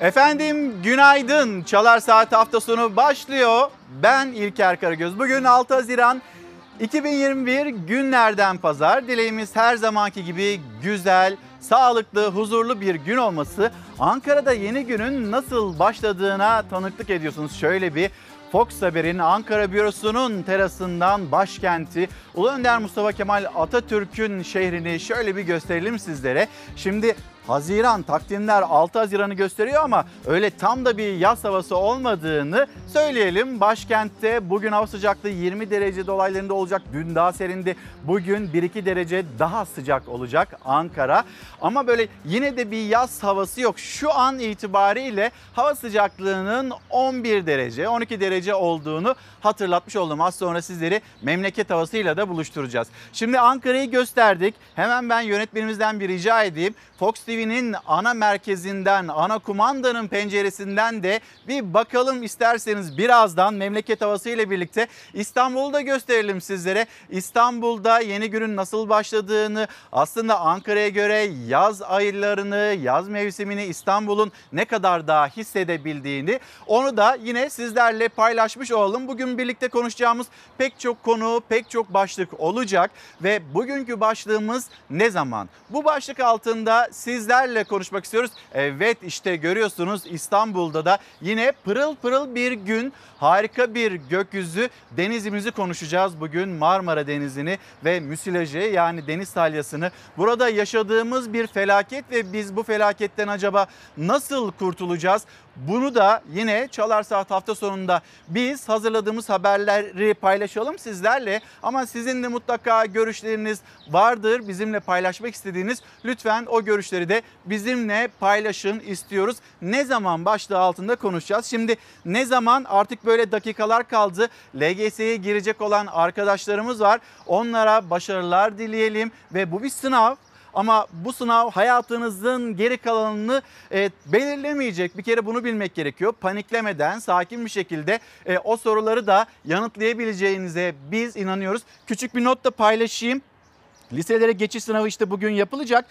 Efendim günaydın. Çalar Saat hafta sonu başlıyor. Ben İlker Karagöz. Bugün 6 Haziran 2021 günlerden pazar. Dileğimiz her zamanki gibi güzel, sağlıklı, huzurlu bir gün olması. Ankara'da yeni günün nasıl başladığına tanıklık ediyorsunuz. Şöyle bir Fox Haber'in Ankara bürosunun terasından başkenti Ulu Önder Mustafa Kemal Atatürk'ün şehrini şöyle bir gösterelim sizlere. Şimdi Haziran, takvimler 6 Haziran'ı gösteriyor ama öyle tam da bir yaz havası olmadığını söyleyelim. Başkentte bugün hava sıcaklığı 20 derece dolaylarında olacak. Dün daha serindi. Bugün 1-2 derece daha sıcak olacak Ankara. Ama böyle yine de bir yaz havası yok. Şu an itibariyle hava sıcaklığının 11 derece, 12 derece olduğunu hatırlatmış oldum. Az sonra sizleri memleket havasıyla da buluşturacağız. Şimdi Ankara'yı gösterdik. Hemen ben yönetmenimizden bir rica edeyim. Fox TV'nin ana merkezinden, ana kumandanın penceresinden de bir bakalım isterseniz birazdan memleket havası ile birlikte İstanbul'u da gösterelim sizlere. İstanbul'da yeni günün nasıl başladığını, aslında Ankara'ya göre yaz aylarını, yaz mevsimini İstanbul'un ne kadar daha hissedebildiğini onu da yine sizlerle paylaşmış olalım. Bugün birlikte konuşacağımız pek çok konu, pek çok başlık olacak ve bugünkü başlığımız ne zaman? Bu başlık altında sizlerle konuşmak istiyoruz. Evet, işte görüyorsunuz İstanbul'da da yine pırıl pırıl bir gün, harika bir gökyüzü, denizimizi konuşacağız bugün. Marmara Denizi'ni ve müsilajı, yani deniz salyasını. Burada yaşadığımız bir felaket ve biz bu felaketten acaba nasıl kurtulacağız? Bunu da yine Çalar Saat hafta sonunda biz hazırladığımız haberleri paylaşalım sizlerle. Ama sizin de mutlaka görüşleriniz vardır, bizimle paylaşmak istediğiniz. Lütfen o görüşleri de bizimle paylaşın istiyoruz. Ne zaman başlığı altında konuşacağız. Şimdi ne zaman, artık böyle dakikalar kaldı. LGS'ye girecek olan arkadaşlarımız var. Onlara başarılar dileyelim ve bu bir sınav. Ama bu sınav hayatınızın geri kalanını belirlemeyecek. Bir kere bunu bilmek gerekiyor. Paniklemeden, sakin bir şekilde o soruları da yanıtlayabileceğinize biz inanıyoruz. Küçük bir not da paylaşayım. Liselere geçiş sınavı işte bugün yapılacak.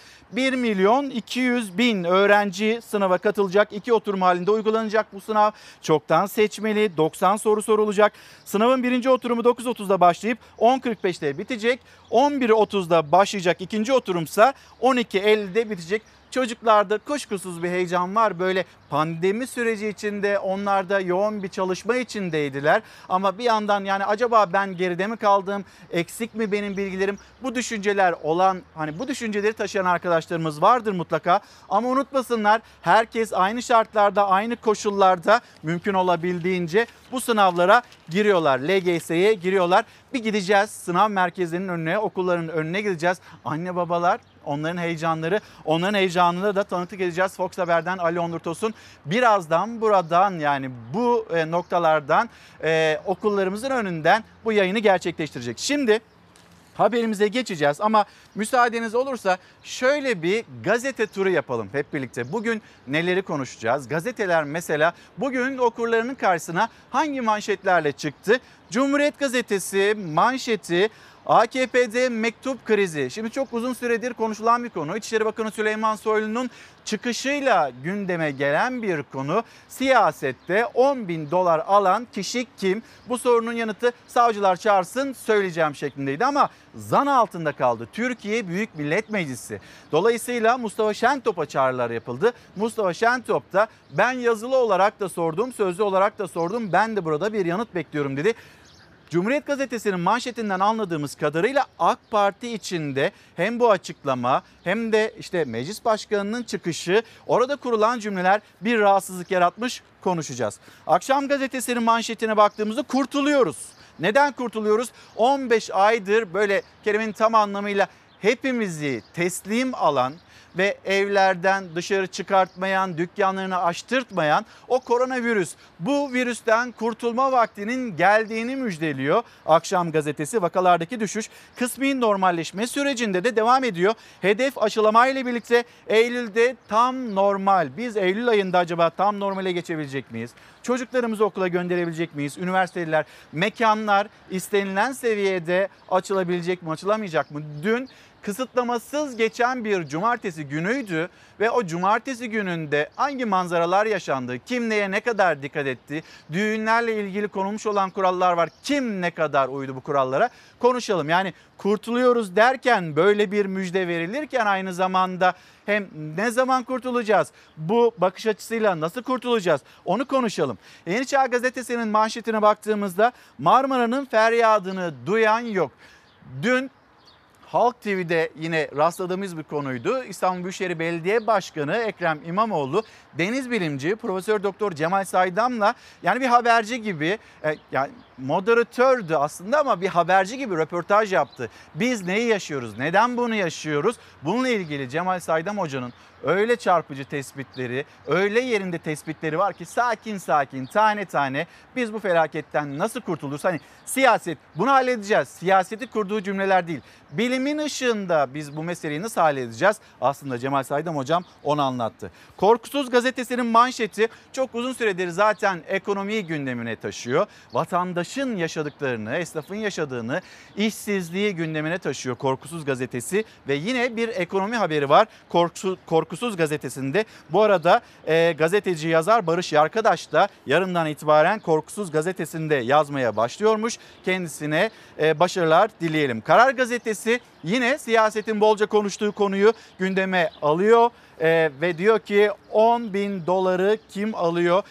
1.200.000 öğrenci sınava katılacak. 2 oturum halinde uygulanacak bu sınav. Çoktan seçmeli, 90 soru sorulacak. Sınavın birinci oturumu 9.30'da başlayıp 10.45'te bitecek. 11.30'da başlayacak ikinci oturumsa 12.50'de bitecek. Çocuklarda kuşkusuz bir heyecan var. Böyle pandemi süreci içinde onlar da yoğun bir çalışma içindeydiler. Ama bir yandan yani acaba ben geride mi kaldım? Eksik mi benim bilgilerim? Bu düşünceler olan, hani bu düşünceleri taşıyan arkadaşlarımız vardır mutlaka. Ama unutmasınlar, herkes aynı şartlarda, aynı koşullarda mümkün olabildiğince bu sınavlara giriyorlar. LGS'ye giriyorlar. Bir gideceğiz sınav merkezlerinin önüne, okulların önüne gideceğiz. Anne babalar, onların heyecanları, onların heyecanını da tanıklık edeceğiz. Fox Haber'den Ali Onur Tosun birazdan buradan, yani bu noktalardan, okullarımızın önünden bu yayını gerçekleştirecek. Şimdi haberimize geçeceğiz ama müsaadeniz olursa şöyle bir gazete turu yapalım hep birlikte. Bugün neleri konuşacağız? Gazeteler mesela bugün okurlarının karşısına hangi manşetlerle çıktı? Cumhuriyet Gazetesi manşeti: AKP'de mektup krizi. Şimdi çok uzun süredir konuşulan bir konu. İçişleri Bakanı Süleyman Soylu'nun çıkışıyla gündeme gelen bir konu. Siyasette 10.000 dolar alan kişi kim? Bu sorunun yanıtı savcılar çağırsın söyleyeceğim şeklindeydi ama zan altında kaldı Türkiye Büyük Millet Meclisi. Dolayısıyla Mustafa Şentop'a çağrılar yapıldı. Mustafa Şentop da ben yazılı olarak da sordum, sözlü olarak da sordum. Ben de burada bir yanıt bekliyorum dedi. Cumhuriyet Gazetesi'nin manşetinden anladığımız kadarıyla AK Parti içinde hem bu açıklama hem de işte Meclis Başkanı'nın çıkışı, orada kurulan cümleler bir rahatsızlık yaratmış, konuşacağız. Akşam Gazetesi'nin manşetine baktığımızda kurtuluyoruz. Neden kurtuluyoruz? 15 aydır böyle kelimenin tam anlamıyla hepimizi teslim alan ve evlerden dışarı çıkartmayan, dükkanlarını açtırtmayan o koronavirüs, bu virüsten kurtulma vaktinin geldiğini müjdeliyor Akşam Gazetesi. Vakalardaki düşüş kısmi normalleşme sürecinde de devam ediyor. Hedef aşılamayla birlikte Eylül'de tam normal. Biz Eylül ayında acaba tam normale geçebilecek miyiz? Çocuklarımızı okula gönderebilecek miyiz? Üniversiteler, mekanlar istenilen seviyede açılabilecek mi, açılamayacak mı? Dün kısıtlamasız geçen bir cumartesi günüydü ve o cumartesi gününde hangi manzaralar yaşandı, kim neye ne kadar dikkat etti, düğünlerle ilgili konulmuş olan kurallar var, kim ne kadar uydu bu kurallara konuşalım. Yani kurtuluyoruz derken böyle bir müjde verilirken aynı zamanda hem ne zaman kurtulacağız, bu bakış açısıyla nasıl kurtulacağız onu konuşalım. Yeni Çağ Gazetesi'nin manşetine baktığımızda Marmara'nın feryadını duyan yok. Dün Halk TV'de yine rastladığımız bir konuydu. İstanbul Büyükşehir Belediye Başkanı Ekrem İmamoğlu deniz bilimci Profesör Doktor Cemal Saydam'la yani bir haberci gibi yani moderatördü aslında ama bir haberci gibi röportaj yaptı. Biz neyi yaşıyoruz? Neden bunu yaşıyoruz? Bununla ilgili Cemal Saydam Hoca'nın öyle çarpıcı tespitleri, öyle yerinde tespitleri var ki sakin sakin tane tane biz bu felaketten nasıl kurtuluruz? Hani siyaset bunu halledeceğiz. Siyaseti kurduğu cümleler değil. Bilimin ışığında biz bu meseleyi nasıl halledeceğiz? Aslında Cemal Saydam hocam onu anlattı. Korkusuz Gazetesi'nin manşeti çok uzun süredir zaten ekonomiyi gündemine taşıyor. Vatandaşın yaşadıklarını, esnafın yaşadığını, işsizliği gündemine taşıyor Korkusuz Gazetesi ve yine bir ekonomi haberi var Korkusuz Gazetesi'nde. Bu arada gazeteci yazar Barış Yarkadaş da yarından itibaren Korkusuz Gazetesi'nde yazmaya başlıyormuş. Kendisine başarılar dileyelim. Karar Gazetesi yine siyasetin bolca konuştuğu konuyu gündeme alıyor ve diyor ki 10.000 doları kim alıyor?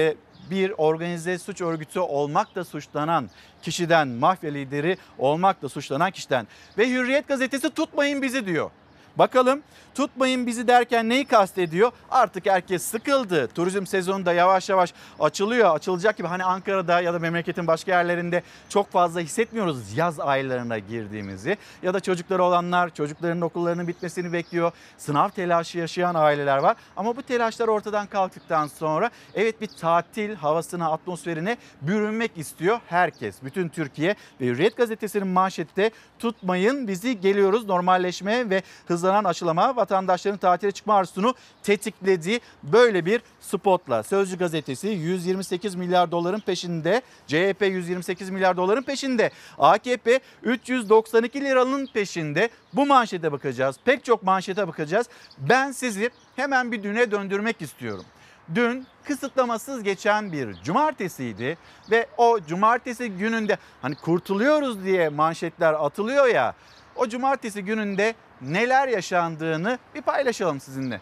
Bir organize suç örgütü olmakla suçlanan kişiden, mafya lideri olmakla suçlanan kişiden ve Hürriyet Gazetesi tutmayın bizi diyor. Bakalım tutmayın bizi derken neyi kastediyor? Artık herkes sıkıldı. Turizm sezonu da yavaş yavaş açılıyor. Açılacak gibi hani Ankara'da ya da memleketin başka yerlerinde çok fazla hissetmiyoruz yaz aylarına girdiğimizi. Ya da çocukları olanlar çocuklarının okullarının bitmesini bekliyor. Sınav telaşı yaşayan aileler var. Ama bu telaşlar ortadan kalktıktan sonra evet bir tatil havasına, atmosferine bürünmek istiyor herkes. Bütün Türkiye ve Hürriyet Gazetesi'nin manşette tutmayın bizi geliyoruz normalleşmeye ve hızlanan aşılama vatandaşların tatile çıkma arzusunu tetikledi. Böyle bir spotla Sözcü Gazetesi 128 milyar doların peşinde, CHP 128 milyar doların peşinde, AKP 392 liranın peşinde. Bu manşete bakacağız, pek çok manşete bakacağız. Ben sizi hemen bir düne döndürmek istiyorum. Dün kısıtlamasız geçen bir cumartesiydi ve o cumartesi gününde hani kurtuluyoruz diye manşetler atılıyor ya, o cumartesi gününde neler yaşandığını bir paylaşalım sizinle.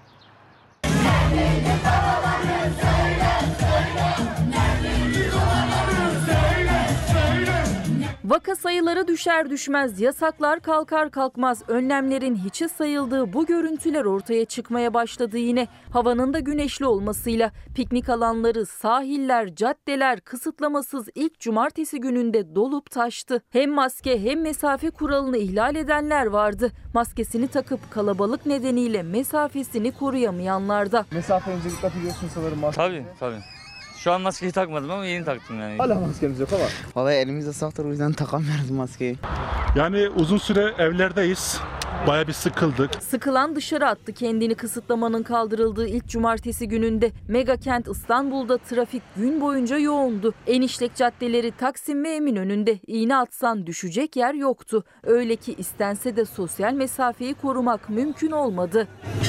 Vaka sayıları düşer düşmez, yasaklar kalkar kalkmaz, önlemlerin hiçe sayıldığı bu görüntüler ortaya çıkmaya başladı yine. Havanın da güneşli olmasıyla piknik alanları, sahiller, caddeler kısıtlamasız ilk cumartesi gününde dolup taştı. Hem maske hem mesafe kuralını ihlal edenler vardı. Maskesini takıp kalabalık nedeniyle mesafesini koruyamayanlar da. Mesafenize dikkat ediyorsun sanırım maske. Tabii. Şu an maskeyi takmadım ama yeni taktım yani. Hala maskemiz yok ama. Vallahi elimizde saktır o yüzden takamıyoruz maskeyi. Yani uzun süre evlerdeyiz. Baya bir sıkıldık. Sıkılan dışarı attı kendini kısıtlamanın kaldırıldığı ilk cumartesi gününde. Mega kent İstanbul'da trafik gün boyunca yoğundu. En işlek caddeleri Taksim ve Eminönü'nde iğne atsan düşecek yer yoktu. Öyle ki istense de sosyal mesafeyi korumak mümkün olmadı.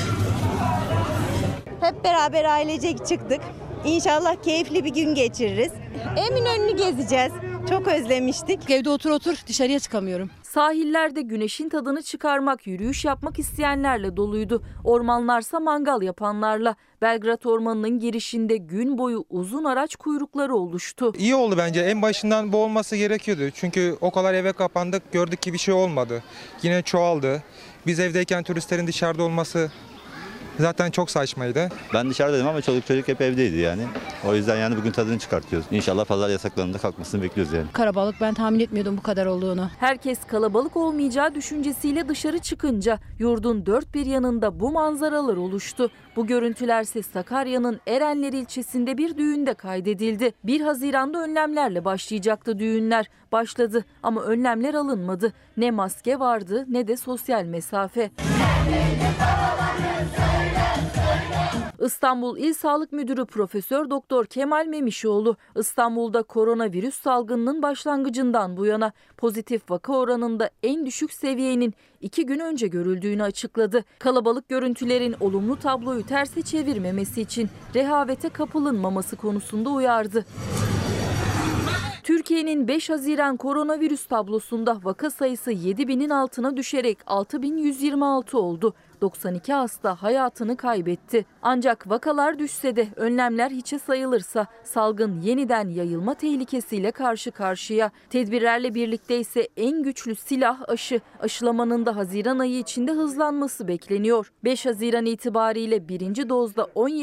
Hep beraber ailecek çıktık. İnşallah keyifli bir gün geçiririz. Eminönü'nü gezeceğiz. Çok özlemiştik. Evde otur dışarıya çıkamıyorum. Sahillerde güneşin tadını çıkarmak, yürüyüş yapmak isteyenlerle doluydu. Ormanlarsa mangal yapanlarla. Belgrad Ormanı'nın girişinde gün boyu uzun araç kuyrukları oluştu. İyi oldu bence. En başından bu olması gerekiyordu. Çünkü o kadar eve kapandık, gördük ki bir şey olmadı. Yine çoğaldı. Biz evdeyken turistlerin dışarıda olması zaten çok saçmaydı. Ben dışarıdaydım ama çoluk çocuk hep evdeydi yani. O yüzden yani bugün tadını çıkartıyoruz. İnşallah pazar yasaklarının da kalkmasını bekliyoruz yani. Karabalık, ben tahmin etmiyordum bu kadar olduğunu. Herkes kalabalık olmayacağı düşüncesiyle dışarı çıkınca yurdun dört bir yanında bu manzaralar oluştu. Bu görüntülerse Sakarya'nın Erenler ilçesinde bir düğünde kaydedildi. 1 Haziran'da önlemlerle başlayacaktı düğünler. Başladı ama önlemler alınmadı. Ne maske vardı ne de sosyal mesafe. İstanbul İl Sağlık Müdürü Profesör Doktor Kemal Memişoğlu, İstanbul'da koronavirüs salgınının başlangıcından bu yana pozitif vaka oranında en düşük seviyenin 2 gün önce görüldüğünü açıkladı. Kalabalık görüntülerin olumlu tabloyu terse çevirmemesi için rehavete kapılınmaması konusunda uyardı. Türkiye'nin 5 Haziran koronavirüs tablosunda vaka sayısı 7.000'in altına düşerek 6.126 oldu. 92 hasta hayatını kaybetti. Ancak vakalar düşse de önlemler hiçe sayılırsa salgın yeniden yayılma tehlikesiyle karşı karşıya. Tedbirlerle birlikte ise en güçlü silah aşı. Aşılamanın da Haziran ayı içinde hızlanması bekleniyor. 5 Haziran itibariyle birinci dozda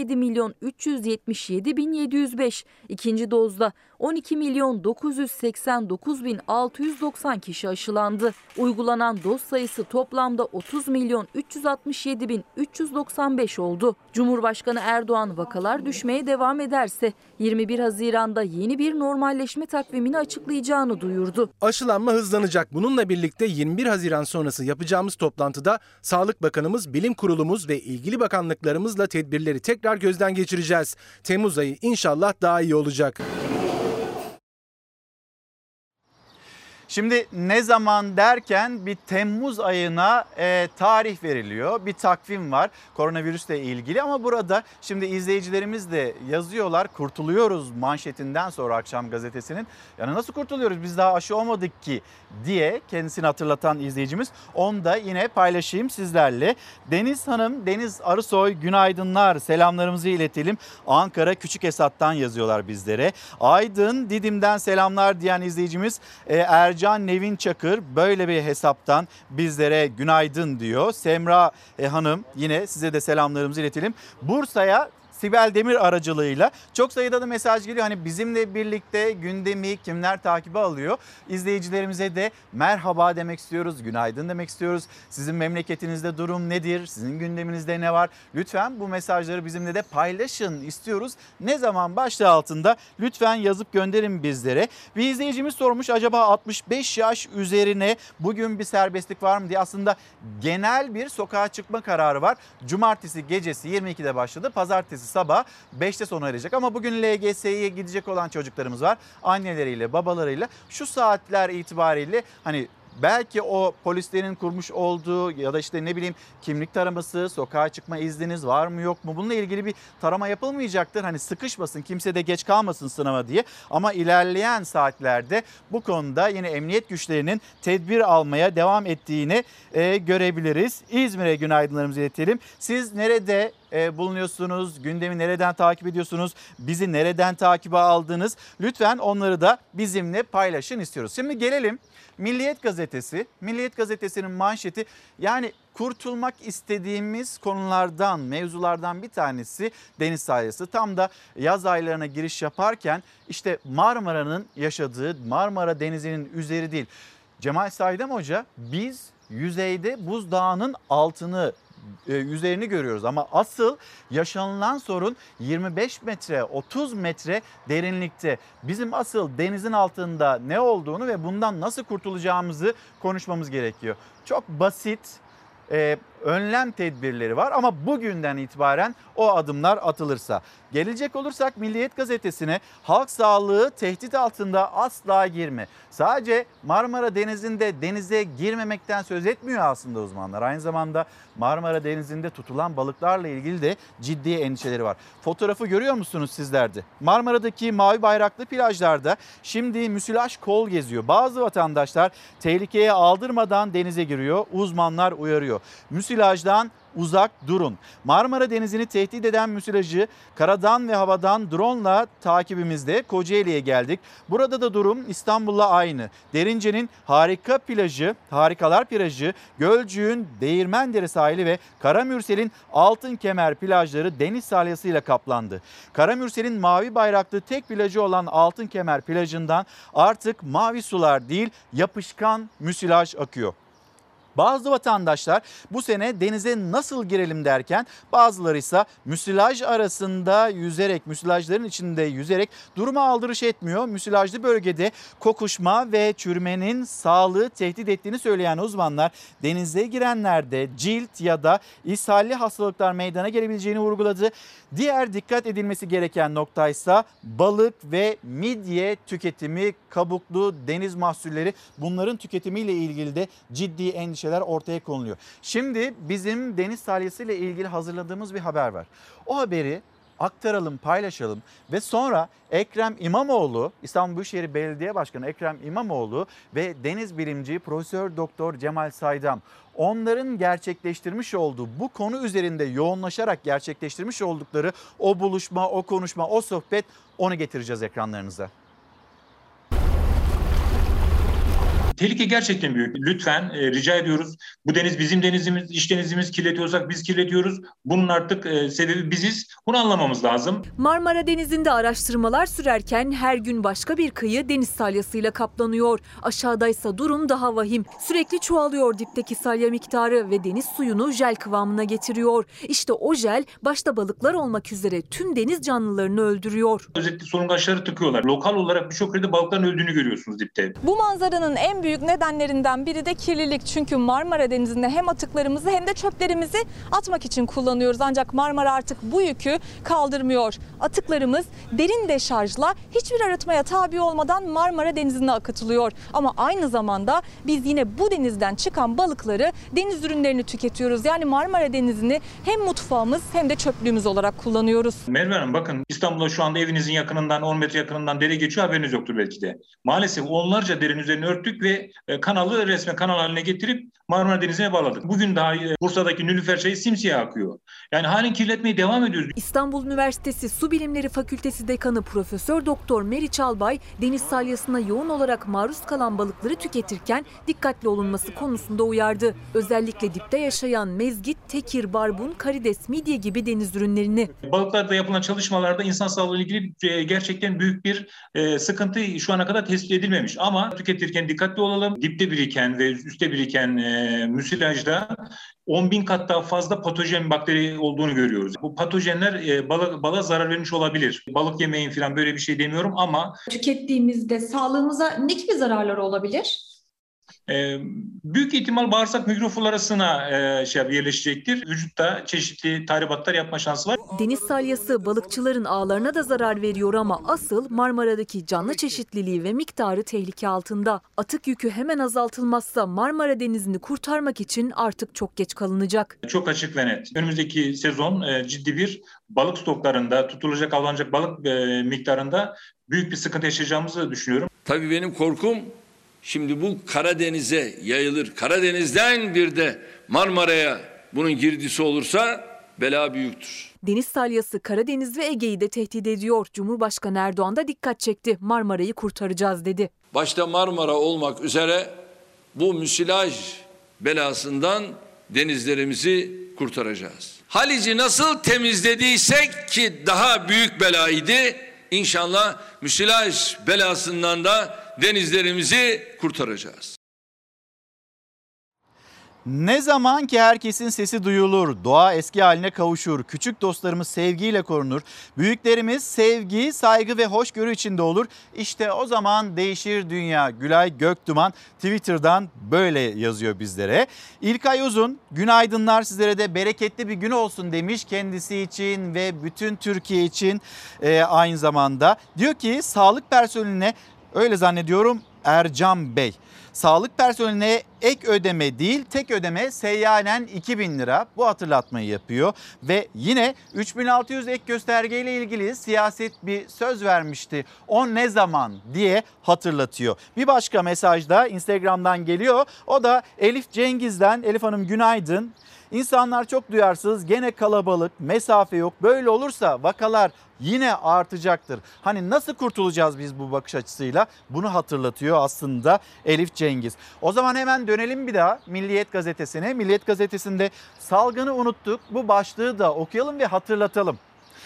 17.377.705, ikinci dozda 12.989.690 kişi aşılandı. Uygulanan doz sayısı toplamda 30.367.395 oldu. Cumhurbaşkanı Erdoğan vakalar düşmeye devam ederse 21 Haziran'da yeni bir normalleşme takvimini açıklayacağını duyurdu. Aşılanma hızlanacak. Bununla birlikte 21 Haziran sonrası yapacağımız toplantıda Sağlık Bakanımız, Bilim Kurulumuz ve ilgili bakanlıklarımızla tedbirleri tekrar gözden geçireceğiz. Temmuz ayı inşallah daha iyi olacak. Şimdi ne zaman derken bir Temmuz ayına tarih veriliyor. Bir takvim var koronavirüsle ilgili ama burada şimdi izleyicilerimiz de yazıyorlar. Kurtuluyoruz manşetinden sonra akşam gazetesinin. Yani nasıl kurtuluyoruz, biz daha aşı olmadık ki diye kendisini hatırlatan izleyicimiz. Onu da yine paylaşayım sizlerle. Deniz Hanım, Deniz Arısoy günaydınlar, selamlarımızı iletelim. Ankara Küçükesat'tan yazıyorlar bizlere. Aydın Didim'den selamlar diyen izleyicimiz Ercan Nevin Çakır böyle bir hesaptan bizlere günaydın diyor. Semra Hanım yine size de selamlarımızı iletelim. Bursa'ya Sibel Demir aracılığıyla çok sayıda da mesaj geliyor. Hani bizimle birlikte gündemi kimler takibe alıyor? İzleyicilerimize de merhaba demek istiyoruz, günaydın demek istiyoruz. Sizin memleketinizde durum nedir? Sizin gündeminizde ne var? Lütfen bu mesajları bizimle de paylaşın istiyoruz. Ne zaman başlığı altında lütfen yazıp gönderin bizlere. Bir izleyicimiz sormuş, acaba 65 yaş üzerine bugün bir serbestlik var mı diye. Aslında genel bir sokağa çıkma kararı var. Cumartesi gecesi 22'de başladı. Pazartesi sabah 5'te sona erecek ama bugün LGS'ye gidecek olan çocuklarımız var. Anneleriyle, babalarıyla şu saatler itibariyle hani belki o polislerin kurmuş olduğu ya da işte ne bileyim kimlik taraması, sokağa çıkma izniniz var mı yok mu? Bununla ilgili bir tarama yapılmayacaktır. Hani sıkışmasın, kimse de geç kalmasın sınava diye. Ama ilerleyen saatlerde bu konuda yine emniyet güçlerinin tedbir almaya devam ettiğini görebiliriz. İzmir'e günaydınlarımızı iletelim. Siz nerede bulunuyorsunuz? Gündemi nereden takip ediyorsunuz? Bizi nereden takibe aldınız? Lütfen onları da bizimle paylaşın istiyoruz. Şimdi gelelim Milliyet Gazetesi. Milliyet Gazetesi'nin manşeti, yani kurtulmak istediğimiz konulardan, mevzulardan bir tanesi deniz sahilesi. Tam da yaz aylarına giriş yaparken işte Marmara'nın yaşadığı, Marmara Denizi'nin üzeri değil. Cemal Saydam Hoca, biz yüzeyde buzdağının altını, üzerini görüyoruz ama asıl yaşanılan sorun 25 metre 30 metre derinlikte. Bizim asıl denizin altında ne olduğunu ve bundan nasıl kurtulacağımızı konuşmamız gerekiyor. Çok basit önlem tedbirleri var ama bugünden itibaren o adımlar atılırsa. Gelecek olursak Milliyet Gazetesi'ne, halk sağlığı tehdit altında, asla girme. Sadece Marmara Denizi'nde denize girmemekten söz etmiyor aslında uzmanlar. Aynı zamanda Marmara Denizi'nde tutulan balıklarla ilgili de ciddi endişeleri var. Fotoğrafı görüyor musunuz sizler de? Marmara'daki mavi bayraklı plajlarda şimdi müsilaj kol geziyor. Bazı vatandaşlar tehlikeye aldırmadan denize giriyor. Uzmanlar uyarıyor. Müsilajdan uzak durun. Marmara Denizi'ni tehdit eden müsilajı karadan ve havadan drone'la takibimizde Kocaeli'ye geldik. Burada da durum İstanbul'la aynı. Derince'nin harika plajı, harikalar plajı, Gölcük'ün Değirmendere sahili ve Karamürsel'in Altınkemer plajları deniz salyasıyla kaplandı. Karamürsel'in mavi bayraklı tek plajı olan Altınkemer plajından artık mavi sular değil, yapışkan müsilaj akıyor. Bazı vatandaşlar bu sene denize nasıl girelim derken bazıları ise müsilaj arasında yüzerek, müsilajların içinde yüzerek duruma aldırış etmiyor. Müsilajlı bölgede kokuşma ve çürümenin sağlığı tehdit ettiğini söyleyen uzmanlar denize girenlerde cilt ya da ishalli hastalıklar meydana gelebileceğini vurguladı. Diğer dikkat edilmesi gereken noktaysa balık ve midye tüketimi, kabuklu deniz mahsulleri, bunların tüketimiyle ilgili de ciddi endişeler ortaya konuluyor. Şimdi bizim deniz salyasıyla ilgili hazırladığımız bir haber var. O haberi aktaralım, paylaşalım ve sonra Ekrem İmamoğlu, İstanbul Büyükşehir Belediye Başkanı Ekrem İmamoğlu ve deniz bilimci Profesör Doktor Cemal Saydam, onların gerçekleştirmiş olduğu, bu konu üzerinde yoğunlaşarak gerçekleştirmiş oldukları o buluşma, o konuşma, o sohbet, onu getireceğiz ekranlarınıza. Tehlike gerçekten büyük. Lütfen rica ediyoruz. Bu deniz bizim denizimiz, iç denizimiz, kirletiyorsak biz kirletiyoruz. Bunun artık sebebi biziz. Bunu anlamamız lazım. Marmara Denizi'nde araştırmalar sürerken her gün başka bir kıyı deniz salyasıyla kaplanıyor. Aşağıdaysa durum daha vahim. Sürekli çoğalıyor dipteki salya miktarı ve deniz suyunu jel kıvamına getiriyor. İşte o jel başta balıklar olmak üzere tüm deniz canlılarını öldürüyor. Özellikle solungaçları tıkıyorlar. Lokal olarak birçok yerde balıkların öldüğünü görüyorsunuz dipte. Bu manzaranın en büyük nedenlerinden biri de kirlilik. Çünkü Marmara Denizi'nde hem atıklarımızı hem de çöplerimizi atmak için kullanıyoruz. Ancak Marmara artık bu yükü kaldırmıyor. Atıklarımız derin deşarjla hiçbir arıtmaya tabi olmadan Marmara Denizi'ne akıtılıyor. Ama aynı zamanda biz yine bu denizden çıkan balıkları, deniz ürünlerini tüketiyoruz. Yani Marmara Denizi'ni hem mutfağımız hem de çöplüğümüz olarak kullanıyoruz. Merve Hanım, bakın İstanbul'da şu anda evinizin yakınından 10 metre yakınından dere geçiyor, haberiniz yoktur belki de. Maalesef onlarca derenin üzerine örttük ve kanalı resmen kanal haline getirip Marmara Denizi'ne bağladık. Bugün daha Bursa'daki Nilüfer Çayı simsiyah akıyor. Yani halen kirletmeye devam ediyoruz. İstanbul Üniversitesi Su Bilimleri Fakültesi Dekanı Profesör Doktor Meriç Albay, deniz salyasına yoğun olarak maruz kalan balıkları tüketirken dikkatli olunması konusunda uyardı. Özellikle dipte yaşayan mezgit, tekir, barbun, karides, midye gibi deniz ürünlerini. Balıklarda yapılan çalışmalarda insan sağlığı ile ilgili gerçekten büyük bir sıkıntı şu ana kadar tespit edilmemiş. Ama tüketirken dikkatli olalım. Dipte biriken ve üstte biriken müsilajda 10.000 kat daha fazla patojen bakteri olduğunu görüyoruz. Bu patojenler balığa zarar vermiş olabilir. Balık yemeyin falan, böyle bir şey demiyorum ama tükettiğimizde sağlığımıza ne gibi zararları olabilir? Büyük ihtimal bağırsak mikroflorasına yerleşecektir. Vücutta çeşitli tahribatlar yapma şansı var. Deniz salyası balıkçıların ağlarına da zarar veriyor ama asıl Marmara'daki canlı çeşitliliği ve miktarı tehlike altında. Atık yükü hemen azaltılmazsa Marmara Denizi'ni kurtarmak için artık çok geç kalınacak. Çok açık ve net. Önümüzdeki sezon ciddi bir balık stoklarında, tutulacak, avlanacak balık miktarında büyük bir sıkıntı yaşayacağımızı düşünüyorum. Tabii benim korkum, şimdi bu Karadeniz'e yayılır. Karadeniz'den bir de Marmara'ya bunun girdisi olursa bela büyüktür. Deniz salyası Karadeniz ve Ege'yi de tehdit ediyor. Cumhurbaşkanı Erdoğan da dikkat çekti. Marmara'yı kurtaracağız dedi. Başta Marmara olmak üzere bu müsilaj belasından denizlerimizi kurtaracağız. Halici nasıl temizlediysek ki daha büyük belaydı, İnşallah müsilaj belasından da denizlerimizi kurtaracağız. Ne zaman ki herkesin sesi duyulur, doğa eski haline kavuşur, küçük dostlarımız sevgiyle korunur, büyüklerimiz sevgi, saygı ve hoşgörü içinde olur, İşte o zaman değişir dünya. Gülay Göktuman Twitter'dan böyle yazıyor bizlere. İlkay Uzun, günaydınlar, sizlere de bereketli bir gün olsun demiş kendisi için ve bütün Türkiye için aynı zamanda. Diyor ki sağlık personeline, öyle zannediyorum Ercan Bey, sağlık personeline ek ödeme değil tek ödeme seyyanen 2.000 lira, bu hatırlatmayı yapıyor. Ve yine 3600 ek göstergeyle ilgili siyaset bir söz vermişti. O ne zaman diye hatırlatıyor. Bir başka mesaj da Instagram'dan geliyor. O da Elif Cengiz'den. Elif Hanım günaydın. İnsanlar çok duyarsız, gene kalabalık, mesafe yok. Böyle olursa vakalar yine artacaktır. Hani nasıl kurtulacağız biz bu bakış açısıyla? Bunu hatırlatıyor aslında Elif Cengiz. O zaman hemen dönelim bir daha Milliyet Gazetesi'ne. Milliyet Gazetesi'nde salgını unuttuk. Bu başlığı da okuyalım ve hatırlatalım.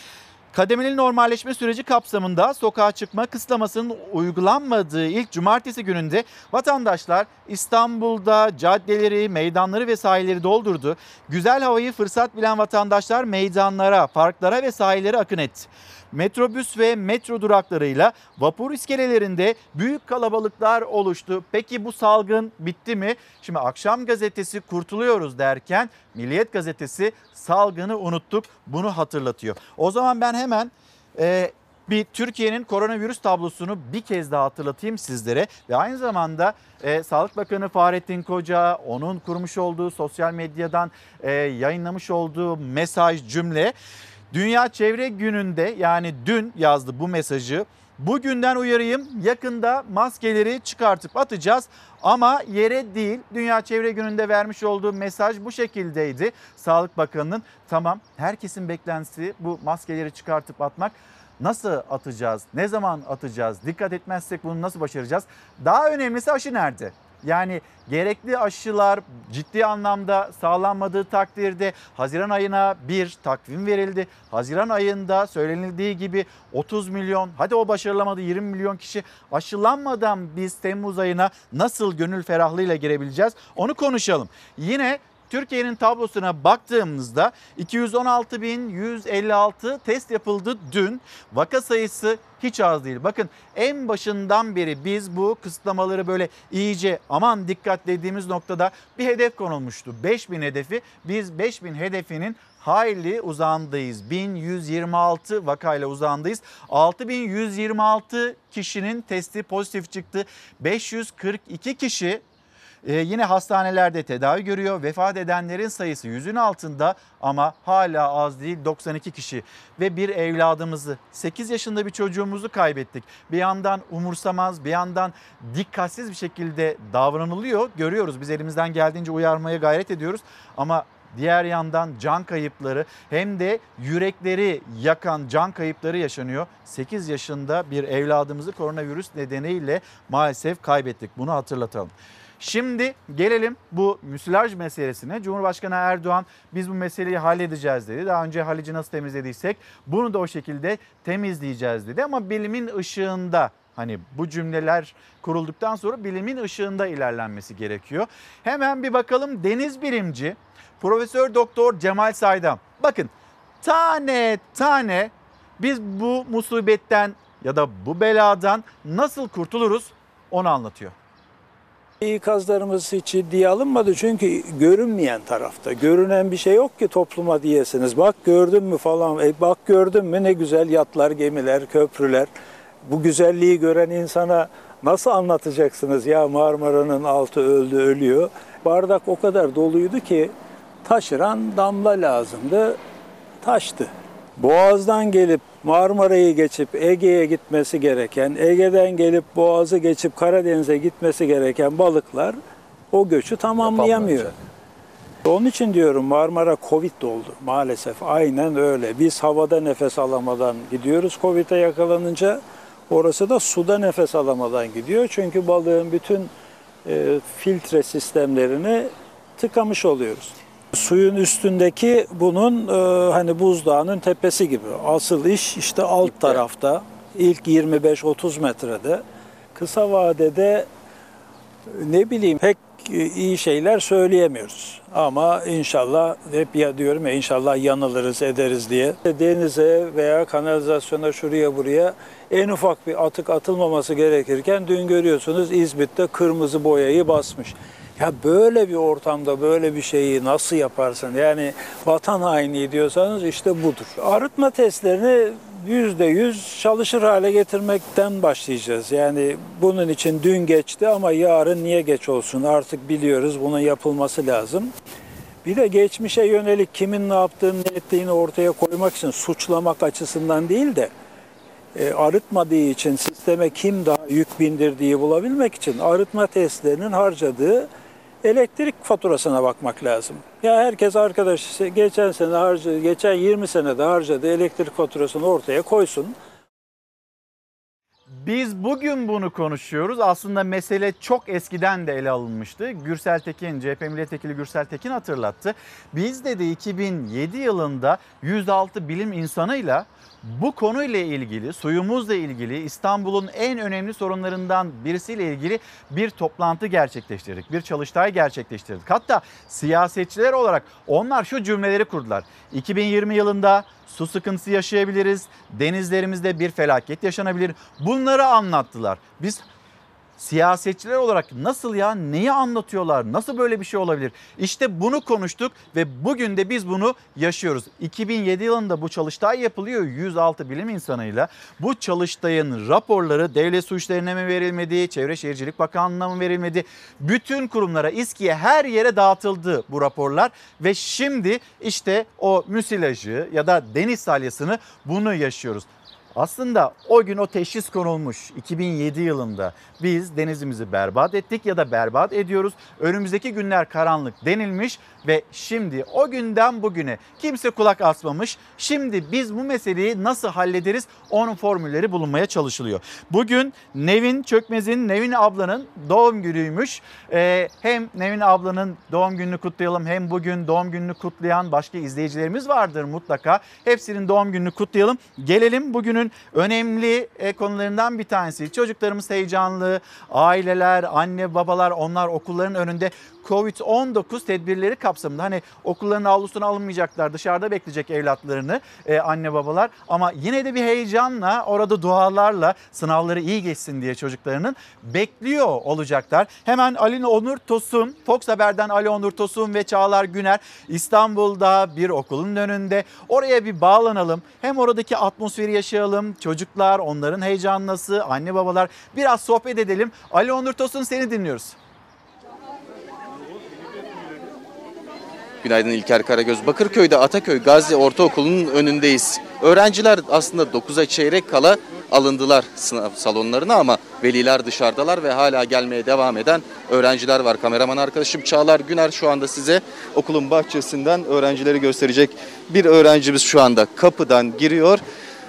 Kademeli normalleşme süreci kapsamında sokağa çıkma kısıtlamasının uygulanmadığı ilk cumartesi gününde vatandaşlar İstanbul'da caddeleri, meydanları ve sahilleri doldurdu. Güzel havayı fırsat bilen vatandaşlar meydanlara, parklara ve sahillere akın etti. Metrobüs ve metro duraklarıyla vapur iskelelerinde büyük kalabalıklar oluştu. Peki bu salgın bitti mi? Şimdi Akşam gazetesi kurtuluyoruz derken Milliyet gazetesi salgını unuttuk, bunu hatırlatıyor. O zaman ben hemen bir Türkiye'nin koronavirüs tablosunu bir kez daha hatırlatayım sizlere. Ve aynı zamanda Sağlık Bakanı Fahrettin Koca, onun kurmuş olduğu sosyal medyadan yayınlamış olduğu mesaj, cümle. Dünya Çevre Günü'nde, yani dün yazdı bu mesajı. Bugünden uyarayım, yakında maskeleri çıkartıp atacağız ama yere değil. Dünya Çevre Günü'nde vermiş olduğu mesaj bu şekildeydi. Sağlık Bakanı'nın tamam, herkesin beklentisi bu maskeleri çıkartıp atmak. Nasıl atacağız? Ne zaman atacağız? Dikkat etmezsek bunu nasıl başaracağız? Daha önemlisi aşı nerede? Yani gerekli aşılar ciddi anlamda sağlanmadığı takdirde Haziran ayına bir takvim verildi. Haziran ayında söylenildiği gibi 30 milyon, hadi o başarılamadı, 20 milyon kişi aşılanmadan biz Temmuz ayına nasıl gönül ferahlığıyla girebileceğiz? Onu konuşalım. Yine Türkiye'nin tablosuna baktığımızda 216.156 test yapıldı dün. Vaka sayısı hiç az değil. Bakın en başından beri biz bu kısıtlamaları böyle iyice aman dikkat dediğimiz noktada bir hedef konulmuştu. 5.000 hedefi. Biz 5.000 hedefinin hayli uzağındayız. 1126 vakayla uzağındayız. 6.126 kişinin testi pozitif çıktı. 542 kişi yine hastanelerde tedavi görüyor. Vefat edenlerin sayısı 100'ün altında ama hala az değil, 92 kişi. Ve bir evladımızı, 8 yaşında bir çocuğumuzu kaybettik. Bir yandan umursamaz, bir yandan dikkatsiz bir şekilde davranılıyor. Görüyoruz, biz elimizden geldiğince uyarmaya gayret ediyoruz. Ama diğer yandan can kayıpları, hem de yürekleri yakan can kayıpları yaşanıyor. 8 yaşında bir evladımızı koronavirüs nedeniyle maalesef kaybettik. Bunu hatırlatalım. Şimdi gelelim bu müsilaj meselesine. Cumhurbaşkanı Erdoğan biz bu meseleyi halledeceğiz dedi. Daha önce Halic'i nasıl temizlediysek bunu da o şekilde temizleyeceğiz dedi. Ama bilimin ışığında, hani bu cümleler kurulduktan sonra bilimin ışığında ilerlenmesi gerekiyor. Hemen bir bakalım, deniz bilimci Profesör Doktor Cemal Saydam. Bakın tane tane biz bu musibetten ya da bu beladan nasıl kurtuluruz onu anlatıyor. İkazlarımız hiç ciddiye alınmadı çünkü görünmeyen tarafta. Görünen bir şey yok ki topluma diyesiniz. Bak gördün mü falan, bak gördün mü ne güzel yatlar, gemiler, köprüler. Bu güzelliği gören insana nasıl anlatacaksınız ya Marmara'nın altı öldü, ölüyor. Bardak o kadar doluydu ki taşıran damla lazımdı, taştı. Boğaz'dan gelip Marmara'yı geçip Ege'ye gitmesi gereken, Ege'den gelip Boğaz'ı geçip Karadeniz'e gitmesi gereken balıklar o göçü tamamlayamıyor. Onun için diyorum Marmara Covid doldu maalesef, aynen öyle. Biz havada nefes alamadan gidiyoruz Covid'e yakalanınca, orası da suda nefes alamadan gidiyor. Çünkü balığın bütün filtre sistemlerini tıkamış oluyoruz. Suyun üstündeki bunun hani buzdağının tepesi gibi. Asıl iş işte alt tarafta, ilk 25-30 metrede. Kısa vadede ne bileyim pek iyi şeyler söyleyemiyoruz. Ama inşallah, hep ya diyorum ya, inşallah yanılırız ederiz diye. Denize veya kanalizasyona, şuraya buraya en ufak bir atık atılmaması gerekirken dün görüyorsunuz İzmit'te kırmızı boyayı basmış. Ya böyle bir ortamda böyle bir şeyi nasıl yaparsın? Yani vatan haini diyorsanız işte budur. Arıtma testlerini %100 çalışır hale getirmekten başlayacağız. Yani bunun için dün geçti ama yarın niye geç olsun? Artık biliyoruz bunun yapılması lazım. Bir de geçmişe yönelik kimin ne yaptığını, ne ettiğini ortaya koymak için, suçlamak açısından değil de arıtmadığı için sisteme kim daha yük bindirdiği bulabilmek için arıtma testlerinin harcadığı elektrik faturasına bakmak lazım. Ya herkes arkadaş geçen sene geçen 20 senede harcadığı elektrik faturasını ortaya koysun. Biz bugün bunu konuşuyoruz. Aslında mesele çok eskiden de ele alınmıştı. Gürsel Tekin, CHP milletvekili Gürsel Tekin hatırlattı. Biz dedi 2007 yılında 106 bilim insanıyla Bu konuyla ilgili, suyumuzla ilgili, İstanbul'un en önemli sorunlarından birisiyle ilgili bir toplantı gerçekleştirdik. Bir çalıştay gerçekleştirdik. Hatta siyasetçiler olarak onlar şu cümleleri kurdular. 2020 yılında su sıkıntısı yaşayabiliriz, denizlerimizde bir felaket yaşanabilir. Bunları anlattılar. Biz siyasetçiler olarak nasıl ya, neyi anlatıyorlar, nasıl böyle bir şey olabilir? İşte bunu konuştuk ve bugün de biz bunu yaşıyoruz. 2007 yılında bu çalıştay yapılıyor 106 bilim insanıyla. Bu çalıştayın raporları Devlet Su İşleri'ne mi verilmedi, Çevre Şehircilik Bakanlığı'na mı verilmedi? Bütün kurumlara, İSKİ'ye, her yere dağıtıldı bu raporlar ve şimdi işte o müsilajı ya da deniz salyasını, bunu yaşıyoruz. Aslında o gün o teşhis konulmuş 2007 yılında. Biz denizimizi berbat ettik ya da berbat ediyoruz. Önümüzdeki günler karanlık denilmiş ve şimdi o günden bugüne kimse kulak asmamış. Şimdi biz bu meseleyi nasıl hallederiz? Onun formülleri bulunmaya çalışılıyor. Bugün Nevin Çökmez'in, Nevin ablanın doğum günüymüş. Hem Nevin ablanın doğum gününü kutlayalım, hem bugün doğum gününü kutlayan başka izleyicilerimiz vardır mutlaka. Hepsinin doğum gününü kutlayalım. Gelelim bugünün önemli konularından bir tanesi. Çocuklarımız heyecanlı, aileler, anne babalar, onlar okulların önünde Covid-19 tedbirleri kapsamında, hani okulların avlusuna alınmayacaklar, dışarıda bekleyecek evlatlarını anne babalar, ama yine de bir heyecanla, orada dualarla sınavları iyi geçsin diye çocuklarının bekliyor olacaklar. Hemen Ali Onur Tosun, Fox Haber'den Ali Onur Tosun ve Çağlar Güner İstanbul'da bir okulun önünde. Oraya bir bağlanalım, hem oradaki atmosferi yaşayalım, çocuklar, onların heyecanı nasıl, anne babalar, biraz sohbet edelim. Ali Onur Tosun, seni dinliyoruz. Günaydın İlker Karagöz. Bakırköy'de Ataköy Gazi Ortaokulu'nun önündeyiz. Öğrenciler aslında 9'a çeyrek kala alındılar sınav salonlarına ama veliler dışarıdalar ve hala gelmeye devam eden öğrenciler var. Kameraman arkadaşım Çağlar Güner şu anda size okulun bahçesinden öğrencileri gösterecek. Bir öğrencimiz şu anda kapıdan giriyor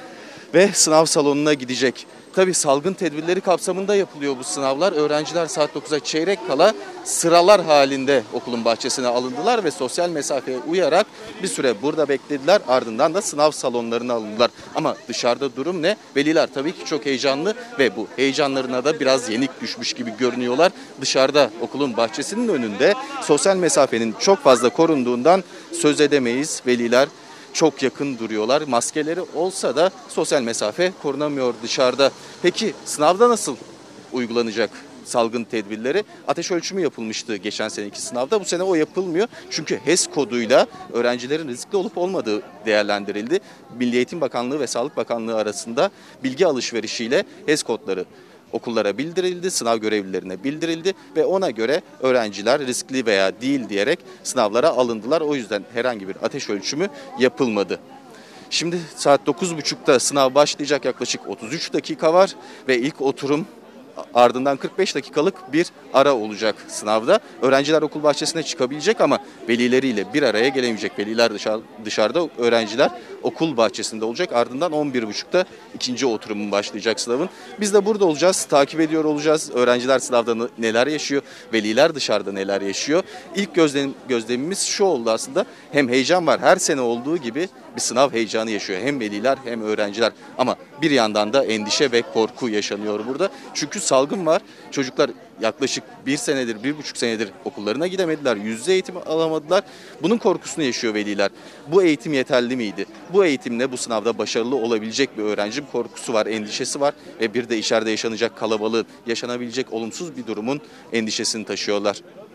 ve sınav salonuna gidecek. Tabii salgın tedbirleri kapsamında yapılıyor bu sınavlar. Öğrenciler saat 9'a çeyrek kala sıralar halinde okulun bahçesine alındılar ve sosyal mesafeye uyarak bir süre burada beklediler. Ardından da sınav salonlarına alındılar. Ama dışarıda durum ne? Veliler tabii ki çok heyecanlı ve bu heyecanlarına da biraz yenik düşmüş gibi görünüyorlar. Dışarıda okulun bahçesinin önünde sosyal mesafenin çok fazla korunduğundan söz edemeyiz. Veliler çok yakın duruyorlar. Maskeleri olsa da sosyal mesafe korunamıyor dışarıda. Peki sınavda nasıl uygulanacak salgın tedbirleri? Ateş ölçümü yapılmıştı geçen seneki sınavda. Bu sene o yapılmıyor. Çünkü HES koduyla öğrencilerin riskli olup olmadığı değerlendirildi. Milli Eğitim Bakanlığı ve Sağlık Bakanlığı arasında bilgi alışverişiyle HES kodları okullara bildirildi, sınav görevlilerine bildirildi ve ona göre öğrenciler riskli veya değil diyerek sınavlara alındılar. O yüzden herhangi bir ateş ölçümü yapılmadı. Şimdi saat 9.30'da sınav başlayacak, yaklaşık 33 dakika var ve ilk oturum, ardından 45 dakikalık bir ara olacak sınavda. Öğrenciler okul bahçesine çıkabilecek ama velileriyle bir araya gelemeyecek. Veliler dışarıda, öğrenciler okul bahçesinde olacak. Ardından 11.30'da ikinci oturumun başlayacak sınavın. Biz de burada olacağız, takip ediyor olacağız. Öğrenciler sınavda neler yaşıyor, veliler dışarıda neler yaşıyor. İlk gözlemimiz şu oldu aslında. Hem heyecan var, her sene olduğu gibi bir sınav heyecanı yaşıyor. Hem veliler hem öğrenciler, ama bir yandan da endişe ve korku yaşanıyor burada. Çünkü salgın var. Çocuklar yaklaşık 1 senedir, 1,5 senedir okullarına gidemediler. Yüz yüze eğitim alamadılar. Bunun korkusunu yaşıyor veliler. Bu eğitim yeterli miydi? Bu eğitimle bu sınavda başarılı olabilecek bir öğrenci korkusu var, endişesi var. Ve bir de içeride yaşanacak kalabalığın, yaşanabilecek olumsuz bir durumun endişesini taşıyorlar.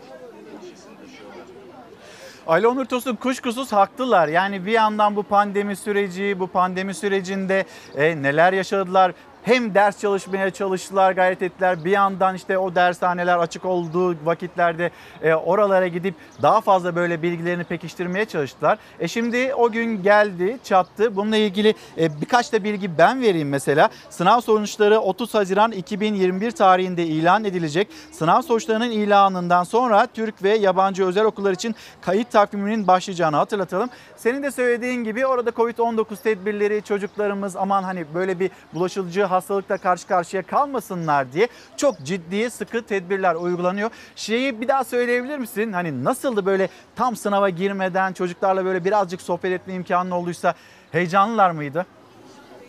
Ali Onur Tosun, kuşkusuz haklılar. Yani bir yandan bu pandemi sürecinde neler yaşadılar? Hem ders çalışmaya çalıştılar, gayret ettiler. Bir yandan işte o dershaneler açık olduğu vakitlerde oralara gidip daha fazla böyle bilgilerini pekiştirmeye çalıştılar. Şimdi o gün geldi, çattı. Bununla ilgili birkaç da bilgi ben vereyim mesela. Sınav sonuçları 30 Haziran 2021 tarihinde ilan edilecek. Sınav sonuçlarının ilanından sonra Türk ve yabancı özel okullar için kayıt takviminin başlayacağını hatırlatalım. Senin de söylediğin gibi orada Covid-19 tedbirleri, çocuklarımız aman hani böyle bir bulaşıcı hastalıkla karşı karşıya kalmasınlar diye çok ciddi, sıkı tedbirler uygulanıyor. Şeyi bir daha söyleyebilir misin? Hani nasıldı böyle tam sınava girmeden çocuklarla böyle birazcık sohbet etme imkanı olduysa, heyecanlılar mıydı?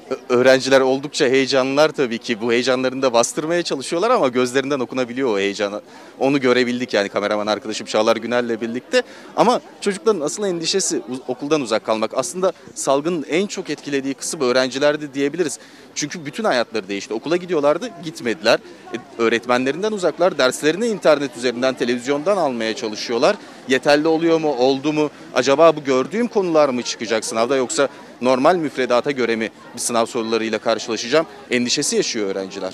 Öğrenciler oldukça heyecanlılar tabii ki. Bu heyecanlarını da bastırmaya çalışıyorlar ama gözlerinden okunabiliyor o heyecanı. Onu görebildik yani kameraman arkadaşım Çağlar Güner'le birlikte. Ama çocukların asıl endişesi okuldan uzak kalmak. Aslında salgının en çok etkilediği kısım öğrencilerdi diyebiliriz. Çünkü bütün hayatları değişti. Okula gidiyorlardı, gitmediler. Öğretmenlerinden uzaklar, derslerini internet üzerinden, televizyondan almaya çalışıyorlar. Yeterli oluyor mu, oldu mu? Acaba bu gördüğüm konular mı çıkacak sınavda yoksa normal müfredata göre mi bir sınav sorularıyla karşılaşacağım? Endişesi yaşıyor öğrenciler.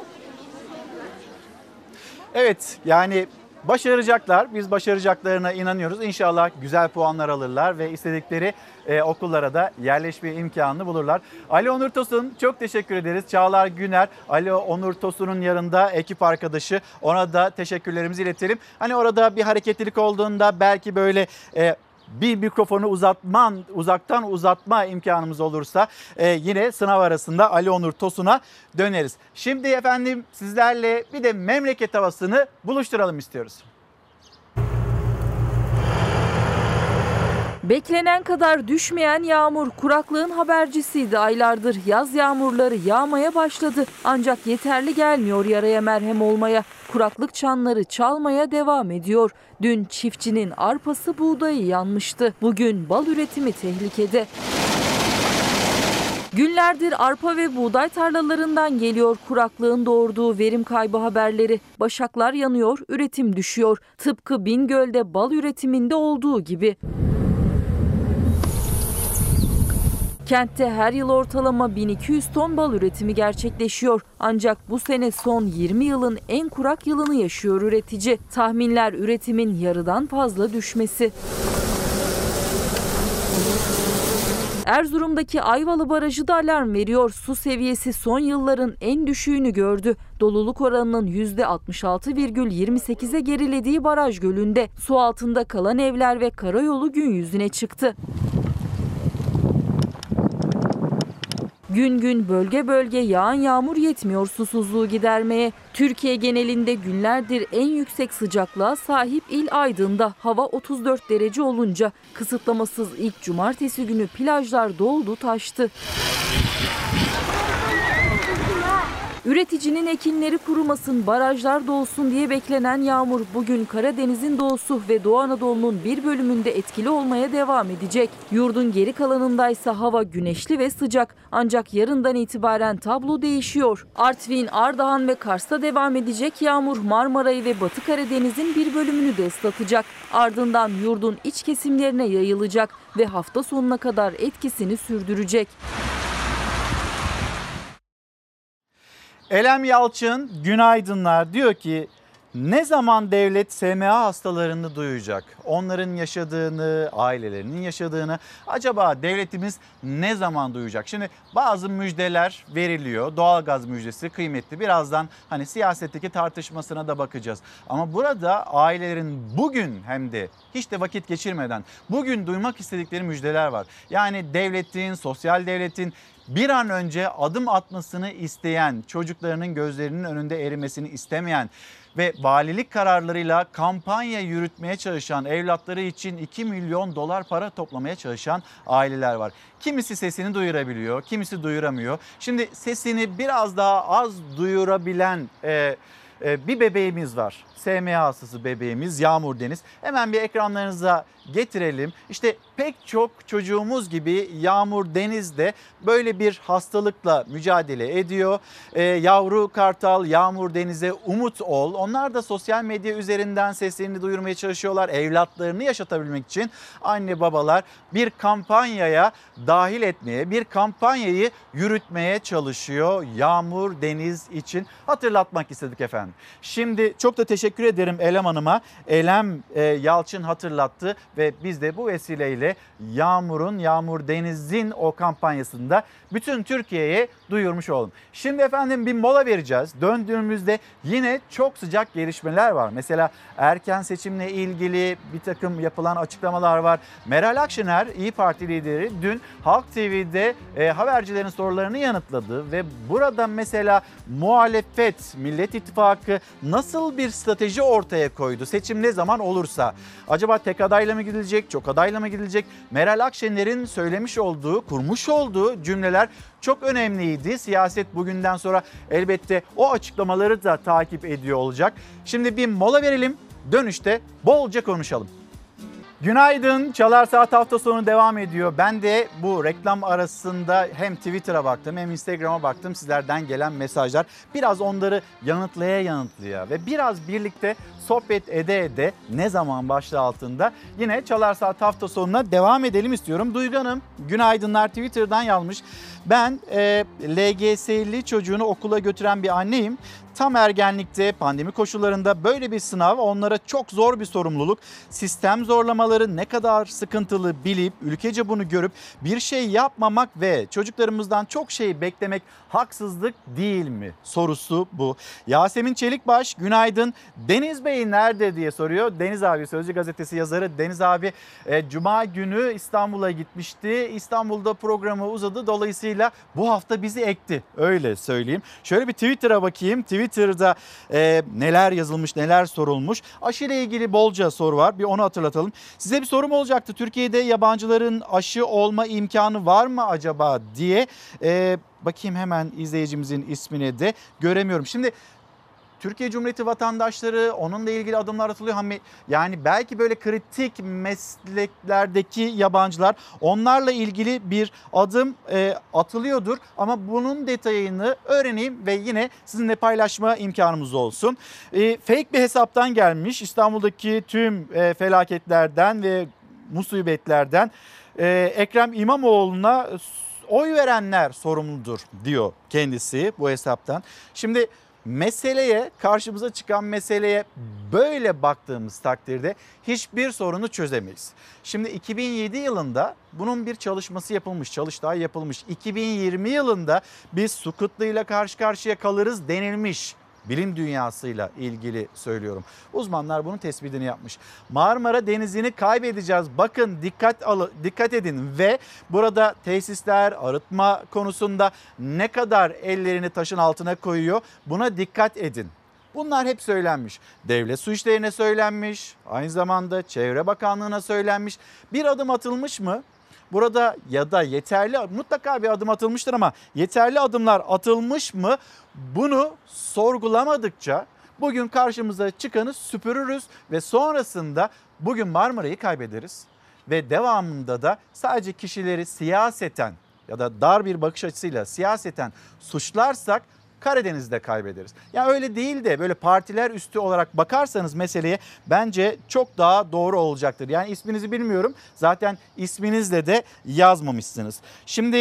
Evet, yani başaracaklar. Biz başaracaklarına inanıyoruz. İnşallah güzel puanlar alırlar ve istedikleri okullara da yerleşme imkanını bulurlar. Ali Onur Tosun, çok teşekkür ederiz. Çağlar Güner, Ali Onur Tosun'un yanında ekip arkadaşı. Ona da teşekkürlerimizi iletelim. Hani orada bir hareketlilik olduğunda belki böyle bir mikrofonu uzaktan uzatma imkanımız olursa yine sınav arasında Ali Onur Tosun'a döneriz. Şimdi efendim sizlerle bir de memleket havasını buluşturalım istiyoruz. Beklenen kadar düşmeyen yağmur kuraklığın habercisiydi aylardır. Yaz yağmurları yağmaya başladı ancak yeterli gelmiyor yaraya merhem olmaya. Kuraklık çanları çalmaya devam ediyor. Dün çiftçinin arpası buğdayı yanmıştı. Bugün bal üretimi tehlikede. Günlerdir arpa ve buğday tarlalarından geliyor kuraklığın doğurduğu verim kaybı haberleri. Başaklar yanıyor, üretim düşüyor. Tıpkı Bingöl'de bal üretiminde olduğu gibi. Kentte her yıl ortalama 1200 ton bal üretimi gerçekleşiyor. Ancak bu sene son 20 yılın en kurak yılını yaşıyor üretici. Tahminler üretimin yarıdan fazla düşmesi. Erzurum'daki Ayvalı Barajı da alarm veriyor. Su seviyesi son yılların en düşüğünü gördü. Doluluk oranının %66,28'e gerilediği baraj gölünde su altında kalan evler ve karayolu gün yüzüne çıktı. Gün gün bölge bölge yağan yağmur yetmiyor susuzluğu gidermeye. Türkiye genelinde günlerdir en yüksek sıcaklığa sahip il Aydın'da hava 34 derece olunca kısıtlamasız ilk cumartesi günü plajlar doldu taştı. Üreticinin ekinleri kurumasın, barajlar dolsun diye beklenen yağmur bugün Karadeniz'in doğusu ve Doğu Anadolu'nun bir bölümünde etkili olmaya devam edecek. Yurdun geri kalanındaysa hava güneşli ve sıcak ancak yarından itibaren tablo değişiyor. Artvin, Ardahan ve Kars'ta devam edecek yağmur Marmara'yı ve Batı Karadeniz'in bir bölümünü de ıslatacak. Ardından yurdun iç kesimlerine yayılacak ve hafta sonuna kadar etkisini sürdürecek. Elem Yalçın günaydınlar diyor ki ne zaman devlet SMA hastalarını duyacak? Onların yaşadığını, ailelerinin yaşadığını acaba devletimiz ne zaman duyacak? Şimdi bazı müjdeler veriliyor. Doğalgaz müjdesi kıymetli. Birazdan hani siyasetteki tartışmasına da bakacağız. Ama burada ailelerin bugün hem de hiç de vakit geçirmeden bugün duymak istedikleri müjdeler var. Yani devletin, sosyal devletin bir an önce adım atmasını isteyen, çocuklarının gözlerinin önünde erimesini istemeyen ve valilik kararlarıyla kampanya yürütmeye çalışan, evlatları için 2 milyon dolar para toplamaya çalışan aileler var. Kimisi sesini duyurabiliyor, kimisi duyuramıyor. Şimdi sesini biraz daha az duyurabilen bir bebeğimiz var. SMA hastası bebeğimiz Yağmur Deniz. Hemen bir ekranlarınıza getirelim. İşte pek çok çocuğumuz gibi Yağmur Deniz de böyle bir hastalıkla mücadele ediyor. Yavru Kartal, Yağmur Deniz'e umut ol. Onlar da sosyal medya üzerinden seslerini duyurmaya çalışıyorlar. Evlatlarını yaşatabilmek için anne babalar bir kampanyaya dahil etmeye, bir kampanyayı yürütmeye çalışıyor Yağmur Deniz için. Hatırlatmak istedik efendim. Şimdi çok da teşekkür ederim Elem Hanım'a. Elem Yalçın hatırlattı ve biz de bu vesileyle Yağmur Deniz'in o kampanyasında bütün Türkiye'ye duyurmuş oldum. Şimdi efendim bir mola vereceğiz. Döndüğümüzde yine çok sıcak gelişmeler var. Mesela erken seçimle ilgili bir takım yapılan açıklamalar var. Meral Akşener, İYİ Parti lideri dün Halk TV'de habercilerin sorularını yanıtladı ve burada mesela muhalefet, Millet İttifakı Hakkı nasıl bir strateji ortaya koydu? Seçim ne zaman olursa. Acaba tek adayla mı gidilecek, çok adayla mı gidilecek? Meral Akşener'in söylemiş olduğu, kurmuş olduğu cümleler çok önemliydi. Siyaset bugünden sonra elbette o açıklamaları da takip ediyor olacak. Şimdi bir mola verelim, dönüşte bolca konuşalım. Günaydın. Çalar Saat hafta sonu devam ediyor. Ben de bu reklam arasında hem Twitter'a baktım hem Instagram'a baktım. Sizlerden gelen mesajlar. Biraz onları yanıtlaya ve biraz birlikte sohbet ede ne zaman başlığı altında yine Çalar Saat hafta sonuna devam edelim istiyorum. Duygu Hanım günaydınlar, Twitter'dan yazmış. Ben LGS'li çocuğunu okula götüren bir anneyim. Tam ergenlikte, pandemi koşullarında böyle bir sınav onlara çok zor bir sorumluluk. Sistem zorlamaları ne kadar sıkıntılı bilip, ülkece bunu görüp bir şey yapmamak ve çocuklarımızdan çok şey beklemek haksızlık değil mi? Sorusu bu. Yasemin Çelikbaş günaydın. Deniz Bey nerede diye soruyor. Deniz abi, Sözcü gazetesi yazarı Deniz abi Cuma günü İstanbul'a gitmişti. İstanbul'da programı uzadı. Dolayısıyla bu hafta bizi ekti. Öyle söyleyeyim. Şöyle bir Twitter'a bakayım. Twitter'da neler yazılmış, neler sorulmuş. Aşı ile ilgili bolca soru var. Bir onu hatırlatalım. Size bir sorum olacaktı. Türkiye'de yabancıların aşı olma imkanı var mı acaba diye. Bakayım hemen izleyicimizin ismini de göremiyorum. Şimdi Türkiye Cumhuriyeti vatandaşları, onunla ilgili adımlar atılıyor. Yani belki böyle kritik mesleklerdeki yabancılar, onlarla ilgili bir adım atılıyordur. Ama bunun detayını öğreneyim ve yine sizinle paylaşma imkanımız olsun. Fake bir hesaptan gelmiş. İstanbul'daki tüm felaketlerden ve musibetlerden Ekrem İmamoğlu'na oy verenler sorumludur diyor kendisi bu hesaptan. Şimdi karşımıza çıkan meseleye böyle baktığımız takdirde hiçbir sorunu çözemeyiz. Şimdi 2007 yılında bunun bir çalışması yapılmış, çalıştay yapılmış. 2020 yılında biz su kıtlığıyla karşı karşıya kalırız denilmiş. Bilim dünyasıyla ilgili söylüyorum. Uzmanlar bunun tespitini yapmış. Marmara Denizi'ni kaybedeceğiz. Bakın dikkat edin ve burada tesisler, arıtma konusunda ne kadar ellerini taşın altına koyuyor buna dikkat edin. Bunlar hep söylenmiş. Devlet Su İşleri'ne söylenmiş. Aynı zamanda Çevre Bakanlığı'na söylenmiş. Bir adım atılmış mı? Burada ya da mutlaka bir adım atılmıştır ama yeterli adımlar atılmış mı? Bunu sorgulamadıkça bugün karşımıza çıkanı süpürürüz ve sonrasında bugün Marmara'yı kaybederiz. Ve devamında da sadece kişileri siyaseten ya da dar bir bakış açısıyla siyaseten suçlarsak Karadeniz'de kaybederiz. Yani öyle değil de böyle partiler üstü olarak bakarsanız meseleye bence çok daha doğru olacaktır. Yani isminizi bilmiyorum. Zaten isminizle de yazmamışsınız. Şimdi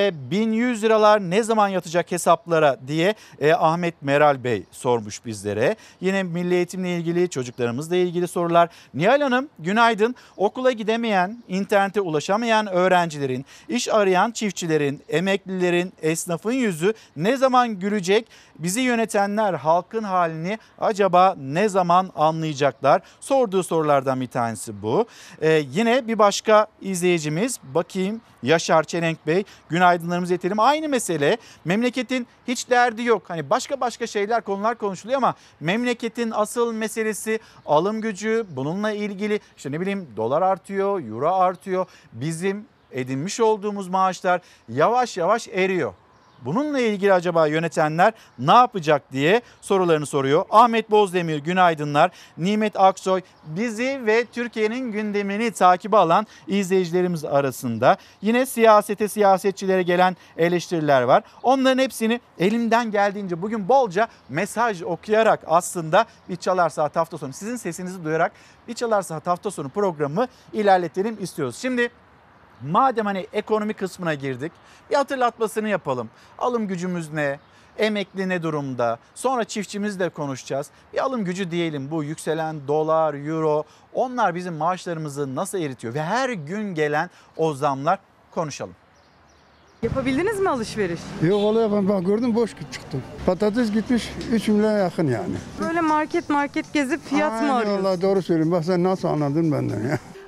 1100 liralar ne zaman yatacak hesaplara diye Ahmet Meral Bey sormuş bizlere. Yine milli eğitimle ilgili, çocuklarımızla ilgili sorular. Nihal Hanım günaydın. Okula gidemeyen, internete ulaşamayan öğrencilerin, iş arayan çiftçilerin, emeklilerin, esnafın yüzü ne zaman gülecek? Bizi yönetenler halkın halini acaba ne zaman anlayacaklar? Sorduğu sorulardan bir tanesi bu. Yine bir başka izleyicimiz, bakayım, Yaşar Çelenk Bey, günaydınlarımızı iletelim. Aynı mesele, memleketin hiç derdi yok. Hani başka şeyler, konular konuşuluyor ama memleketin asıl meselesi alım gücü, bununla ilgili işte dolar artıyor, euro artıyor. Bizim edinmiş olduğumuz maaşlar yavaş yavaş eriyor. Bununla ilgili acaba yönetenler ne yapacak diye sorularını soruyor. Ahmet Bozdemir günaydınlar. Nimet Aksoy bizi ve Türkiye'nin gündemini takibe alan izleyicilerimiz arasında. Yine siyasetçilere gelen eleştiriler var. Onların hepsini elimden geldiğince bugün bolca mesaj okuyarak aslında bir Çalar Saat hafta sonu sizin sesinizi duyarak bir Çalar Saat hafta sonu programı ilerletelim istiyoruz. Şimdi madem ekonomi kısmına girdik, bir hatırlatmasını yapalım. Alım gücümüz ne? Emekli ne durumda? Sonra çiftçimizle konuşacağız. Bir alım gücü diyelim, bu yükselen dolar, euro, onlar bizim maaşlarımızı nasıl eritiyor? Ve her gün gelen o zamlar, konuşalım. Yapabildiniz mi alışveriş? Yok vallahi ben gördüm, boş çıktım. Patates gitmiş 3 milyona yakın yani. Böyle market gezip fiyat mı arıyorsun? Vallahi doğru söylüyorum. Bak sen nasıl anladın benden ya.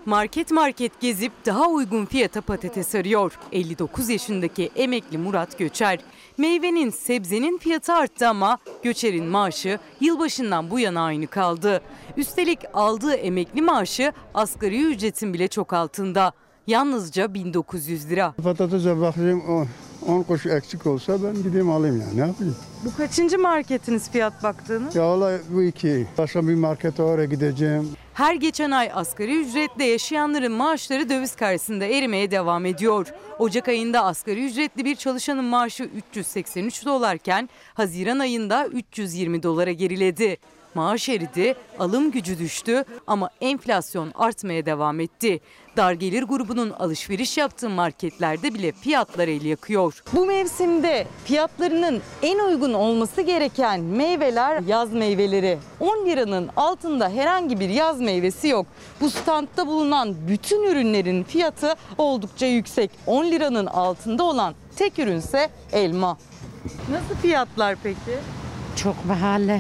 Market market gezip daha uygun fiyata patates arıyor. 59 yaşındaki emekli Murat Göçer. Meyvenin, sebzenin fiyatı arttı ama Göçer'in maaşı yılbaşından bu yana aynı kaldı. Üstelik aldığı emekli maaşı asgari ücretin bile çok altında. Yalnızca 1900 lira. Patatese bakayım 10 kuruş eksik olsa ben gideyim alayım ya, ne yapayım? Bu kaçıncı marketiniz fiyat baktığınız? Ya olay bu iki. Başka bir markete oraya gideceğim. Her geçen ay asgari ücretle yaşayanların maaşları döviz karşısında erimeye devam ediyor. Ocak ayında asgari ücretli bir çalışanın maaşı 383 dolarken Haziran ayında 320 dolara geriledi. Maaş eridi, alım gücü düştü ama enflasyon artmaya devam etti. Dar gelir grubunun alışveriş yaptığı marketlerde bile fiyatlar el yakıyor. Bu mevsimde fiyatlarının en uygun olması gereken meyveler yaz meyveleri. 10 liranın altında herhangi bir yaz meyvesi yok. Bu standta bulunan bütün ürünlerin fiyatı oldukça yüksek. 10 liranın altında olan tek ürünse elma. Nasıl fiyatlar peki? Çok pahalı.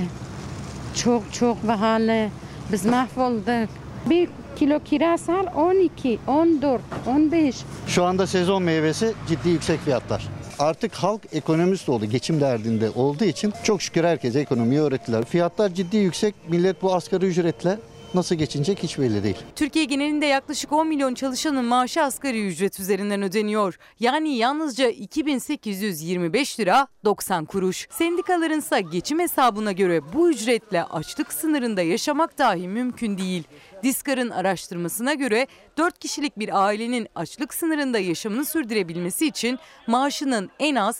Çok pahalı. Biz mahvolduk. 1 kilo kiraz al 12, 14, 15. Şu anda sezon meyvesi ciddi yüksek fiyatlar. Artık halk ekonomist oldu, geçim derdinde olduğu için çok şükür herkese ekonomiyi öğrettiler. Fiyatlar ciddi yüksek, millet bu asgari ücretle nasıl geçinecek hiç belli değil. Türkiye genelinde yaklaşık 10 milyon çalışanın maaşı asgari ücret üzerinden ödeniyor. Yani yalnızca 2825 lira 90 kuruş. Sendikalarınsa geçim hesabına göre bu ücretle açlık sınırında yaşamak dahi mümkün değil. Diskar'ın araştırmasına göre 4 kişilik bir ailenin açlık sınırında yaşamını sürdürebilmesi için maaşının en az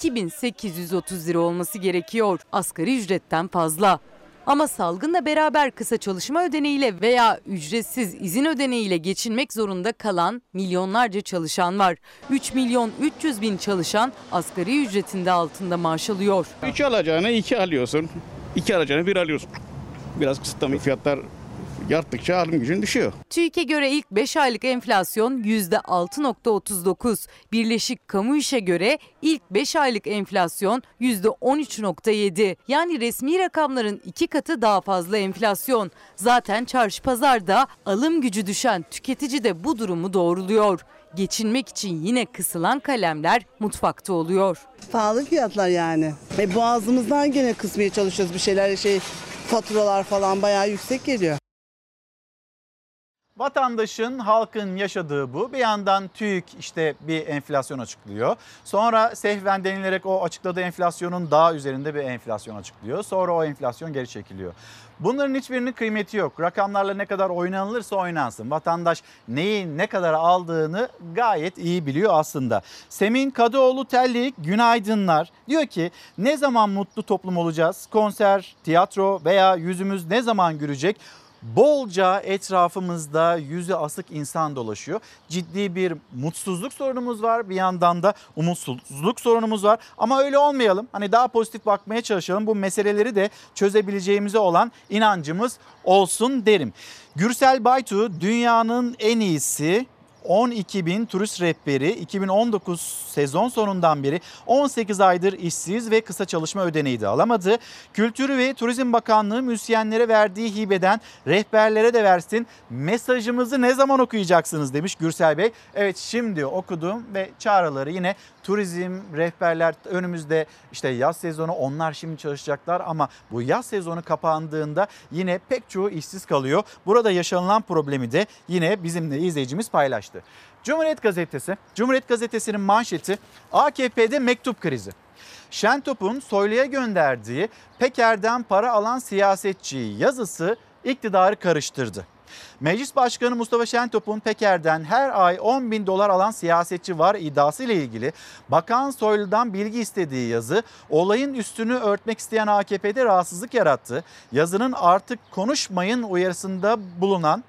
2830 lira olması gerekiyor. Asgari ücretten fazla. Ama salgınla beraber kısa çalışma ödeneğiyle veya ücretsiz izin ödeneğiyle geçinmek zorunda kalan milyonlarca çalışan var. 3 milyon 300 bin çalışan asgari ücretinde altında maaş alıyor. 3 alacağını 2 alıyorsun, 2 alacağını 1 alıyorsun. Biraz kısıtlama fiyatlar arttıkça alım gücün düşüyor. TÜİK'e göre ilk 5 aylık enflasyon %6.39. Birleşik Kamu İş'e göre ilk 5 aylık enflasyon %13.7. Yani resmi rakamların 2 katı daha fazla enflasyon. Zaten çarşı pazarda alım gücü düşen tüketici de bu durumu doğruluyor. Geçinmek için yine kısılan kalemler mutfakta oluyor. Pahalı fiyatlar yani. Boğazımızdan gene kısmaya çalışıyoruz bir şeyler, faturalar falan bayağı yüksek geliyor. Vatandaşın, halkın yaşadığı bu. Bir yandan TÜİK işte bir enflasyon açıklıyor. Sonra sehven denilerek o açıkladığı enflasyonun daha üzerinde bir enflasyon açıklıyor. Sonra o enflasyon geri çekiliyor. Bunların hiçbirinin kıymeti yok. Rakamlarla ne kadar oynanılırsa oynansın. Vatandaş neyi ne kadar aldığını gayet iyi biliyor aslında. Semin Kadıoğlu Tellik günaydınlar. Diyor ki ne zaman mutlu toplum olacağız? Konser, tiyatro veya yüzümüz ne zaman gülecek? Bolca etrafımızda yüzü asık insan dolaşıyor. Ciddi bir mutsuzluk sorunumuz var. Bir yandan da umutsuzluk sorunumuz var. Ama öyle olmayalım. Hani daha pozitif bakmaya çalışalım. Bu meseleleri de çözebileceğimize olan inancımız olsun derim. Gürsel Baytu dünyanın en iyisi 12.000 turist rehberi 2019 sezon sonundan beri 18 aydır işsiz ve kısa çalışma ödeneği de alamadı. Kültür ve Turizm Bakanlığı müzisyenlere verdiği hibeden rehberlere de versin. Mesajımızı ne zaman okuyacaksınız demiş Gürsel Bey. Evet şimdi okudum ve çağrıları yine turizm, rehberler önümüzde işte yaz sezonu onlar şimdi çalışacaklar ama bu yaz sezonu kapandığında yine pek çoğu işsiz kalıyor. Burada yaşanılan problemi de yine bizimle izleyicimiz paylaştı. Cumhuriyet Gazetesi, Cumhuriyet Gazetesi'nin manşeti AKP'de mektup krizi. Şentop'un Soylu'ya gönderdiği Peker'den para alan siyasetçi yazısı iktidarı karıştırdı. Meclis Başkanı Mustafa Şentop'un Peker'den her ay 10.000 dolar alan siyasetçi var iddiası ile ilgili Bakan Soylu'dan bilgi istediği yazı olayın üstünü örtmek isteyen AKP'de rahatsızlık yarattı. Yazının artık konuşmayın uyarısında bulunan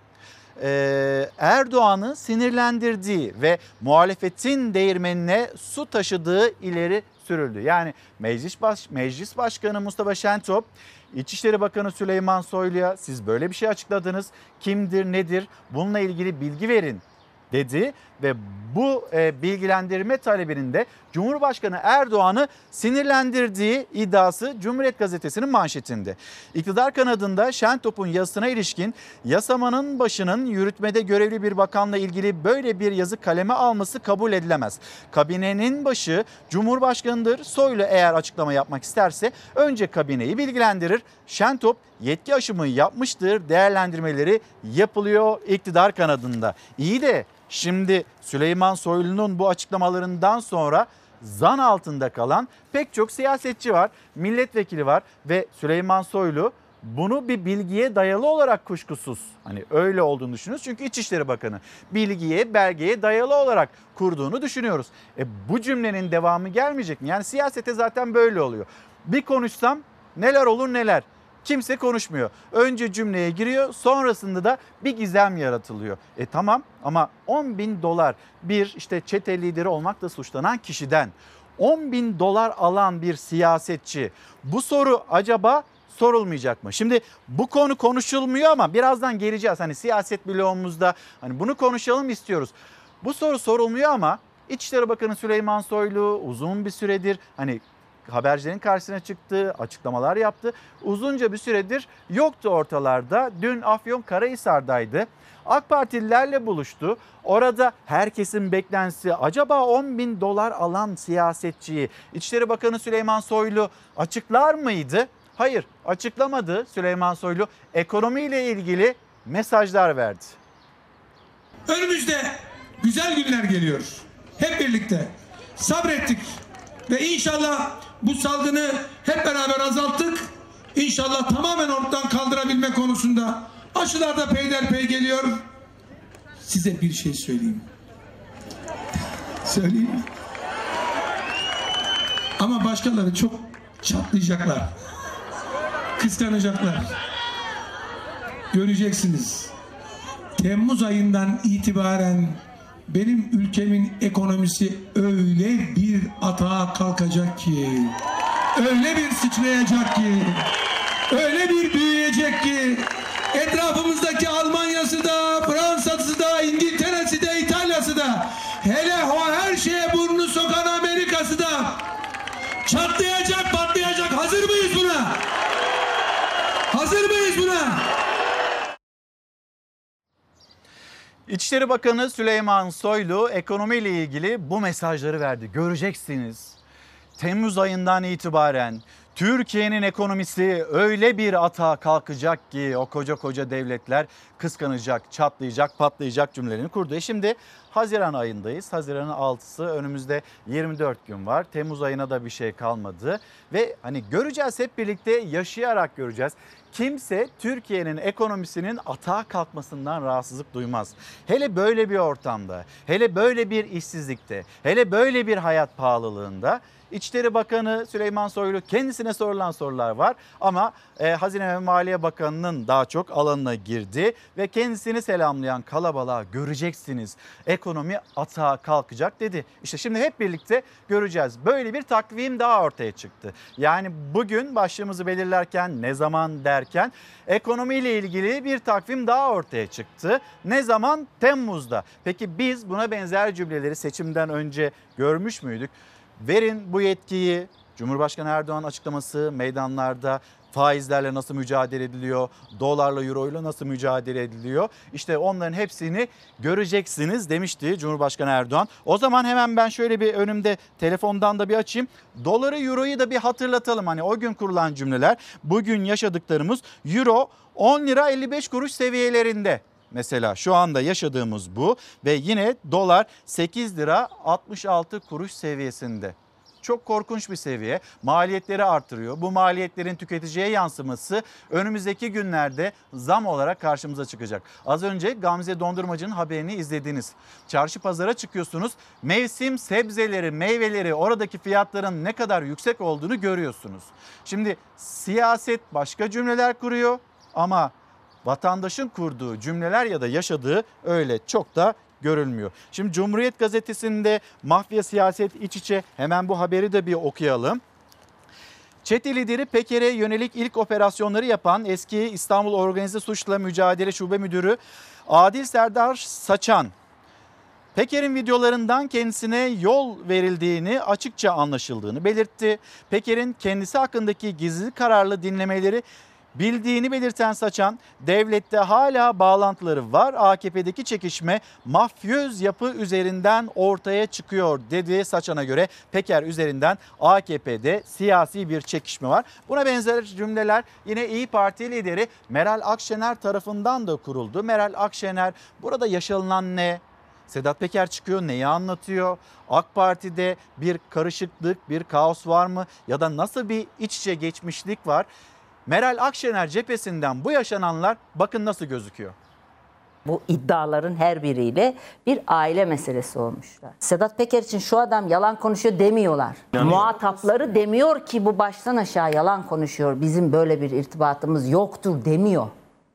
Erdoğan'ı sinirlendirdiği ve muhalefetin değirmenine su taşıdığı ileri sürüldü. Yani Meclis Başkanı Mustafa Şentop, İçişleri Bakanı Süleyman Soylu'ya siz böyle bir şey açıkladınız. Kimdir, nedir? Bununla ilgili bilgi verin dedi ve bu bilgilendirme talebinin de Cumhurbaşkanı Erdoğan'ı sinirlendirdiği iddiası Cumhuriyet Gazetesi'nin manşetinde. İktidar kanadında Şentop'un yazısına ilişkin yasamanın başının yürütmede görevli bir bakanla ilgili böyle bir yazı kaleme alması kabul edilemez. Kabinenin başı Cumhurbaşkanı'dır. Soylu eğer açıklama yapmak isterse önce kabineyi bilgilendirir. Şentop yetki aşımı yapmıştır değerlendirmeleri yapılıyor iktidar kanadında. İyi de şimdi Süleyman Soylu'nun bu açıklamalarından sonra zan altında kalan pek çok siyasetçi var, milletvekili var ve Süleyman Soylu bunu bir bilgiye dayalı olarak kuşkusuz hani öyle olduğunu düşünüyoruz. Çünkü İçişleri Bakanı bilgiye, belgeye dayalı olarak kurduğunu düşünüyoruz. Bu cümlenin devamı gelmeyecek mi? Yani siyasete zaten böyle oluyor. Bir konuşsam neler olur neler. Kimse konuşmuyor. Önce cümleye giriyor, sonrasında da bir gizem yaratılıyor. Tamam ama 10.000 dolar bir işte çete lideri olmakla suçlanan kişiden 10.000 dolar alan bir siyasetçi, bu soru acaba sorulmayacak mı? Şimdi bu konu konuşulmuyor ama birazdan geleceğiz. Hani siyaset bloğumuzda hani bunu konuşalım istiyoruz. Bu soru sorulmuyor ama İçişleri Bakanı Süleyman Soylu uzun bir süredir hani habercilerin karşısına çıktı, açıklamalar yaptı. Uzunca bir süredir yoktu ortalarda. Dün Afyonkarahisar'daydı. AK Partililerle buluştu. Orada herkesin beklentisi acaba 10.000 dolar alan siyasetçiyi İçişleri Bakanı Süleyman Soylu açıklar mıydı? Hayır, açıklamadı Süleyman Soylu. Ekonomiyle ilgili mesajlar verdi. Önümüzde güzel günler geliyor. Hep birlikte sabrettik ve inşallah bu salgını hep beraber azalttık. İnşallah tamamen ortadan kaldırabilme konusunda aşılar da peyderpey geliyor. Size bir şey söyleyeyim. Söyleyeyim mi? Ama başkaları çok çatlayacaklar. Kıskanacaklar. Göreceksiniz. Temmuz ayından itibaren benim ülkemin ekonomisi öyle bir atağa kalkacak ki, öyle bir sıçrayacak ki, öyle bir büyüyecek ki, etrafımızdaki Almanya'sı da, Fransa'sı da, İngiltere'si de, İtalya'sı da, hele o her şeye burnunu sokan Amerika'sı da çatlayacak, patlayacak. Hazır mıyız buna? Hazır mıyız buna? İçişleri Bakanı Süleyman Soylu ekonomiyle ilgili bu mesajları verdi. Göreceksiniz. Temmuz ayından itibaren Türkiye'nin ekonomisi öyle bir atağa kalkacak ki o koca koca devletler kıskanacak, çatlayacak, patlayacak cümlelerini kurdu. Şimdi Haziran ayındayız. Haziran'ın 6'sı, önümüzde 24 gün var. Temmuz ayına da bir şey kalmadı ve hani göreceğiz, hep birlikte yaşayarak göreceğiz. Kimse Türkiye'nin ekonomisinin atağa kalkmasından rahatsızlık duymaz. Hele böyle bir ortamda, hele böyle bir işsizlikte, hele böyle bir hayat pahalılığında İçişleri Bakanı Süleyman Soylu kendisine sorulan sorular var ama Hazine ve Maliye Bakanı'nın daha çok alanına girdi ve kendisini selamlayan kalabalığa göreceksiniz ekonomi atağa kalkacak dedi. İşte şimdi hep birlikte göreceğiz. Böyle bir takvim daha ortaya çıktı. Yani bugün başlığımızı belirlerken ne zaman derken ekonomiyle ilgili bir takvim daha ortaya çıktı. Ne zaman? Temmuz'da. Peki biz buna benzer cümleleri seçimden önce görmüş müydük? Verin bu yetkiyi. Cumhurbaşkanı Erdoğan açıklaması meydanlarda faizlerle nasıl mücadele ediliyor, dolarla, euroyla nasıl mücadele ediliyor? İşte onların hepsini göreceksiniz demişti Cumhurbaşkanı Erdoğan. O zaman hemen ben şöyle bir önümde telefondan da bir açayım. Doları, euroyu da bir hatırlatalım. Hani o gün kurulan cümleler, bugün yaşadıklarımız. Euro 10 lira 55 kuruş seviyelerinde. Mesela şu anda yaşadığımız bu ve yine dolar 8 lira 66 kuruş seviyesinde. Çok korkunç bir seviye. Maliyetleri artırıyor. Bu maliyetlerin tüketiciye yansıması önümüzdeki günlerde zam olarak karşımıza çıkacak. Az önce Gamze Dondurmacı'nın haberini izlediniz. Çarşı pazara çıkıyorsunuz. Mevsim sebzeleri, meyveleri, oradaki fiyatların ne kadar yüksek olduğunu görüyorsunuz. Şimdi siyaset başka cümleler kuruyor ama vatandaşın kurduğu cümleler ya da yaşadığı öyle çok da görülmüyor. Şimdi Cumhuriyet Gazetesi'nde mafya siyaset iç içe, hemen bu haberi de bir okuyalım. Çete lideri Peker'e yönelik ilk operasyonları yapan eski İstanbul Organize Suçla Mücadele Şube Müdürü Adil Serdar Saçan Peker'in videolarından kendisine yol verildiğini, açıkça anlaşıldığını belirtti. Peker'in kendisi hakkındaki gizli kararlı dinlemeleri bildiğini belirten Saçan, devlette hala bağlantıları var, AKP'deki çekişme mafyöz yapı üzerinden ortaya çıkıyor dedi. Saçan'a göre Peker üzerinden AKP'de siyasi bir çekişme var. Buna benzer cümleler yine İYİ Parti lideri Meral Akşener tarafından da kuruldu. Meral Akşener, burada yaşanılan ne? Sedat Peker çıkıyor, neyi anlatıyor? AK Parti'de bir karışıklık, bir kaos var mı? Ya da nasıl bir iç içe geçmişlik var? Meral Akşener cephesinden bu yaşananlar bakın nasıl gözüküyor. Bu iddiaların her biriyle bir aile meselesi olmuşlar. Sedat Peker için şu adam yalan konuşuyor demiyorlar. Muhatapları demiyor ki bu baştan aşağı yalan konuşuyor. Bizim böyle bir irtibatımız yoktur demiyor.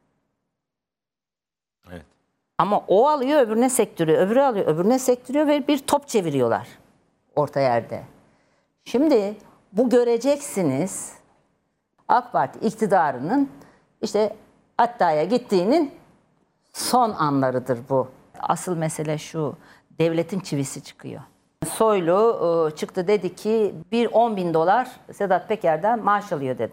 Evet. Ama o alıyor öbürüne sektiriyor, öbürü alıyor öbürüne sektiriyor ve bir top çeviriyorlar orta yerde. Şimdi bu göreceksiniz. AK Parti iktidarının işte Hatta'ya gittiğinin son anlarıdır bu. Asıl mesele şu, devletin çivisi çıkıyor. Soylu çıktı dedi ki bir 10.000 dolar Sedat Peker'den maaş alıyor dedi.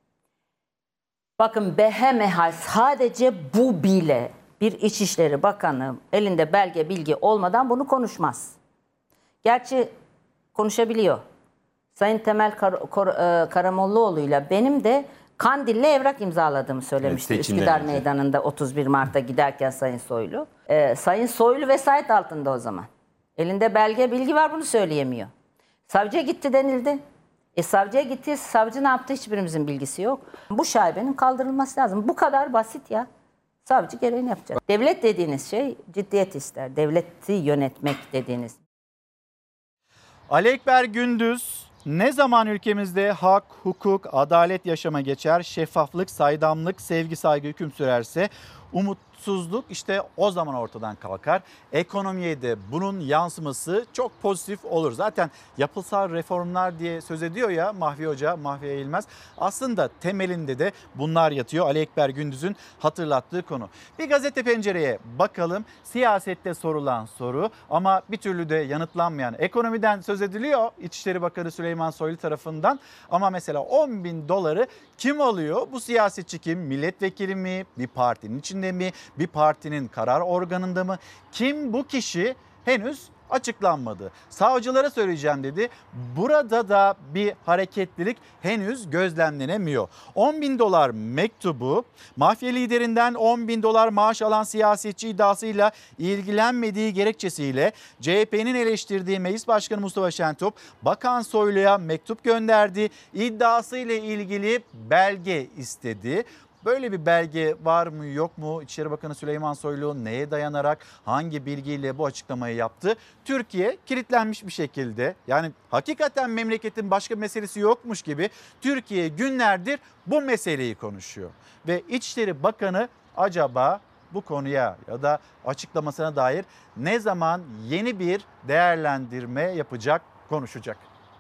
Bakın behemehal sadece bu bile bir İçişleri Bakanı elinde belge bilgi olmadan bunu konuşmaz. Gerçi konuşabiliyor. Sayın Temel Karamollaoğlu'yla benim de Kandil'le evrak imzaladığımı söylemişti. Evet, Üsküdar Meydanı'nda 31 Mart'ta giderken Sayın Soylu. Sayın Soylu vesayet altında o zaman. Elinde belge bilgi var, bunu söyleyemiyor. Savcıya gitti denildi. Savcıya gitti, savcı ne yaptı hiçbirimizin bilgisi yok. Bu şaibenin kaldırılması lazım. Bu kadar basit ya. Savcı gereğini yapacak. Devlet dediğiniz şey ciddiyet ister. Devleti yönetmek dediğiniz. Ali Ekber Gündüz, ne zaman ülkemizde hak, hukuk, adalet yaşama geçer, şeffaflık, saydamlık, sevgi, saygı hüküm sürerse umutsuzluk işte o zaman ortadan kalkar. Ekonomiye de bunun yansıması çok pozitif olur. Zaten yapısal reformlar diye söz ediyor ya Mahfi Hoca, Mahfi Eğilmez. Aslında temelinde de bunlar yatıyor. Ali Ekber Gündüz'ün hatırlattığı konu. Bir gazete pencereye bakalım. Siyasette sorulan soru ama bir türlü de yanıtlanmayan, ekonomiden söz ediliyor İçişleri Bakanı Süleyman Soylu tarafından. Ama mesela 10.000 doları kim alıyor? Bu siyasetçi kim? Milletvekili mi? Bir partinin içinde mi? Bir partinin karar organında mı? Kim bu kişi? Henüz açıklanmadı. Savcılara söyleyeceğim dedi. Burada da bir hareketlilik henüz gözlemlenemiyor. 10.000 dolar mektubu mafya liderinden 10.000 dolar maaş alan siyasetçi iddiasıyla ilgilenmediği gerekçesiyle CHP'nin eleştirdiği Meclis Başkanı Mustafa Şentop Bakan Soylu'ya mektup gönderdi. İddiasıyla ilgili belge istedi. Böyle bir belge var mı yok mu? İçişleri Bakanı Süleyman Soylu neye dayanarak hangi bilgiyle bu açıklamayı yaptı? Türkiye kilitlenmiş bir şekilde, yani hakikaten memleketin başka meselesi yokmuş gibi Türkiye günlerdir bu meseleyi konuşuyor. Ve İçişleri Bakanı acaba bu konuya ya da açıklamasına dair ne zaman yeni bir değerlendirme yapacak, konuşacak?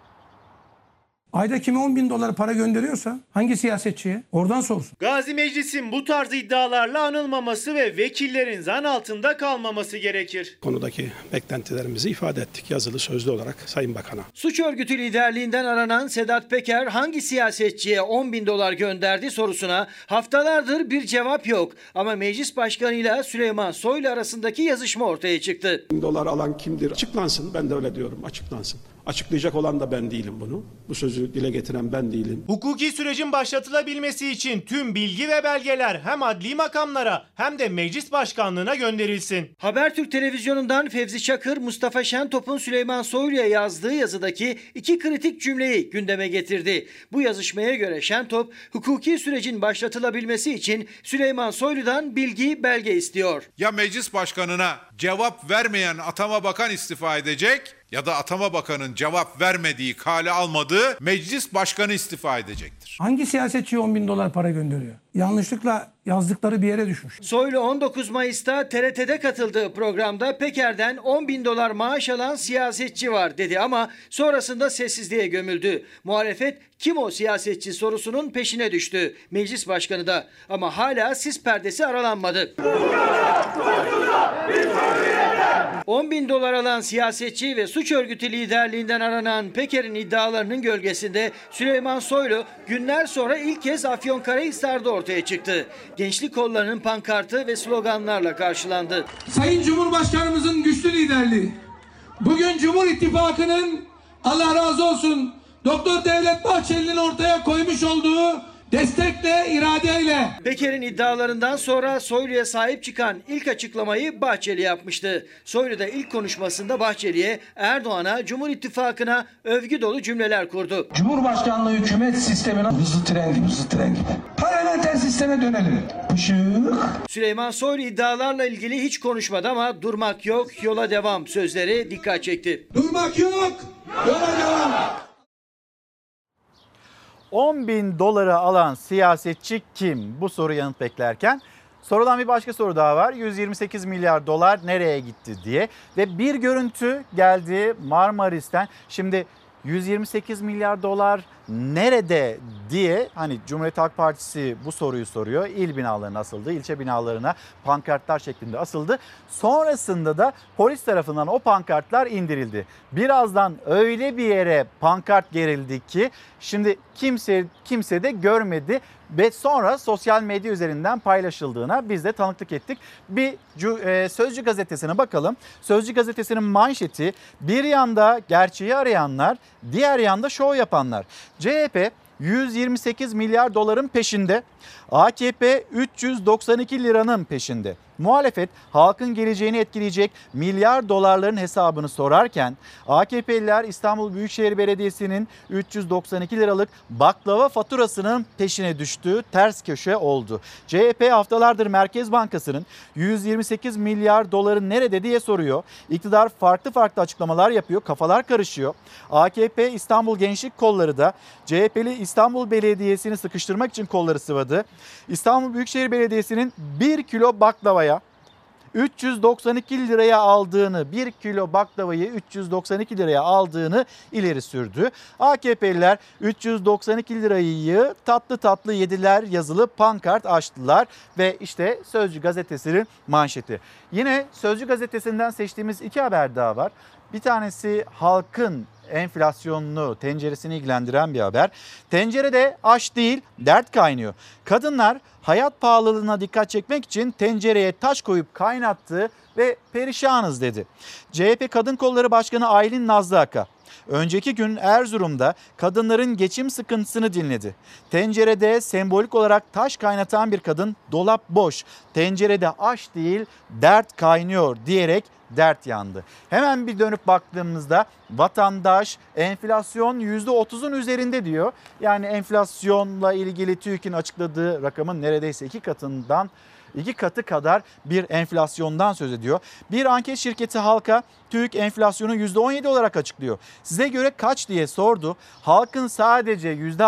Ayda kime 10.000 dolar para gönderiyorsa hangi siyasetçiye oradan sorsun. Gazi Meclis'in bu tarz iddialarla anılmaması ve vekillerin zan altında kalmaması gerekir. Konudaki beklentilerimizi ifade ettik yazılı sözlü olarak Sayın Bakan'a. Suç örgütü liderliğinden aranan Sedat Peker hangi siyasetçiye 10.000 dolar gönderdi sorusuna haftalardır bir cevap yok. Ama Meclis Başkanı ile Süleyman Soylu arasındaki yazışma ortaya çıktı. Dolar alan kimdir? Açıklansın. Ben de öyle diyorum. Açıklansın. Açıklayacak olan da ben değilim bunu. Bu sözü dile getiren ben değilim. Hukuki sürecin başlatılabilmesi için tüm bilgi ve belgeler hem adli makamlara hem de meclis başkanlığına gönderilsin. Habertürk televizyonundan Fevzi Çakır, Mustafa Şentop'un Süleyman Soylu'ya yazdığı yazıdaki iki kritik cümleyi gündeme getirdi. Bu yazışmaya göre Şentop, hukuki sürecin başlatılabilmesi için Süleyman Soylu'dan bilgi, belge istiyor. Ya meclis başkanına cevap vermeyen atama bakan istifa edecek ya da atama bakanın cevap vermediği, kale almadığı meclis başkanı istifa edecektir. Hangi siyasetçiye 10.000 dolar para gönderiyor? Yanlışlıkla yazdıkları bir yere düşmüş. Soylu 19 Mayıs'ta TRT'de katıldığı programda Peker'den 10.000 dolar maaş alan siyasetçi var dedi ama sonrasında sessizliğe gömüldü. Muhalefet kim o siyasetçi sorusunun peşine düştü. Meclis başkanı da, ama hala sis perdesi aralanmadı. $10.000 alan siyasetçi ve suç örgütü liderliğinden aranan Peker'in iddialarının gölgesinde Süleyman Soylu günler sonra ilk kez Afyonkarahisar'da ortaya çıktı. Gençlik kollarının pankartı ve sloganlarla karşılandı. Sayın Cumhurbaşkanımızın güçlü liderliği, bugün Cumhur İttifakı'nın Allah razı olsun Doktor Devlet Bahçeli'nin ortaya koymuş olduğu destekle, iradeyle. Peker'in iddialarından sonra Soylu'ya sahip çıkan ilk açıklamayı Bahçeli yapmıştı. Soylu da ilk konuşmasında Bahçeli'ye, Erdoğan'a, Cumhur İttifakı'na övgü dolu cümleler kurdu. Cumhurbaşkanlığı hükümet sistemine hızlı tren gibi. Parlamenter sisteme dönelim. Pışık. Süleyman Soylu iddialarla ilgili hiç konuşmadı ama durmak yok, yola devam sözleri dikkat çekti. Durmak yok, yola devam. $10.000 alan siyasetçi kim? Bu soru yanıt beklerken sorulan bir başka soru daha var. 128 milyar dolar nereye gitti diye. Ve bir görüntü geldi Marmaris'ten. Şimdi 128 milyar dolar nerede diye hani Cumhuriyet Halk Partisi bu soruyu soruyor. İl binalarına asıldı, ilçe binalarına pankartlar şeklinde asıldı. Sonrasında da polis tarafından o pankartlar indirildi. Birazdan öyle bir yere pankart gerildi ki şimdi kimse de görmedi ve sonra sosyal medya üzerinden paylaşıldığına biz de tanıklık ettik. Bir Sözcü gazetesine bakalım. Sözcü gazetesinin manşeti bir yanda gerçeği arayanlar, diğer yanda şov yapanlar. CHP 128 milyar doların peşinde, AKP 392 liranın peşinde. Muhalefet halkın geleceğini etkileyecek milyar dolarların hesabını sorarken AKP'liler İstanbul Büyükşehir Belediyesi'nin 392 liralık baklava faturasının peşine düştüğü ters köşe oldu. CHP haftalardır Merkez Bankası'nın 128 milyar doları nerede diye soruyor. İktidar farklı açıklamalar yapıyor, kafalar karışıyor. AKP İstanbul Gençlik Kolları da CHP'li İstanbul Belediyesi'ni sıkıştırmak için kolları sıvadı. İstanbul Büyükşehir Belediyesi'nin 1 kilo baklavaya 392 liraya aldığını, 1 kilo baklavayı 392 liraya aldığını ileri sürdü. AKP'liler 392 lirayı tatlı tatlı yediler yazılı pankart açtılar ve işte Sözcü gazetesinin manşeti. Yine Sözcü gazetesinden seçtiğimiz iki haber daha var. Bir tanesi halkın enflasyonunu, tenceresini ilgilendiren bir haber. Tencerede aş değil, dert kaynıyor. Kadınlar hayat pahalılığına dikkat çekmek için tencereye taş koyup kaynattı ve perişanız dedi. CHP Kadın Kolları Başkanı Aylin Nazlı Aka önceki gün Erzurum'da kadınların geçim sıkıntısını dinledi. Tencerede sembolik olarak taş kaynatan bir kadın dolap boş, tencerede aş değil dert kaynıyor diyerek dert yandı. Hemen bir dönüp baktığımızda vatandaş enflasyon %30'un üzerinde diyor. Yani enflasyonla ilgili TÜİK'in açıkladığı rakamın neredeyse iki katı kadar bir enflasyondan söz ediyor. Bir anket şirketi Halk'a TÜİK enflasyonu %17 olarak açıklıyor. Size göre kaç diye sordu. Halkın sadece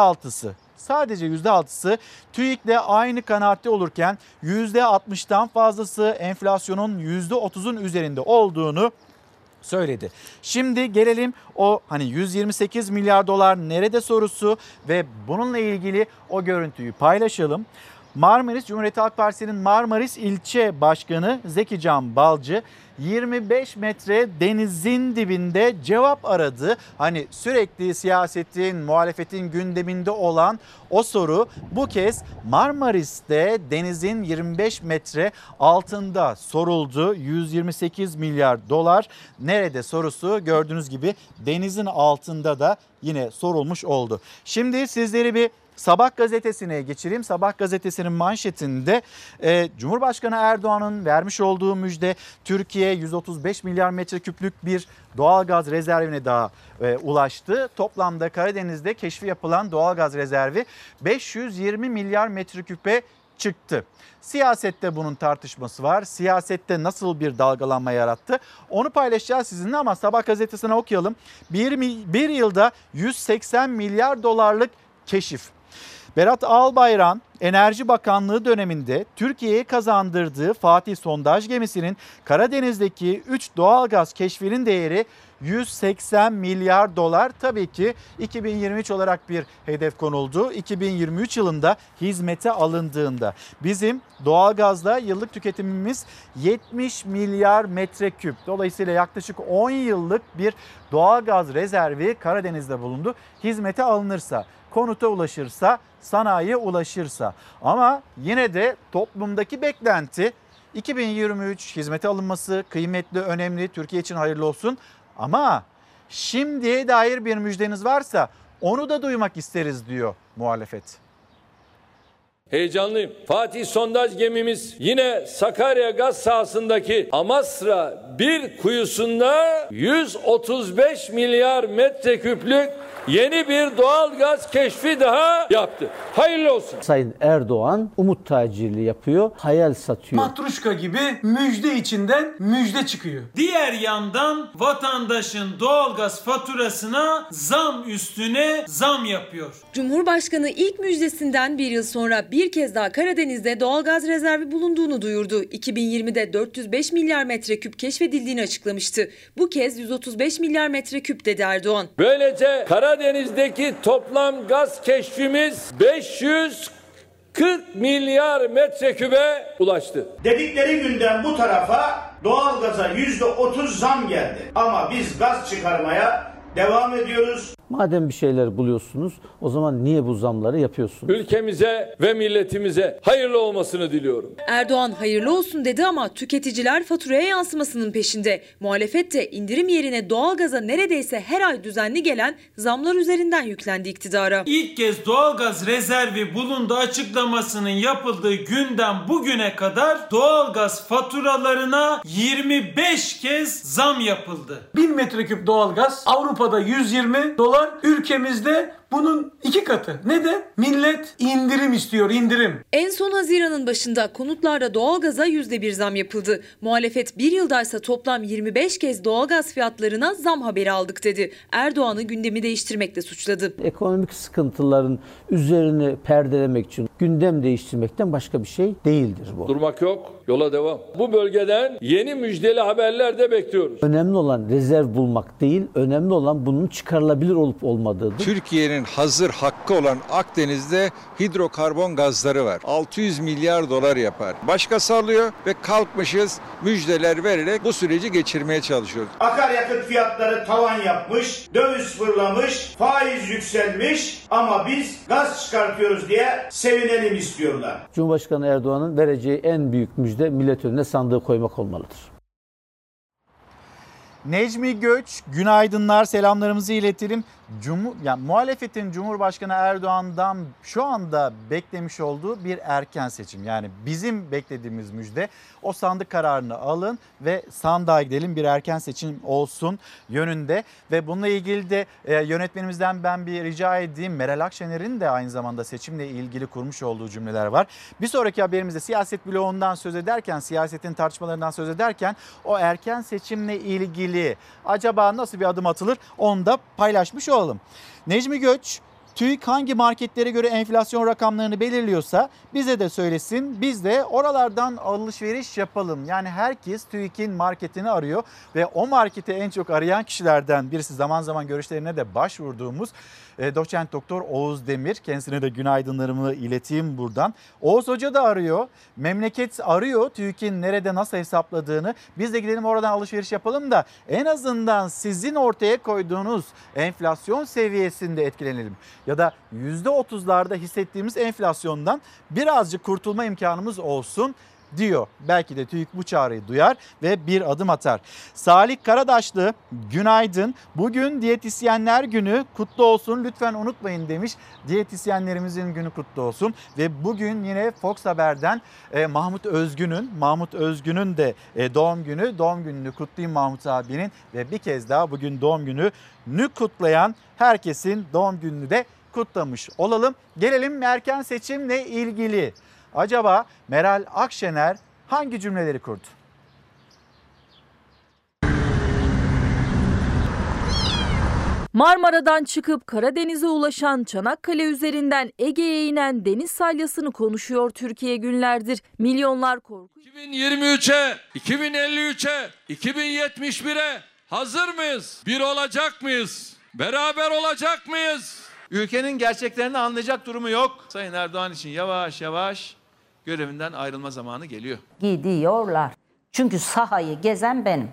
%6'sı TÜİK'le aynı kanaatte olurken %60'tan fazlası enflasyonun %30'un üzerinde olduğunu söyledi. Şimdi gelelim o hani 128 milyar dolar nerede sorusu ve bununla ilgili o görüntüyü paylaşalım. Marmaris Cumhuriyet Halk Partisi'nin Marmaris İlçe Başkanı Zeki Can Balcı 25 metre denizin dibinde cevap aradı. Hani sürekli siyasetin, muhalefetin gündeminde olan o soru bu kez Marmaris'te denizin 25 metre altında soruldu. 128 milyar dolar nerede sorusu gördüğünüz gibi denizin altında da yine sorulmuş oldu. Şimdi sizleri bir Sabah gazetesine geçireyim. Sabah gazetesinin manşetinde Cumhurbaşkanı Erdoğan'ın vermiş olduğu müjde Türkiye 135 milyar metreküplük bir doğalgaz rezervine daha ulaştı. Toplamda Karadeniz'de keşfi yapılan doğalgaz rezervi 520 milyar metreküpe çıktı. Siyasette bunun tartışması var. Siyasette nasıl bir dalgalanma yarattı? Onu paylaşacağız sizinle ama Sabah gazetesine okuyalım. Bir yılda 180 milyar dolarlık keşif. Berat Albayrak Enerji Bakanlığı döneminde Türkiye'ye kazandırdığı Fatih sondaj gemisinin Karadeniz'deki 3 doğalgaz keşfinin değeri 180 milyar dolar. Tabii ki 2023 olarak bir hedef konuldu. 2023 yılında hizmete alındığında bizim doğalgazla yıllık tüketimimiz 70 milyar metreküp. Dolayısıyla yaklaşık 10 yıllık bir doğalgaz rezervi Karadeniz'de bulundu. Hizmete alınırsa, konuta ulaşırsa, sanayiye ulaşırsa. Ama yine de toplumdaki beklenti 2023 hizmete alınması kıymetli, önemli, Türkiye için hayırlı olsun. Ama şimdiye dair bir müjdeniz varsa onu da duymak isteriz diyor muhalefet. Heyecanlıyım. Fatih sondaj gemimiz yine Sakarya gaz sahasındaki Amasra 1 kuyusunda 135 milyar metreküplük yeni bir doğal gaz keşfi daha yaptı. Hayırlı olsun. Sayın Erdoğan umut tacirliği yapıyor, hayal satıyor. Matruşka gibi müjde içinden müjde çıkıyor. Diğer yandan vatandaşın doğalgaz faturasına zam üstüne zam yapıyor. Cumhurbaşkanı ilk müjdesinden bir yıl sonra bir kez daha Karadeniz'de doğalgaz rezervi bulunduğunu duyurdu. 2020'de 405 milyar metreküp keşfedildiğini açıklamıştı. Bu kez 135 milyar metreküp dedi Erdoğan. Böylece Karadeniz'deki toplam gaz keşfimiz 540 milyar metrekübe ulaştı. Dedikleri günden bu tarafa doğalgaza %30 zam geldi. Ama biz gaz çıkarmaya devam ediyoruz. Madem bir şeyler buluyorsunuz, o zaman niye bu zamları yapıyorsunuz? Ülkemize ve milletimize hayırlı olmasını diliyorum. Erdoğan hayırlı olsun dedi ama tüketiciler faturaya yansımasının peşinde. Muhalefet de indirim yerine doğalgaza neredeyse her ay düzenli gelen zamlar üzerinden yüklendi iktidara. İlk kez doğalgaz rezervi bulundu açıklamasının yapıldığı günden bugüne kadar doğalgaz faturalarına 25 kez zam yapıldı. 1000 metreküp doğalgaz Avrupa'da 120 dolar, ülkemizde bunun 2 katı. Neden? Millet indirim istiyor, indirim. En son Haziran'ın başında konutlarda doğalgaza %1 zam yapıldı. Muhalefet bir yıldaysa toplam 25 kez doğalgaz fiyatlarına zam haberi aldık dedi. Erdoğan'ı gündemi değiştirmekle suçladı. Ekonomik sıkıntıların üzerine perdelemek için gündem değiştirmekten başka bir şey değildir bu. Durmak yok, yola devam. Bu bölgeden yeni müjdeli haberler de bekliyoruz. Önemli olan rezerv bulmak değil, önemli olan bunun çıkarılabilir olup olmadığıdır. Türkiye'nin hazır hakkı olan Akdeniz'de hidrokarbon gazları var. 600 milyar dolar yapar. Başkası alıyor ve kalkmışız müjdeler vererek bu süreci geçirmeye çalışıyoruz. Akaryakıt fiyatları tavan yapmış, döviz fırlamış, faiz yükselmiş ama biz gaz çıkartıyoruz diye sevinelim istiyorlar. Cumhurbaşkanı Erdoğan'ın vereceği en büyük müjde millet önüne sandığı koymak olmalıdır. Necmi Göç, günaydınlar, selamlarımızı iletelim. Muhalefetin Cumhurbaşkanı Erdoğan'dan şu anda beklemiş olduğu bir erken seçim. Yani bizim beklediğimiz müjde, o sandık kararını alın ve sandığa gidelim, bir erken seçim olsun yönünde. Ve bununla ilgili de yönetmenimizden ben bir rica edeyim. Meral Akşener'in de aynı zamanda seçimle ilgili kurmuş olduğu cümleler var. Bir sonraki haberimizde siyaset bloğundan söz ederken, siyasetin tartışmalarından söz ederken o erken seçimle ilgili acaba nasıl bir adım atılır onu da paylaşmış olalım. Necmi Göç, TÜİK hangi marketlere göre enflasyon rakamlarını belirliyorsa bize de söylesin. Biz de oralardan alışveriş yapalım. Yani herkes TÜİK'in marketini arıyor ve o marketi en çok arayan kişilerden birisi, zaman zaman görüşlerine de başvurduğumuz doçent doktor Oğuz Demir. Kendisine de günaydınlarımı ileteyim buradan. Oğuz Hoca da arıyor. Memleket arıyor TÜİK'in nerede nasıl hesapladığını. Biz de gidelim oradan alışveriş yapalım da en azından sizin ortaya koyduğunuz enflasyon seviyesinde etkilenelim. Ya da %30'larda hissettiğimiz enflasyondan birazcık kurtulma imkanımız olsun diyor. Belki de TÜİK bu çağrıyı duyar ve bir adım atar. Salih Karadaşlı, günaydın. Bugün diyetisyenler günü, kutlu olsun. Lütfen unutmayın demiş. Diyetisyenlerimizin günü kutlu olsun. Ve bugün yine Fox Haber'den Mahmut Özgün'ün de doğum günü. Doğum gününü kutlayayım Mahmut abinin ve bir kez daha bugün doğum gününü kutlayan herkesin doğum gününü de kutlamış olalım. Gelelim erken seçimle ilgili. Acaba Meral Akşener hangi cümleleri kurdu? Marmara'dan çıkıp Karadeniz'e ulaşan, Çanakkale üzerinden Ege'ye inen deniz salyasını konuşuyor Türkiye günlerdir. Milyonlar korku. 2023'e, 2053'e, 2071'e hazır mıyız? Bir olacak mıyız? Beraber olacak mıyız? Ülkenin gerçeklerini anlayacak durumu yok. Sayın Erdoğan için yavaş yavaş görevinden ayrılma zamanı geliyor. Gidiyorlar. Çünkü sahayı gezen benim.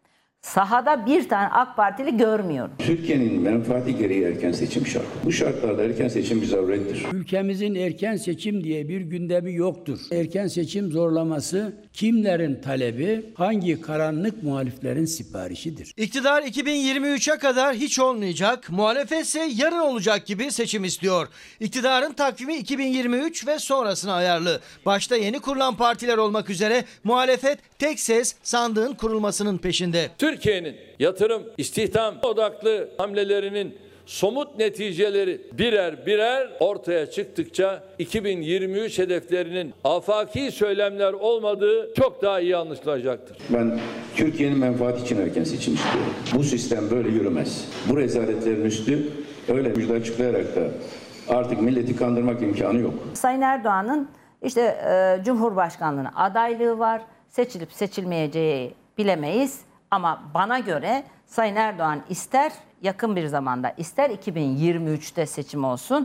Sahada bir tane AK Partili görmüyorum. Türkiye'nin menfaati gereği erken seçim şart. Bu şartlarda erken seçim bir zarurettir. Ülkemizin erken seçim diye bir gündemi yoktur. Erken seçim zorlaması kimlerin talebi, hangi karanlık muhaliflerin siparişidir? İktidar 2023'e kadar hiç olmayacak, muhalefet ise yarın olacak gibi seçim istiyor. İktidarın takvimi 2023 ve sonrasına ayarlı. Başta yeni kurulan partiler olmak üzere muhalefet tek ses sandığın kurulmasının peşinde. Türkiye'nin yatırım, istihdam odaklı hamlelerinin somut neticeleri birer birer ortaya çıktıkça 2023 hedeflerinin afaki söylemler olmadığı çok daha iyi anlaşılacaktır. Ben Türkiye'nin menfaati için erken seçim istiyorum. Bu sistem böyle yürümez. Bu rezaletlerin üstü öyle müjde açıklayarak da artık milleti kandırmak imkanı yok. Sayın Erdoğan'ın işte Cumhurbaşkanlığına adaylığı var. Seçilip seçilmeyeceği bilemeyiz. Ama bana göre Sayın Erdoğan ister yakın bir zamanda ister 2023'te seçim olsun,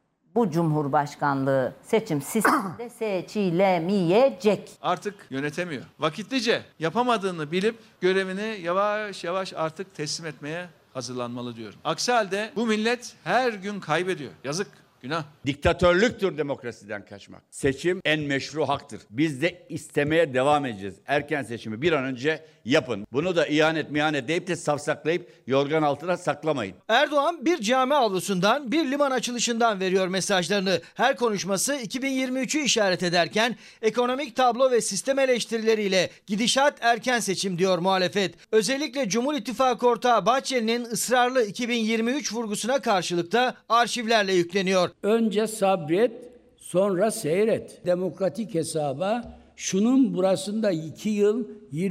bu Cumhurbaşkanlığı seçim sisteminde seçilemeyecek. Artık yönetemiyor. Vakitlice yapamadığını bilip görevini yavaş yavaş artık teslim etmeye hazırlanmalı diyorum. Aksi halde bu millet her gün kaybediyor. Yazık. Günah. Diktatörlüktür demokrasiden kaçmak. Seçim en meşru haktır. Biz de istemeye devam edeceğiz. Erken seçimi bir an önce yapın. Bunu da ihanet deyip de safsaklayıp yorgan altına saklamayın. Erdoğan bir cami avlusundan, bir liman açılışından veriyor mesajlarını. Her konuşması 2023'ü işaret ederken ekonomik tablo ve sistem eleştirileriyle gidişat erken seçim diyor muhalefet. Özellikle Cumhur İttifakı ortağı Bahçeli'nin ısrarlı 2023 vurgusuna karşılık da arşivlerle yükleniyor. Önce sabret, sonra seyret. Demokratik hesaba şunun burasında 2 yıl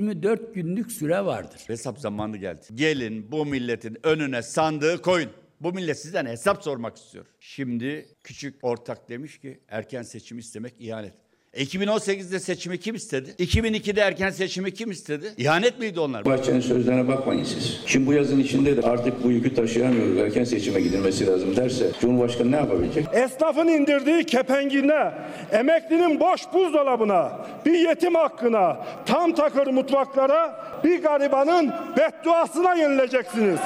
24 günlük süre vardır. Hesap zamanı geldi. Gelin bu milletin önüne sandığı koyun. Bu millet sizden hesap sormak istiyor. Şimdi küçük ortak demiş ki erken seçim istemek ihanet. 2018'de seçimi kim istedi? 2002'de erken seçimi kim istedi? İhanet miydi onlar? Bahçenin sözlerine bakmayın siz. Şimdi bu yazın içinde de artık bu yükü taşıyamıyoruz, erken seçime gidilmesi lazım derse Cumhurbaşkanı ne yapabilecek? Esnafın indirdiği kepengine, emeklinin boş buzdolabına, bir yetim hakkına, tam takır mutfaklara, bir garibanın bedduasına yenileceksiniz.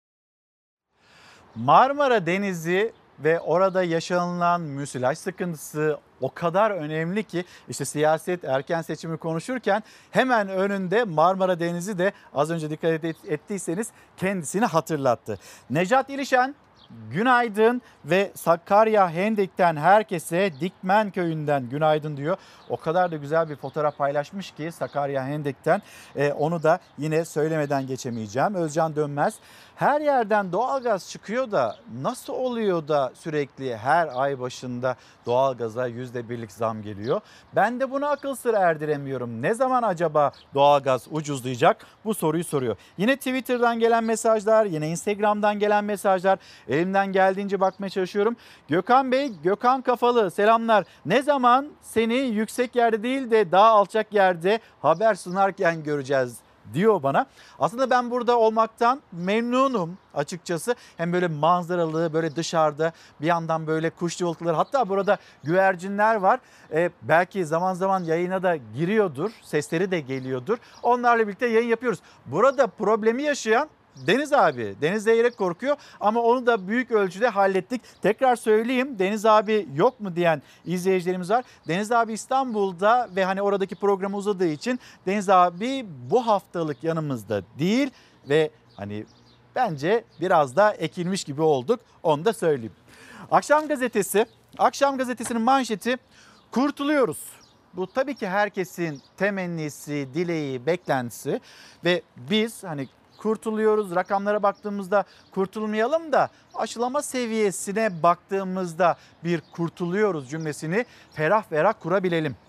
Marmara Denizi ve orada yaşanılan müsilaj sıkıntısı o kadar önemli ki işte siyaset erken seçimi konuşurken hemen önünde Marmara Denizi de az önce dikkat ettiyseniz kendisini hatırlattı. Necat İlişen günaydın ve Sakarya Hendek'ten herkese Dikmen Köyü'nden günaydın diyor. O kadar da güzel bir fotoğraf paylaşmış ki Sakarya Hendek'ten onu da yine söylemeden geçemeyeceğim. Özcan Dönmez her yerden doğalgaz çıkıyor da nasıl oluyor da sürekli her ay başında doğalgaza %1'lik zam geliyor? Ben de buna akıl sır erdiremiyorum. Ne zaman acaba doğalgaz ucuzlayacak? Bu soruyu soruyor. Yine Twitter'dan gelen mesajlar, yine Instagram'dan gelen mesajlar. Elimden geldiğince bakmaya çalışıyorum. Gökhan Bey, Gökhan Kafalı selamlar. Ne zaman seni yüksek yerde değil de daha alçak yerde haber sunarken göreceğiz diyor bana. Aslında ben burada olmaktan memnunum açıkçası. Hem böyle manzaralı, böyle dışarıda bir yandan böyle kuş cıvıltıları, hatta burada güvercinler var. Belki zaman zaman yayına da giriyordur, sesleri de geliyordur. Onlarla birlikte yayın yapıyoruz. Burada problemi yaşayan Deniz abi. Deniz Zeyrek korkuyor ama onu da büyük ölçüde hallettik. Tekrar söyleyeyim, Deniz abi yok mu diyen izleyicilerimiz var. Deniz abi İstanbul'da ve hani oradaki programı uzadığı için Deniz abi bu haftalık yanımızda değil ve hani bence biraz da ekilmiş gibi olduk, onu da söyleyeyim. Akşam gazetesinin manşeti kurtuluyoruz. Bu tabii ki herkesin temennisi, dileği, beklentisi ve biz hani kurtuluyoruz. Rakamlara baktığımızda kurtulmayalım da aşılama seviyesine baktığımızda bir kurtuluyoruz cümlesini ferah ferah kurabilelim.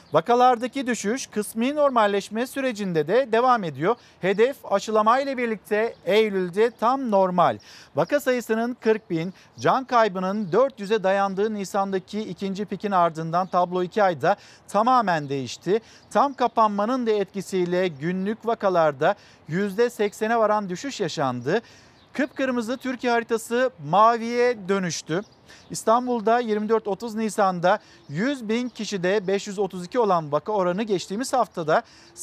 Vakalardaki düşüş kısmi normalleşme sürecinde de devam ediyor. Hedef aşılamayla birlikte Eylül'de tam normal. Vaka sayısının 40 bin, can kaybının 400'e dayandığı Nisan'daki ikinci pikin ardından tablo 2 ayda tamamen değişti. Tam kapanmanın da etkisiyle günlük vakalarda %80'e varan düşüş yaşandı. Kıpkırmızı Türkiye haritası maviye dönüştü. İstanbul'da 24-30 Nisan'da 100 bin kişide 532 olan vaka oranı geçtiğimiz haftada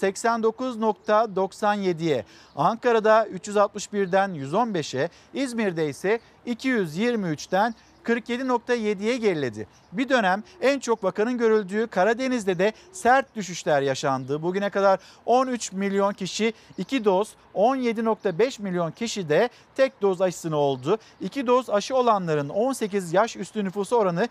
89.97'ye, Ankara'da 361'den 115'e, İzmir'de ise 223'ten 47.7'ye geriledi. Bir dönem en çok vakanın görüldüğü Karadeniz'de de sert düşüşler yaşandı. Bugüne kadar 13 milyon kişi 2 doz, 17.5 milyon kişi de tek doz aşısını oldu. 2 doz aşı olanların 18 yaş üstü nüfusu oranı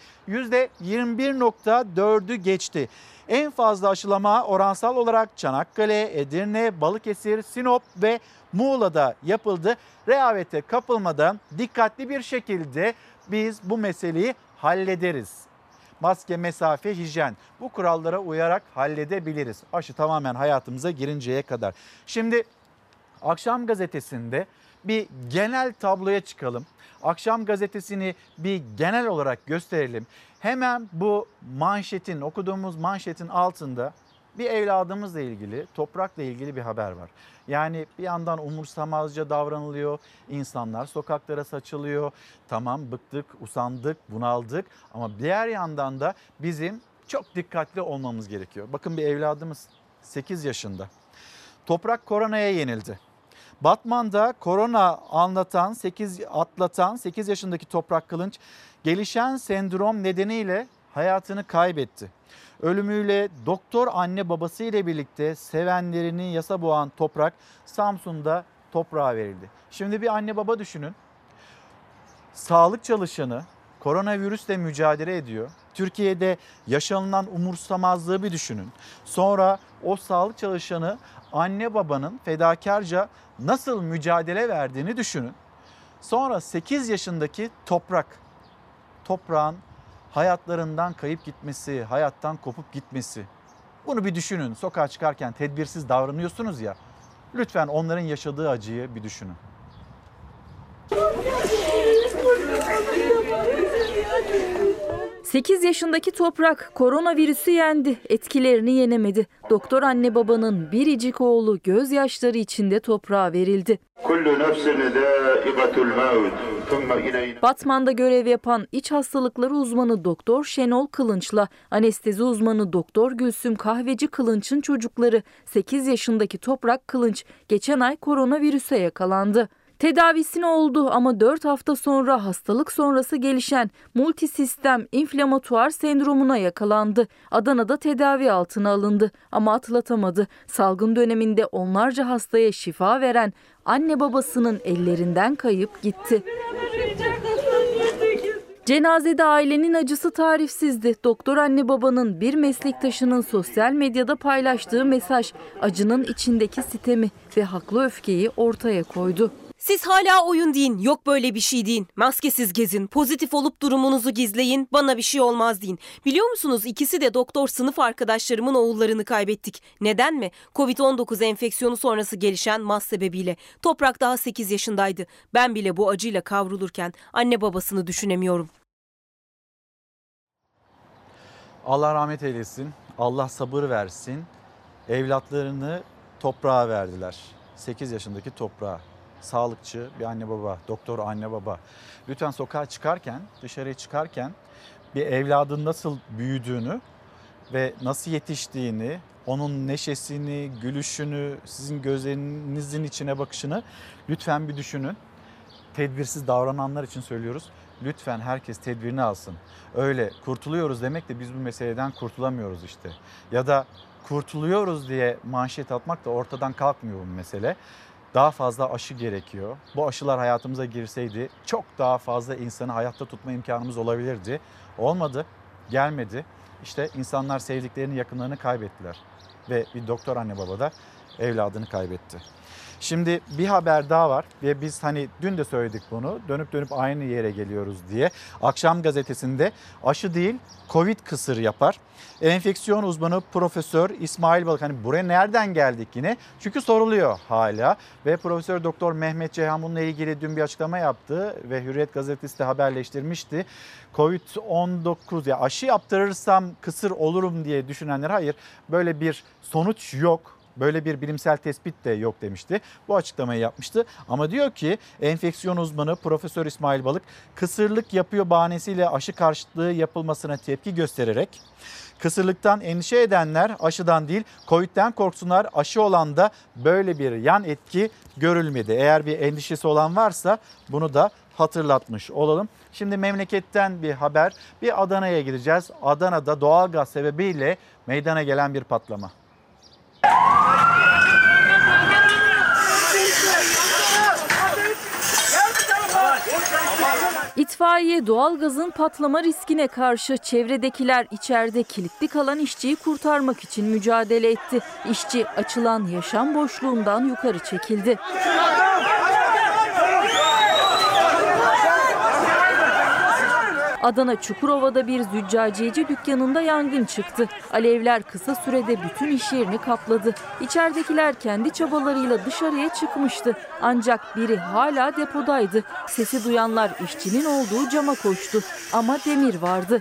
%21.4'ü geçti. En fazla aşılama oransal olarak Çanakkale, Edirne, Balıkesir, Sinop ve Muğla'da yapıldı. Rehavete kapılmadan dikkatli bir şekilde biz bu meseleyi hallederiz. Maske, mesafe, hijyen, bu kurallara uyarak halledebiliriz. Aşı tamamen hayatımıza girinceye kadar. Şimdi Akşam Gazetesi'nde bir genel tabloya çıkalım. Akşam Gazetesi'ni bir genel olarak gösterelim. Hemen bu manşetin, okuduğumuz manşetin altında bir evladımızla ilgili, toprakla ilgili bir haber var. Yani bir yandan umursamazca davranılıyor, insanlar sokaklara saçılıyor. Tamam, bıktık, usandık, bunaldık ama diğer yandan da bizim çok dikkatli olmamız gerekiyor. Bakın bir evladımız 8 yaşında. Toprak koronaya yenildi. Batman'da korona atlatan 8 yaşındaki Toprak Kılınç gelişen sendrom nedeniyle hayatını kaybetti. Ölümüyle doktor anne babası ile birlikte sevenlerini yasa boğan Toprak Samsun'da toprağa verildi. Şimdi bir anne baba düşünün. Sağlık çalışanı koronavirüsle mücadele ediyor. Türkiye'de yaşanılan umursamazlığı bir düşünün. Sonra o sağlık çalışanı anne babanın fedakarca nasıl mücadele verdiğini düşünün. Sonra 8 yaşındaki toprağın hayatlarından kayıp gitmesi, hayattan kopup gitmesi. Bunu bir düşünün. Sokağa çıkarken tedbirsiz davranıyorsunuz ya. Lütfen onların yaşadığı acıyı bir düşünün. 8 yaşındaki Toprak koronavirüsü yendi, etkilerini yenemedi. Doktor anne babanın biricik oğlu gözyaşları içinde toprağa verildi. Batman'da görev yapan iç hastalıkları uzmanı Doktor Şenol Kılınç'la anestezi uzmanı Doktor Gülsüm Kahveci Kılınç'ın çocukları 8 yaşındaki Toprak Kılınç geçen ay koronavirüse yakalandı. Tedavisine oldu ama 4 hafta sonra hastalık sonrası gelişen multisistem inflamatuar sendromuna yakalandı. Adana'da tedavi altına alındı ama atlatamadı. Salgın döneminde onlarca hastaya şifa veren anne babasının ellerinden kayıp gitti. Cenazede ailenin acısı tarifsizdi. Doktor anne babanın bir meslektaşının sosyal medyada paylaştığı mesaj acının içindeki sitemi ve haklı öfkeyi ortaya koydu. Siz hala oyun deyin, yok böyle bir şey deyin. Maskesiz gezin, pozitif olup durumunuzu gizleyin, bana bir şey olmaz deyin. Biliyor musunuz ikisi de doktor sınıf arkadaşlarımın oğullarını kaybettik. Neden mi? Covid-19 enfeksiyonu sonrası gelişen maz sebebiyle. Toprak daha 8 yaşındaydı. Ben bile bu acıyla kavrulurken anne babasını düşünemiyorum. Allah rahmet eylesin, Allah sabır versin. Evlatlarını toprağa verdiler. 8 yaşındaki Toprağa. Sağlıkçı bir anne baba, doktor anne baba. Lütfen sokağa çıkarken, dışarıya çıkarken bir evladın nasıl büyüdüğünü ve nasıl yetiştiğini, onun neşesini, gülüşünü, sizin gözlerinizin içine bakışını lütfen bir düşünün. Tedbirsiz davrananlar için söylüyoruz. Lütfen herkes tedbirini alsın. Öyle kurtuluyoruz demek de biz bu meseleden kurtulamıyoruz işte. Ya da kurtuluyoruz diye manşet atmak da ortadan kalkmıyor bu mesele. Daha fazla aşı gerekiyor. Bu aşılar hayatımıza girseydi çok daha fazla insanı hayatta tutma imkanımız olabilirdi. Olmadı, gelmedi. İşte insanlar sevdiklerini, yakınlarını kaybettiler. Ve bir doktor anne baba da evladını kaybetti. Şimdi bir haber daha var ve biz hani dün de söyledik bunu, dönüp dönüp aynı yere geliyoruz diye. Akşam Gazetesi'nde aşı değil Covid kısır yapar. Enfeksiyon uzmanı Profesör İsmail Balık, hani buraya nereden geldik yine? Çünkü soruluyor hala ve Profesör Doktor Mehmet Ceyhan bununla ilgili dün bir açıklama yaptı ve Hürriyet gazetesi de haberleştirmişti. Covid-19 ya aşı yaptırırsam kısır olurum diye düşünenler hayır, böyle bir sonuç yok. Böyle bir bilimsel tespit de yok demişti. Bu açıklamayı yapmıştı. Ama diyor ki enfeksiyon uzmanı Profesör İsmail Balık kısırlık yapıyor bahanesiyle aşı karşıtlığı yapılmasına tepki göstererek kısırlıktan endişe edenler aşıdan değil Covid'den korksunlar, aşı olan da böyle bir yan etki görülmedi. Eğer bir endişesi olan varsa bunu da hatırlatmış olalım. Şimdi memleketten bir haber, bir Adana'ya gideceğiz. Adana'da doğalgaz sebebiyle meydana gelen bir patlama. İtfaiye doğalgazın patlama riskine karşı çevredekiler içeride kilitli kalan işçiyi kurtarmak için mücadele etti. İşçi açılan yaşam boşluğundan yukarı çekildi. Adana Çukurova'da bir züccaciyeci dükkanında yangın çıktı. Alevler kısa sürede bütün iş yerini kapladı. İçeridekiler kendi çabalarıyla dışarıya çıkmıştı. Ancak biri hala depodaydı. Sesi duyanlar işçinin olduğu cama koştu. Ama demir vardı.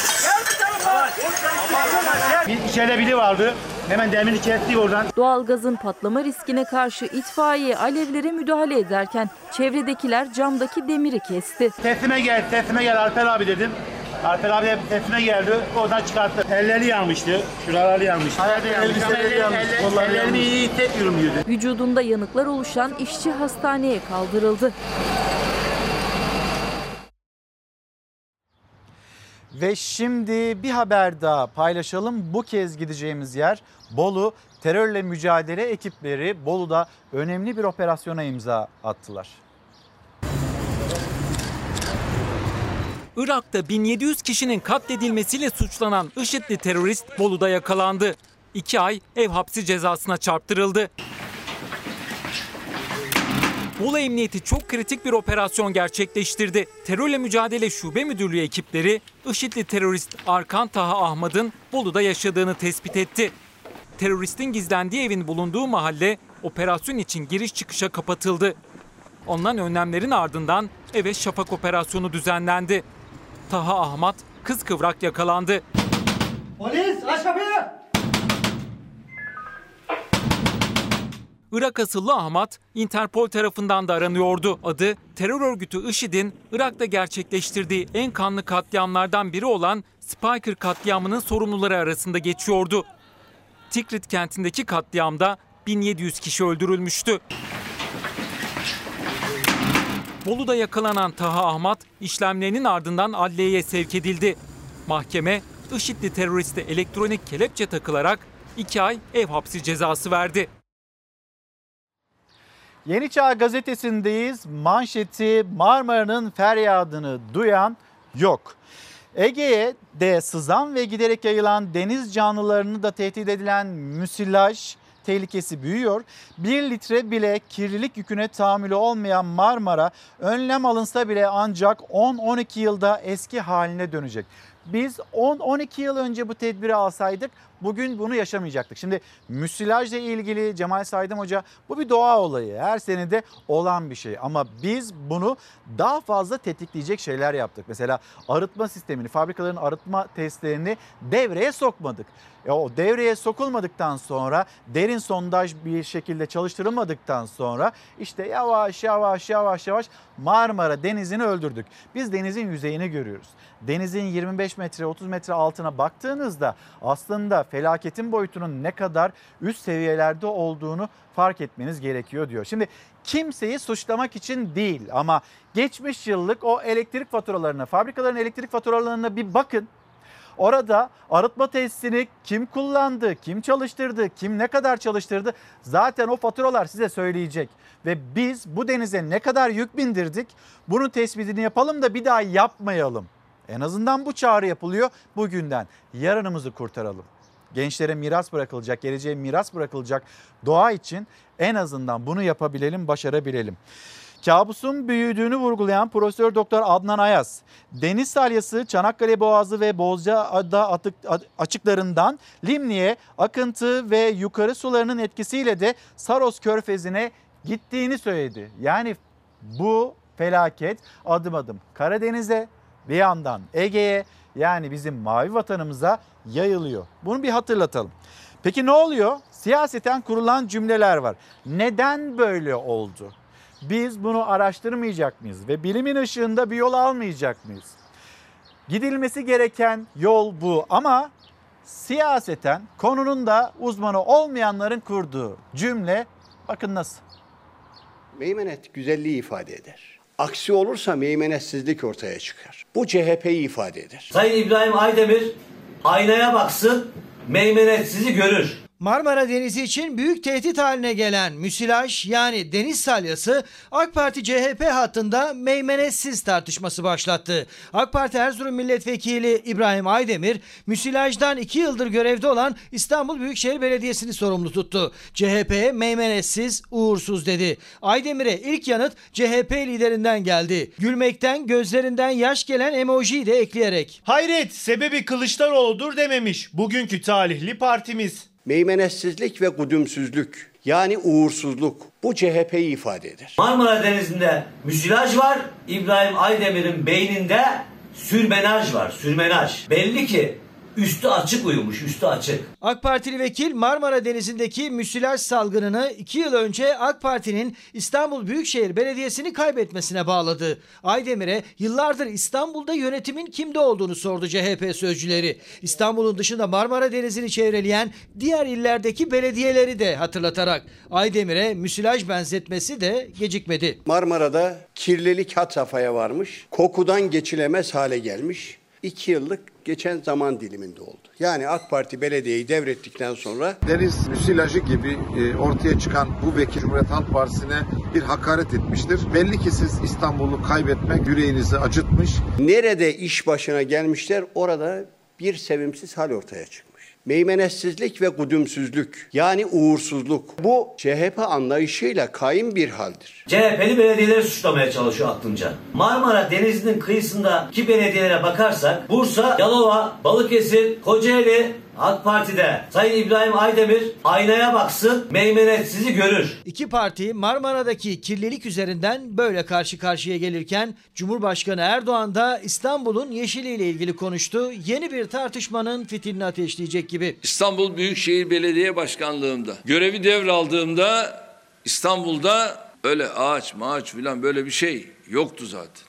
İçeride biri vardı. Hemen demiri kesti oradan. Doğalgazın patlama riskine karşı itfaiye alevlere müdahale ederken çevredekiler camdaki demiri kesti. Teslime gel Alper abi dedim. Alper abi teslime geldi. Oradan çıkarttı. Elleri yanmıştı. Şuraları yanmıştı. Ellerimi iyi hissetmiyorum diyordu. Vücudunda yanıklar oluşan işçi hastaneye kaldırıldı. Ve şimdi bir haber daha paylaşalım. Bu kez gideceğimiz yer Bolu. Terörle mücadele ekipleri Bolu'da önemli bir operasyona imza attılar. Irak'ta 1700 kişinin katledilmesiyle suçlanan IŞİD'li terörist Bolu'da yakalandı. 2 ay ev hapsi cezasına çarptırıldı. Bolu Emniyeti çok kritik bir operasyon gerçekleştirdi. Terörle Mücadele Şube Müdürlüğü ekipleri IŞİD'li terörist Arkan Taha Ahmad'ın Bolu'da yaşadığını tespit etti. Teröristin gizlendiği evin bulunduğu mahalle operasyon için giriş çıkışa kapatıldı. Alınan önlemlerin ardından eve şafak operasyonu düzenlendi. Taha Ahmad kıskıvrak yakalandı. Polis aç kapıyı! Irak asıllı Ahmad, Interpol tarafından da aranıyordu. Adı, terör örgütü IŞİD'in Irak'ta gerçekleştirdiği en kanlı katliamlardan biri olan Speicher katliamının sorumluları arasında geçiyordu. Tikrit kentindeki katliamda 1700 kişi öldürülmüştü. Bolu'da yakalanan Taha Ahmad, işlemlerinin ardından adliyeye sevk edildi. Mahkeme, IŞİD'li teröriste elektronik kelepçe takılarak 2 ay ev hapsi cezası verdi. Yeni Çağ gazetesindeyiz. Manşeti Marmara'nın feryadını duyan yok. Ege'ye de sızan ve giderek yayılan deniz canlılarını da tehdit edilen müsilaj tehlikesi büyüyor. 1 litre bile kirlilik yüküne tahammülü olmayan Marmara önlem alınsa bile ancak 10-12 yılda eski haline dönecek. Biz 10-12 yıl önce bu tedbiri alsaydık bugün bunu yaşamayacaktık. Şimdi müsilajla ilgili Cemal Saydam Hoca bu bir doğa olayı. Her sene de olan bir şey ama biz bunu daha fazla tetikleyecek şeyler yaptık. Mesela arıtma sistemini, fabrikaların arıtma testlerini devreye sokmadık. O devreye sokulmadıktan sonra derin sondaj bir şekilde çalıştırılmadıktan sonra işte yavaş Marmara Denizi'ni öldürdük. Biz denizin yüzeyini görüyoruz. Denizin 25 metre 30 metre altına baktığınızda aslında felaketin boyutunun ne kadar üst seviyelerde olduğunu fark etmeniz gerekiyor diyor. Şimdi kimseyi suçlamak için değil ama geçmiş yıllık o elektrik faturalarına, fabrikaların elektrik faturalarına bir bakın. Orada arıtma tesisini kim kullandı, kim çalıştırdı, kim ne kadar çalıştırdı zaten o faturalar size söyleyecek. Ve biz bu denize ne kadar yük bindirdik bunun tespitini yapalım da bir daha yapmayalım. En azından bu çağrı yapılıyor bugünden. Yarınımızı kurtaralım. Gençlere miras bırakılacak, geleceğe miras bırakılacak doğa için en azından bunu yapabilelim, başarabilelim. Kabusun büyüdüğünü vurgulayan Profesör Doktor Adnan Ayaz, deniz salyası Çanakkale Boğazı ve Bozcaada açıklarından Limni'ye akıntı ve yukarı sularının etkisiyle de Saros Körfezi'ne gittiğini söyledi. Yani bu felaket adım adım Karadeniz'e, bir yandan Ege'ye, yani bizim mavi vatanımıza yayılıyor. Bunu bir hatırlatalım. Peki ne oluyor? Siyaseten kurulan cümleler var. Neden böyle oldu? Biz bunu araştırmayacak mıyız ve bilimin ışığında bir yol almayacak mıyız? Gidilmesi gereken yol bu ama siyaseten konunun da uzmanı olmayanların kurduğu cümle bakın nasıl? Meymenet güzelliği ifade eder. Aksi olursa meymenetsizlik ortaya çıkar. Bu CHP'yi ifade eder. Sayın İbrahim Aydemir aynaya baksın, meymenetsizi görür. Marmara Denizi için büyük tehdit haline gelen müsilaj yani deniz salyası AK Parti CHP hattında meymenetsiz tartışması başlattı. AK Parti Erzurum Milletvekili İbrahim Aydemir müsilajdan 2 yıldır görevde olan İstanbul Büyükşehir Belediyesi'ni sorumlu tuttu. CHP'ye meymenetsiz, uğursuz dedi. Aydemir'e ilk yanıt CHP liderinden geldi. Gülmekten gözlerinden yaş gelen emojiyi de ekleyerek. Hayret, sebebi Kılıçdaroğlu'dur dememiş bugünkü talihli partimiz. Meymenetsizlik ve güdümsüzlük yani uğursuzluk bu CHP'yi ifade eder. Marmara Denizi'nde müsilaj var, İbrahim Aydemir'in beyninde sürmenaj var, sürmenaj. Belli ki üstü açık uyumuş, üstü açık. AK Partili vekil Marmara Denizi'ndeki müsilaj salgınını 2 yıl önce AK Parti'nin İstanbul Büyükşehir Belediyesi'ni kaybetmesine bağladı. Aydemir'e yıllardır İstanbul'da yönetimin kimde olduğunu sordu CHP sözcüleri. İstanbul'un dışında Marmara Denizi'ni çevreleyen diğer illerdeki belediyeleri de hatırlatarak Aydemir'e müsilaj benzetmesi de gecikmedi. Marmara'da kirlilik had safhaya varmış, kokudan geçilemez hale gelmiş. 2 yıllık geçen zaman diliminde oldu. Yani AK Parti belediyeyi devrettikten sonra deniz müsilajı gibi ortaya çıkan bu vekil Cumhuriyet Halk Partisi'ne bir hakaret etmiştir. Belli ki siz İstanbul'u kaybetmek yüreğinizi acıtmış. Nerede iş başına gelmişler orada bir sevimsiz hal ortaya çıkmış. Meymenetsizlik ve güdümsüzlük yani uğursuzluk bu CHP anlayışıyla kaim bir haldir. CHP'li belediyeleri suçlamaya çalışıyor aklınca. Marmara Denizi'nin kıyısındaki belediyelere bakarsak Bursa, Yalova, Balıkesir, Kocaeli AK Parti'de Sayın İbrahim Aydemir aynaya baksın, meymenetsizi görür. İki parti Marmara'daki kirlilik üzerinden böyle karşı karşıya gelirken Cumhurbaşkanı Erdoğan da İstanbul'un yeşiliyle ilgili konuştu. Yeni bir tartışmanın fitilini ateşleyecek gibi. İstanbul Büyükşehir Belediye Başkanlığımda görevi devraldığımda İstanbul'da öyle ağaç filan böyle bir şey yoktu zaten.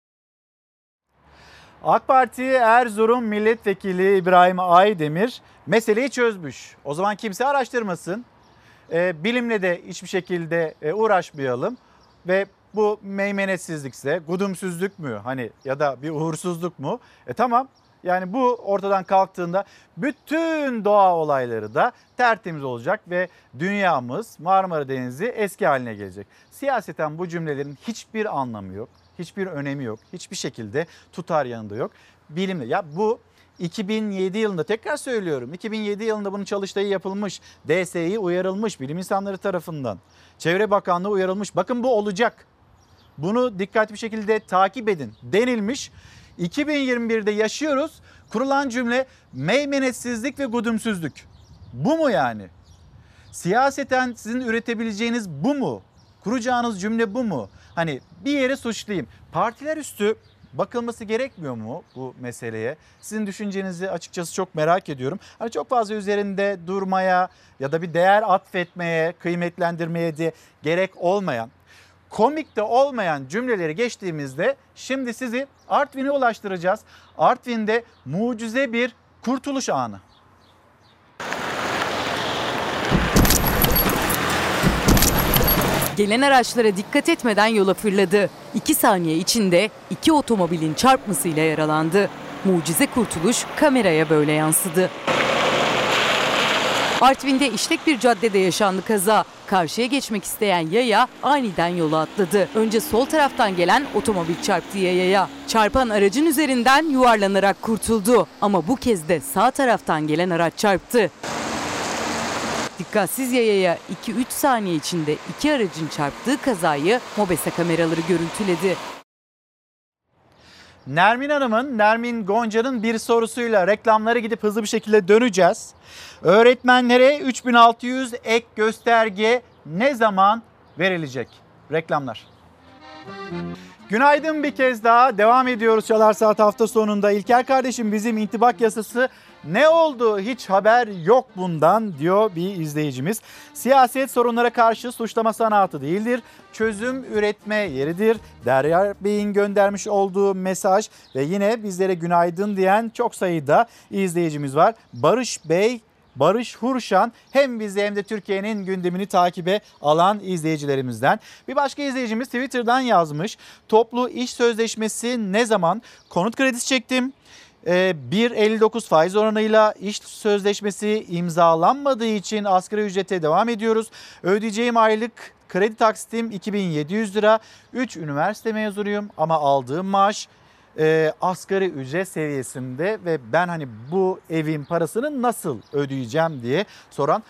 AK Parti Erzurum Milletvekili İbrahim Aydemir meseleyi çözmüş. O zaman kimse araştırmasın. Bilimle de hiçbir şekilde uğraşmayalım. Ve bu meymenetsizlikse, güdümsüzlük mü hani ya da bir uğursuzluk mu? Tamam. Yani bu ortadan kalktığında bütün doğa olayları da tertemiz olacak ve dünyamız Marmara Denizi eski haline gelecek. Siyaseten bu cümlelerin hiçbir anlamı yok. Hiçbir önemi yok. Hiçbir şekilde tutar yanında yok. Bilimle ya bu 2007 yılında tekrar söylüyorum. 2007 yılında bunun çalıştayı yapılmış. DSİ uyarılmış bilim insanları tarafından. Çevre Bakanlığı uyarılmış. Bakın bu olacak. Bunu dikkatli bir şekilde takip edin denilmiş. 2021'de yaşıyoruz. Kurulan cümle meymenetsizlik ve güdümsüzlük. Bu mu yani? Siyaseten sizin üretebileceğiniz bu mu? Kuracağınız cümle bu mu? Hani bir yere suçlayayım. Partiler üstü bakılması gerekmiyor mu bu meseleye? Sizin düşüncenizi açıkçası çok merak ediyorum. Hani çok fazla üzerinde durmaya ya da bir değer atfetmeye, kıymetlendirmeye de gerek olmayan, komik de olmayan cümleleri geçtiğimizde şimdi sizi Artvin'e ulaştıracağız. Artvin'de mucize bir kurtuluş anı. Gelen araçlara dikkat etmeden yola fırladı. 2 saniye içinde 2 otomobilin çarpmasıyla yaralandı. Mucize kurtuluş kameraya böyle yansıdı. Artvin'de işlek bir caddede yaşandı kaza. Karşıya geçmek isteyen yaya aniden yola atladı. Önce sol taraftan gelen otomobil çarptı yayaya. Çarpan aracın üzerinden yuvarlanarak kurtuldu. Ama bu kez de sağ taraftan gelen araç çarptı. Dikkatsiz yayaya 2-3 saniye içinde 2 aracın çarptığı kazayı MOBESE kameraları görüntüledi. Nermin Gonca'nın bir sorusuyla reklamlara gidip hızlı bir şekilde döneceğiz. Öğretmenlere 3600 ek gösterge ne zaman verilecek? Reklamlar. Günaydın bir kez daha. Devam ediyoruz Çalar Saat hafta sonunda. İlker kardeşim, bizim intibak yasası ne oldu? Hiç haber yok bundan diyor bir izleyicimiz. Siyaset sorunlara karşı suçlama sanatı değildir. Çözüm üretme yeridir. Derya Bey'in göndermiş olduğu mesaj ve yine bizlere günaydın diyen çok sayıda izleyicimiz var. Barış Hurşan hem bizi hem de Türkiye'nin gündemini takibe alan izleyicilerimizden. Bir başka izleyicimiz Twitter'dan yazmış. Toplu iş sözleşmesi ne zaman? Konut kredisi çektim. 1.59 faiz oranıyla iş sözleşmesi imzalanmadığı için asgari ücrete devam ediyoruz. Ödeyeceğim aylık kredi taksitim 2700 lira. 3 üniversite mezunuyum ama aldığım maaş asgari ücret seviyesinde ve ben hani bu evin parasını nasıl ödeyeceğim diye soran,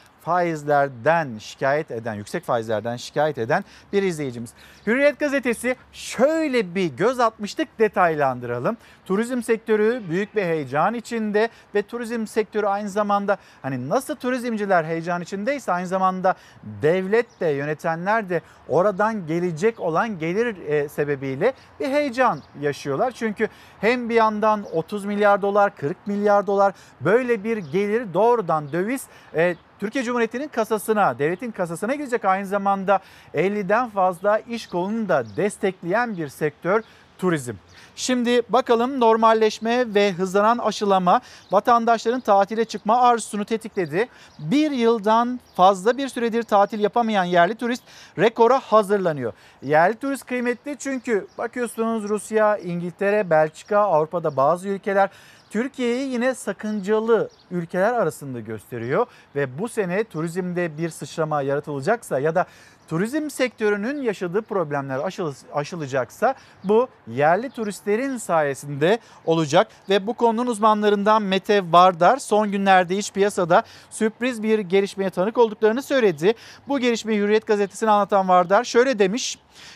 yüksek faizlerden şikayet eden bir izleyicimiz. Hürriyet gazetesi şöyle bir göz atmıştık, detaylandıralım. Turizm sektörü büyük bir heyecan içinde ve turizm sektörü aynı zamanda hani nasıl turizmciler heyecan içindeyse aynı zamanda devlet de yönetenler de oradan gelecek olan gelir sebebiyle bir heyecan yaşıyorlar. Çünkü hem bir yandan 30 milyar dolar, 40 milyar dolar böyle bir gelir doğrudan döviz Türkiye Cumhuriyeti'nin kasasına, devletin kasasına gidecek. Aynı zamanda 50'den fazla iş kolunu da destekleyen bir sektör turizm. Şimdi bakalım, normalleşme ve hızlanan aşılama vatandaşların tatile çıkma arzusunu tetikledi. Bir yıldan fazla bir süredir tatil yapamayan yerli turist rekora hazırlanıyor. Yerli turist kıymetli çünkü bakıyorsunuz Rusya, İngiltere, Belçika, Avrupa'da bazı ülkeler Türkiye'yi yine sakıncalı ülkeler arasında gösteriyor ve bu sene turizmde bir sıçrama yaratılacaksa ya da turizm sektörünün yaşadığı problemler aşılacaksa bu yerli turistlerin sayesinde olacak ve bu konunun uzmanlarından Mete Vardar son günlerde iç piyasada sürpriz bir gelişmeye tanık olduklarını söyledi. Bu gelişmeyi Hürriyet gazetesine anlatan Vardar şöyle demiş: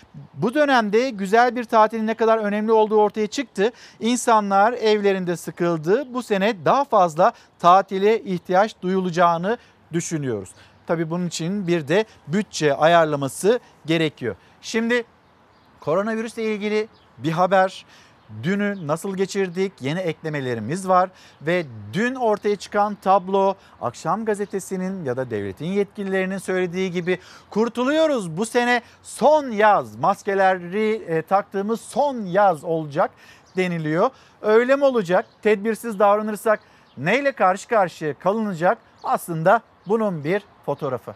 bu dönemde güzel bir tatilin ne kadar önemli olduğu ortaya çıktı. İnsanlar evlerinde sıkıldı. Bu sene daha fazla tatile ihtiyaç duyulacağını düşünüyoruz. Tabii bunun için bir de bütçe ayarlaması gerekiyor. Şimdi koronavirüsle ilgili bir haber. Dünü nasıl geçirdik? Yeni eklemelerimiz var ve dün ortaya çıkan tablo Akşam Gazetesi'nin ya da devletin yetkililerinin söylediği gibi kurtuluyoruz. Bu sene son yaz, maskeleri taktığımız son yaz olacak deniliyor. Öyle mi olacak? Tedbirsiz davranırsak neyle karşı karşıya kalınacak? Aslında bunun bir fotoğrafı.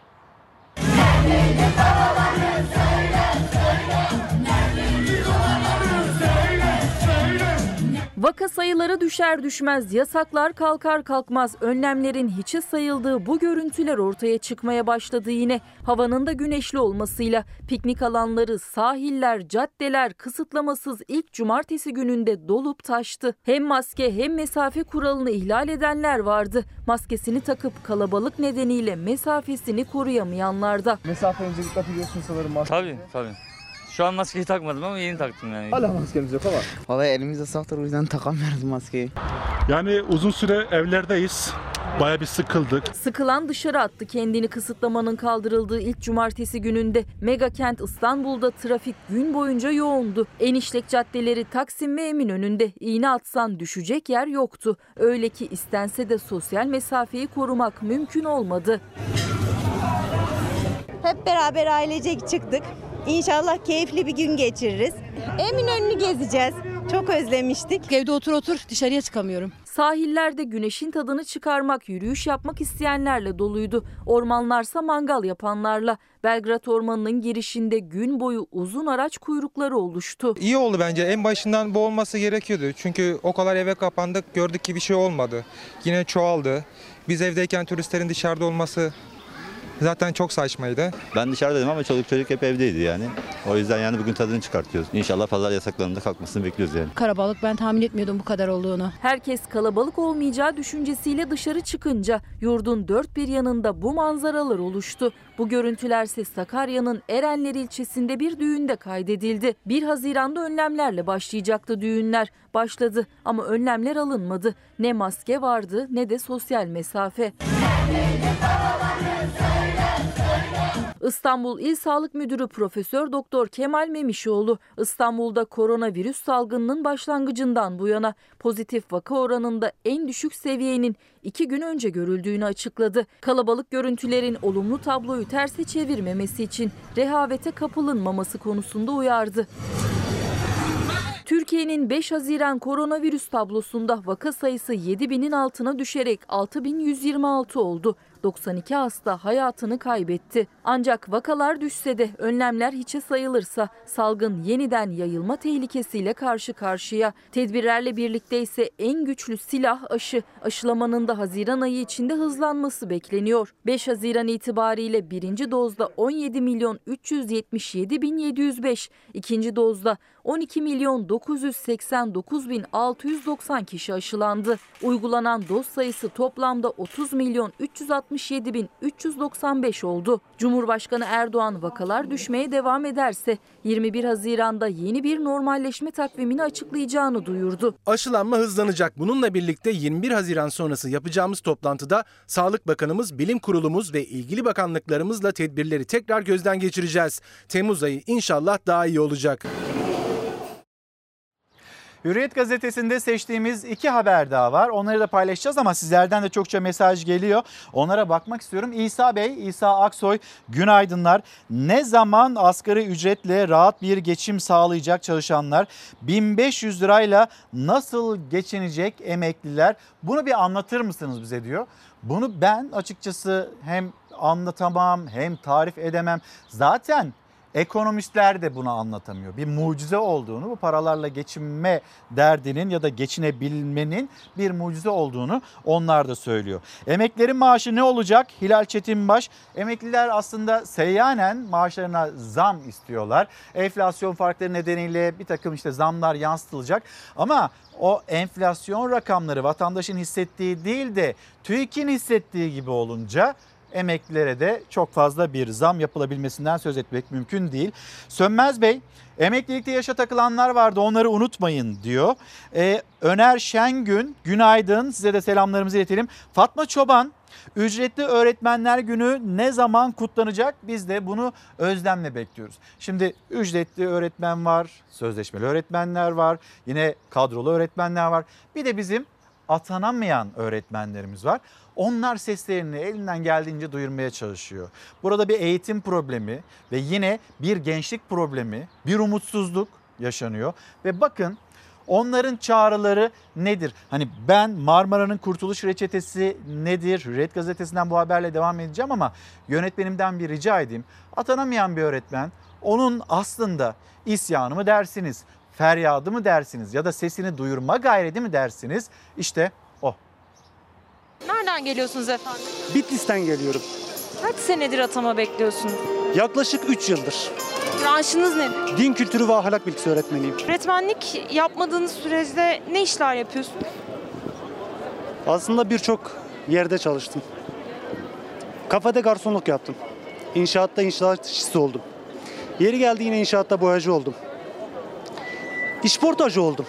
Vaka sayıları düşer düşmez, yasaklar kalkar kalkmaz, önlemlerin hiçe sayıldığı bu görüntüler ortaya çıkmaya başladı yine. Havanın da güneşli olmasıyla piknik alanları, sahiller, caddeler kısıtlamasız ilk cumartesi gününde dolup taştı. Hem maske hem mesafe kuralını ihlal edenler vardı. Maskesini takıp kalabalık nedeniyle mesafesini koruyamayanlar da. Mesafenize dikkat ediyorsun sanırım maske. Tabii. Şu an maskeyi takmadım ama yeni taktım yani. Hala maskemiz yok ama. Vallahi elimizde saktır, o yüzden takamıyoruz maskeyi. Yani uzun süre evlerdeyiz. Baya bir sıkıldık. Sıkılan dışarı attı kendini kısıtlamanın kaldırıldığı ilk cumartesi gününde. Mega kent İstanbul'da trafik gün boyunca yoğundu. En işlek caddeleri Taksim ve Eminönü'nde, iğne atsan düşecek yer yoktu. Öyle ki istense de sosyal mesafeyi korumak mümkün olmadı. Hep beraber ailecek çıktık. İnşallah keyifli bir gün geçiririz. Eminönü'nü gezeceğiz. Çok özlemiştik. Evde otur dışarıya çıkamıyorum. Sahillerde güneşin tadını çıkarmak, yürüyüş yapmak isteyenlerle doluydu. Ormanlarsa mangal yapanlarla. Belgrad Ormanı'nın girişinde gün boyu uzun araç kuyrukları oluştu. İyi oldu bence. En başından bu olması gerekiyordu. Çünkü o kadar eve kapandık, gördük ki bir şey olmadı. Yine çoğaldı. Biz evdeyken turistlerin dışarıda olması Zaten çok saçmaydı. Ben dışarıdaydım ama çoluk çocuk hep evdeydi yani. O yüzden yani bugün tadını çıkartıyoruz. İnşallah pazar yasaklarında kalkmasını bekliyoruz yani. Kalabalık, ben tahmin etmiyordum bu kadar olduğunu. Herkes kalabalık olmayacağı düşüncesiyle dışarı çıkınca yurdun dört bir yanında bu manzaralar oluştu. Bu görüntülerse Sakarya'nın Erenler ilçesinde bir düğünde kaydedildi. 1 Haziran'da önlemlerle başlayacaktı düğünler. Başladı ama önlemler alınmadı. Ne maske vardı ne de sosyal mesafe. İstanbul İl Sağlık Müdürü Profesör Doktor Kemal Memişoğlu, İstanbul'da koronavirüs salgınının başlangıcından bu yana pozitif vaka oranında en düşük seviyenin 2 gün önce görüldüğünü açıkladı. Kalabalık görüntülerin olumlu tabloyu terse çevirmemesi için rehavete kapılınmaması konusunda uyardı. Türkiye'nin 5 Haziran koronavirüs tablosunda vaka sayısı 7.000'in altına düşerek 6.126 oldu. 92 hasta hayatını kaybetti. Ancak vakalar düşse de önlemler hiçe sayılırsa salgın yeniden yayılma tehlikesiyle karşı karşıya. Tedbirlerle birlikte ise en güçlü silah aşı. Aşılamanın da Haziran ayı içinde hızlanması bekleniyor. 5 Haziran itibariyle birinci dozda 17.377.705, ikinci dozda 12.989.690 kişi aşılandı. Uygulanan doz sayısı toplamda 30.367.395 oldu. Cumhurbaşkanı Erdoğan vakalar düşmeye devam ederse 21 Haziran'da yeni bir normalleşme takvimini açıklayacağını duyurdu. Aşılanma hızlanacak. Bununla birlikte 21 Haziran sonrası yapacağımız toplantıda Sağlık Bakanımız, Bilim Kurulumuz ve ilgili bakanlıklarımızla tedbirleri tekrar gözden geçireceğiz. Temmuz ayı inşallah daha iyi olacak. Hürriyet gazetesinde seçtiğimiz 2 haber daha var. Onları da paylaşacağız ama sizlerden de çokça mesaj geliyor. Onlara bakmak istiyorum. İsa Bey, İsa Aksoy, günaydınlar. Ne zaman asgari ücretle rahat bir geçim sağlayacak çalışanlar? 1500 lirayla nasıl geçinecek emekliler? Bunu bir anlatır mısınız bize diyor. Bunu ben açıkçası hem anlatamam hem tarif edemem. Zaten ekonomistler de bunu anlatamıyor. Bir mucize olduğunu, bu paralarla geçinme derdinin ya da geçinebilmenin bir mucize olduğunu onlar da söylüyor. Emeklilerin maaşı ne olacak? Hilal Çetinbaş, emekliler aslında seyyanen maaşlarına zam istiyorlar. Enflasyon farkları nedeniyle bir takım zamlar yansıtılacak ama o enflasyon rakamları vatandaşın hissettiği değil de TÜİK'in hissettiği gibi olunca emeklilere de çok fazla bir zam yapılabilmesinden söz etmek mümkün değil. Sönmez Bey, emeklilikte yaşa takılanlar vardı, onları unutmayın diyor. Öner Şengün, günaydın, size de selamlarımızı iletelim. Fatma Çoban, ücretli öğretmenler günü ne zaman kutlanacak? Biz de bunu özlemle bekliyoruz. Şimdi ücretli öğretmen var, sözleşmeli öğretmenler var, yine kadrolu öğretmenler var. Bir de bizim atanamayan öğretmenlerimiz var. Onlar seslerini elinden geldiğince duyurmaya çalışıyor. Burada bir eğitim problemi ve yine bir gençlik problemi, bir umutsuzluk yaşanıyor. Ve bakın onların çağrıları nedir? Hani ben Marmara'nın kurtuluş reçetesi nedir? Hürriyet gazetesinden bu haberle devam edeceğim ama yönetmenimden bir rica edeyim. Atanamayan bir öğretmen, onun aslında isyanı mı dersiniz, feryadı mı dersiniz ya da sesini duyurma gayreti mi dersiniz? İşte o. Nereden geliyorsunuz efendim? Bitlis'ten geliyorum. Kaç senedir atama bekliyorsunuz? Yaklaşık 3 yıldır. Branşınız nedir? Din kültürü ve ahlak bilgisi öğretmeniyim. Öğretmenlik yapmadığınız süreçte ne işler yapıyorsunuz? Aslında birçok yerde çalıştım. Kafede garsonluk yaptım. İnşaatta inşaat işçisi oldum. Yeri geldi yine inşaatta boyacı oldum. İşportacı oldum.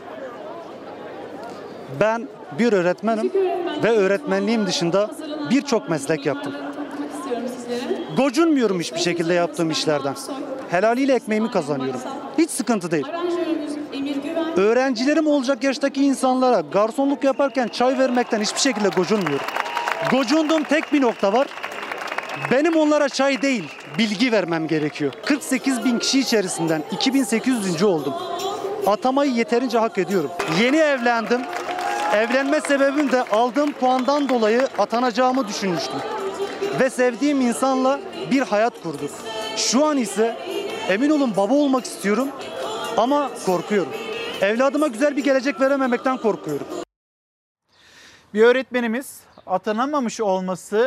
Ben bir öğretmenim ve öğretmenliğim dışında birçok meslek yaptım. Gocunmuyorum hiçbir şekilde yaptığım işlerden. Helaliyle ekmeğimi kazanıyorum. Hiç sıkıntı değil. Öğrencilerim olacak yaştaki insanlara garsonluk yaparken çay vermekten hiçbir şekilde gocunmuyorum. Gocunduğum tek bir nokta var. Benim onlara çay değil, bilgi vermem gerekiyor. 48.000 kişi içerisinden 2800. oldum. Atamayı yeterince hak ediyorum. Yeni evlendim. Evlenme sebebim de aldığım puandan dolayı atanacağımı düşünmüştüm. Ve sevdiğim insanla bir hayat kurduk. Şu an ise emin olun baba olmak istiyorum ama korkuyorum. Evladıma güzel bir gelecek verememekten korkuyorum. Bir öğretmenimiz atanamamış olması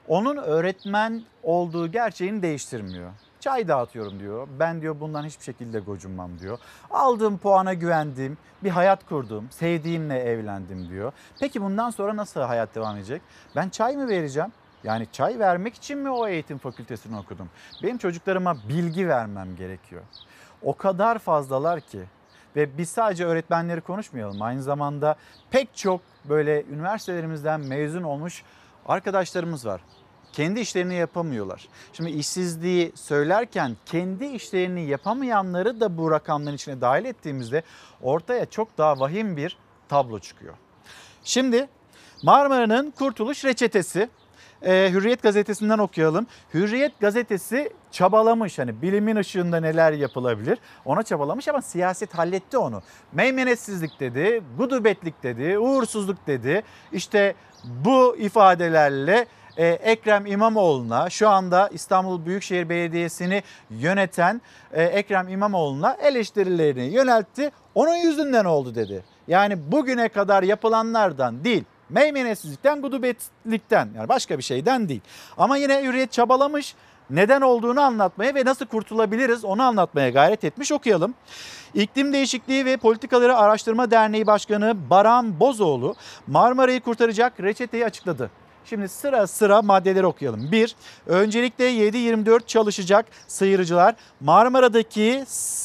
onun öğretmen olduğu gerçeğini değiştirmiyor. Çay dağıtıyorum diyor. Ben diyor bundan hiçbir şekilde gocunmam diyor. Aldığım puana güvendim, bir hayat kurdum, sevdiğimle evlendim diyor. Peki bundan sonra nasıl hayat devam edecek? Ben çay mı vereceğim? Yani çay vermek için mi o eğitim fakültesini okudum? Benim çocuklarıma bilgi vermem gerekiyor. O kadar fazlalar ki. Ve biz sadece öğretmenleri konuşmayalım. Aynı zamanda pek çok böyle üniversitelerimizden mezun olmuş arkadaşlarımız var. Kendi işlerini yapamıyorlar. Şimdi işsizliği söylerken kendi işlerini yapamayanları da bu rakamların içine dahil ettiğimizde ortaya çok daha vahim bir tablo çıkıyor. Şimdi Marmara'nın kurtuluş reçetesi. Hürriyet gazetesinden okuyalım. Hürriyet gazetesi çabalamış, hani bilimin ışığında neler yapılabilir ona çabalamış ama siyaset halletti onu. Meymenetsizlik dedi, gudubetlik dedi, uğursuzluk dedi. İşte bu ifadelerle Ekrem İmamoğlu'na, şu anda İstanbul Büyükşehir Belediyesi'ni yöneten Ekrem İmamoğlu'na eleştirilerini yöneltti. Onun yüzünden oldu dedi. Yani bugüne kadar yapılanlardan değil, meymenetsizlikten, gudubetlikten, yani başka bir şeyden değil. Ama yine Hürriyet çabalamış, neden olduğunu anlatmaya ve nasıl kurtulabiliriz onu anlatmaya gayret etmiş. Okuyalım. İklim Değişikliği ve Politikaları Araştırma Derneği Başkanı Baran Bozoğlu Marmara'yı kurtaracak reçeteyi açıkladı. Şimdi sıra sıra maddeleri okuyalım. 1. Öncelikle 7/24 çalışacak sıyırıcılar Marmara'daki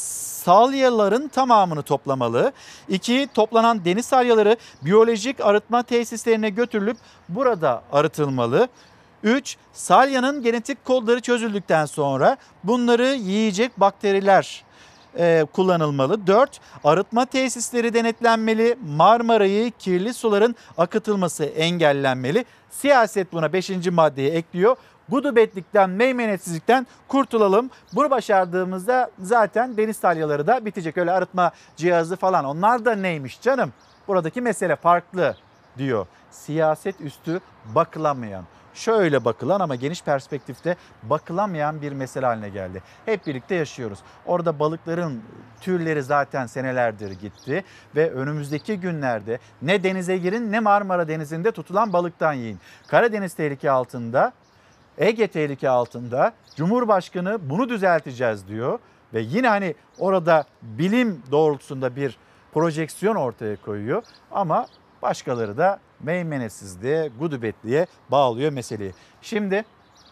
salyaların tamamını toplamalı. 2. Toplanan deniz salyaları biyolojik arıtma tesislerine götürülüp burada arıtılmalı. 3. Salyanın genetik kodları çözüldükten sonra bunları yiyecek bakteriler kullanılmalı. 4. Arıtma tesisleri denetlenmeli. Marmara'yı kirli suların akıtılması engellenmeli. Siyaset buna 5. maddeyi ekliyor. Gudubetlikten, meymenetsizlikten kurtulalım. Bunu başardığımızda zaten deniz salyaları da bitecek. Öyle arıtma cihazı falan onlar da neymiş canım? Buradaki mesele farklı diyor. Siyaset üstü bakılamayan, şöyle bakılan ama geniş perspektifte bakılamayan bir mesele haline geldi. Hep birlikte yaşıyoruz. Orada balıkların türleri zaten senelerdir gitti ve önümüzdeki günlerde ne denize girin ne Marmara Denizi'nde tutulan balıktan yiyin. Karadeniz tehlike altında, Ege tehlike altında. Cumhurbaşkanı bunu düzelteceğiz diyor ve yine hani orada bilim doğrultusunda bir projeksiyon ortaya koyuyor ama başkaları da meymenetsizliğe, gudubetliğe bağlıyor meseleyi. Şimdi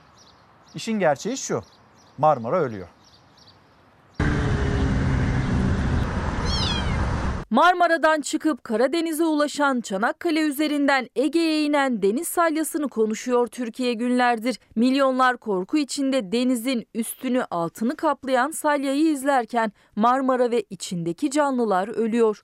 işin gerçeği şu: Marmara ölüyor. Marmara'dan çıkıp Karadeniz'e ulaşan, Çanakkale üzerinden Ege'ye inen deniz salyasını konuşuyor Türkiye günlerdir. Milyonlar korku içinde denizin üstünü altını kaplayan salyayı izlerken Marmara ve içindeki canlılar ölüyor.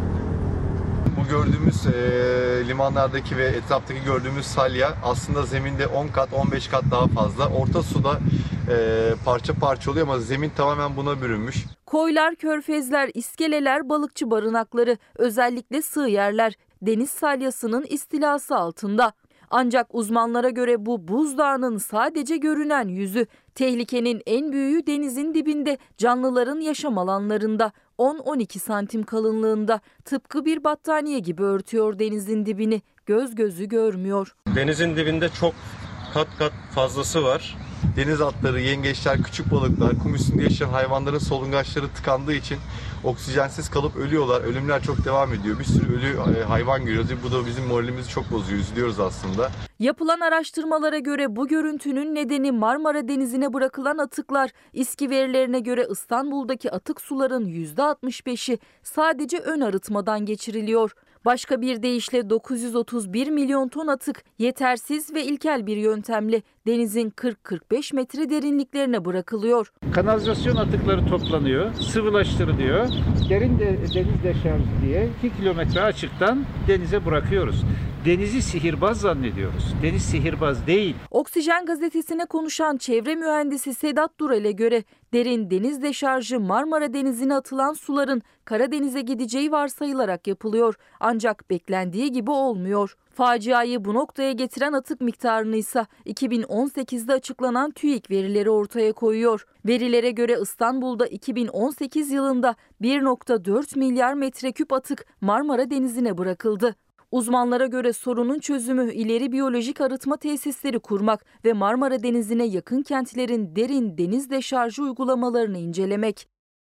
Bu gördüğümüz limanlardaki ve etraftaki gördüğümüz salya aslında zeminde 10 kat 15 kat daha fazla. Orta suda parça parça oluyor ama zemin tamamen buna bürünmüş. Koylar, körfezler, iskeleler, balıkçı barınakları, özellikle sığ yerler deniz salyasının istilası altında. Ancak uzmanlara göre bu buzdağının sadece görünen yüzü. Tehlikenin en büyüğü denizin dibinde, canlıların yaşam alanlarında. 10-12 santim kalınlığında, tıpkı bir battaniye gibi örtüyor denizin dibini. Göz gözü görmüyor. Denizin dibinde çok kat fazlası var. Deniz atları, yengeçler, küçük balıklar, kum üstünde yaşayan hayvanların solungaçları tıkandığı için oksijensiz kalıp ölüyorlar. Ölümler çok devam ediyor. Bir sürü ölü hayvan görüyoruz. Bu da bizim moralimizi çok bozuyor. Üzülüyoruz aslında. Yapılan araştırmalara göre bu görüntünün nedeni Marmara Denizi'ne bırakılan atıklar. İSKİ verilerine göre İstanbul'daki atık suların %65'i sadece ön arıtmadan geçiriliyor. Başka bir deyişle 931 milyon ton atık yetersiz ve ilkel bir yöntemle denizin 40-45 metre derinliklerine bırakılıyor. Kanalizasyon atıkları toplanıyor, sıvılaştırılıyor. Derin deniz deşarjı diye 2 kilometre açıktan denize bırakıyoruz. Denizi sihirbaz zannediyoruz. Deniz sihirbaz değil. Oksijen gazetesine konuşan çevre mühendisi Sedat Dural'e göre derin deniz deşarjı Marmara Denizi'ne atılan suların Karadeniz'e gideceği varsayılarak yapılıyor. Ancak beklendiği gibi olmuyor. Faciayı bu noktaya getiren atık miktarını ise 2018'de açıklanan TÜİK verileri ortaya koyuyor. Verilere göre İstanbul'da 2018 yılında 1,4 milyar metreküp atık Marmara Denizi'ne bırakıldı. Uzmanlara göre sorunun çözümü ileri biyolojik arıtma tesisleri kurmak ve Marmara Denizi'ne yakın kentlerin derin deniz deşarjı uygulamalarını incelemek.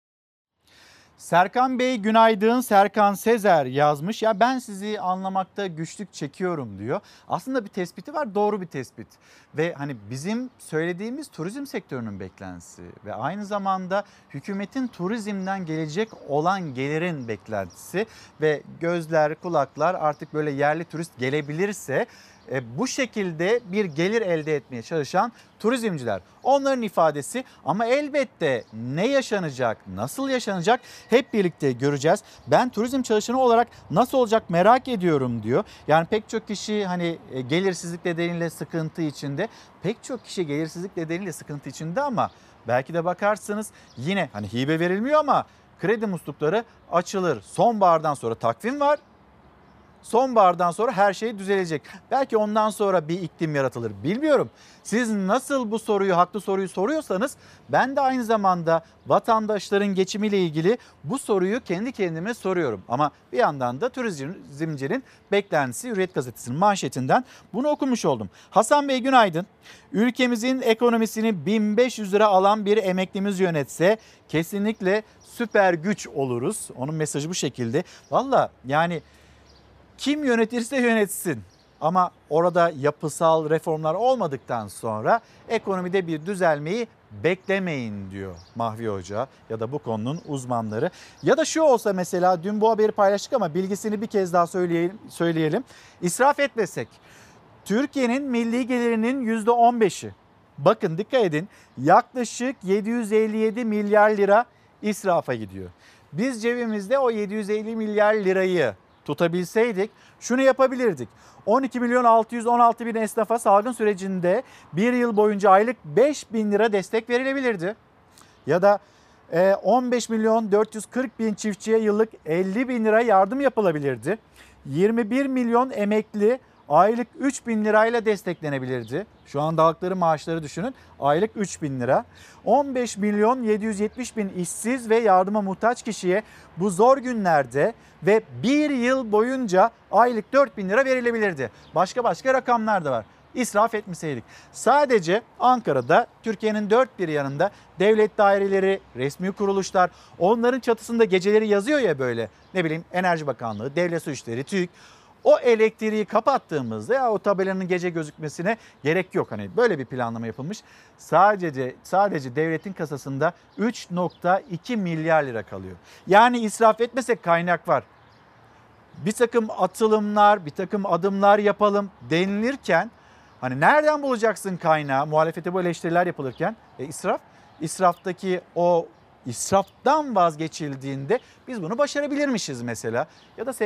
Serkan Bey günaydın. Serkan Sezer yazmış. Ya ben sizi anlamakta güçlük çekiyorum diyor. Aslında bir tespiti var, doğru bir tespit. Ve hani bizim söylediğimiz turizm sektörünün beklentisi ve aynı zamanda hükümetin turizmden gelecek olan gelirin beklentisi ve gözler, kulaklar artık böyle yerli turist gelebilirse bu şekilde bir gelir elde etmeye çalışan turizmciler. Onların ifadesi ama elbette ne yaşanacak, nasıl yaşanacak hep birlikte göreceğiz. Ben turizm çalışanı olarak nasıl olacak merak ediyorum diyor. Yani pek çok kişi hani gelirsizlik nedeniyle sıkıntı içinde, pek çok kişi gelirsizlik nedeniyle sıkıntı içinde ama belki de bakarsınız yine hani hibe verilmiyor ama kredi muslukları açılır. Sonbahardan sonra takvim var. Sonbahardan sonra her şey düzelecek. Belki ondan sonra bir iklim yaratılır, bilmiyorum. Siz nasıl bu soruyu, haklı soruyu soruyorsanız ben de aynı zamanda vatandaşların geçimiyle ilgili bu soruyu kendi kendime soruyorum. Ama bir yandan da turizmcinin beklentisi Hürriyet Gazetesi'nin manşetinden bunu okumuş oldum. Hasan Bey günaydın. Ülkemizin ekonomisini 1500 lira alan bir emeklimiz yönetse kesinlikle süper güç oluruz. Onun mesajı bu şekilde. Valla yani kim yönetirse yönetsin ama orada yapısal reformlar olmadıktan sonra ekonomide bir düzelmeyi beklemeyin diyor Mahvi Hoca ya da bu konunun uzmanları. Ya da şu olsa mesela dün bu haberi paylaştık ama bilgisini bir kez daha söyleyelim. İsraf etmesek Türkiye'nin milli gelirinin %15'i bakın dikkat edin yaklaşık 757 milyar lira israfa gidiyor. Biz cebimizde o 750 milyar lirayı tutabilseydik şunu yapabilirdik. 12 milyon 616 bin esnafa salgın sürecinde bir yıl boyunca aylık 5 bin lira destek verilebilirdi. Ya da 15 milyon 440 bin çiftçiye yıllık 50 bin lira yardım yapılabilirdi. 21 milyon emekli aylık 3 bin lirayla desteklenebilirdi. Şu anda aldıkları maaşları düşünün, aylık 3 bin lira. 15 milyon 770 bin işsiz ve yardıma muhtaç kişiye bu zor günlerde ve bir yıl boyunca aylık 4 bin lira verilebilirdi. Başka rakamlar da var. İsraf etmeseydik. Sadece Ankara'da Türkiye'nin dört bir yanında devlet daireleri, resmi kuruluşlar, onların çatısında geceleri yazıyor ya böyle, ne bileyim Enerji Bakanlığı, Devlet Su İşleri, TÜİK. O elektriği kapattığımızda ya o tabelanın gece gözükmesine gerek yok. Hani böyle bir planlama yapılmış. Sadece devletin kasasında 3.2 milyar lira kalıyor. Yani israf etmesek kaynak var. Bir takım atılımlar, bir takım adımlar yapalım denilirken hani nereden bulacaksın kaynağı? Muhalefete bu eleştiriler yapılırken israftaki o İsraftan vazgeçildiğinde biz bunu başarabilirmişiz mesela. Ya da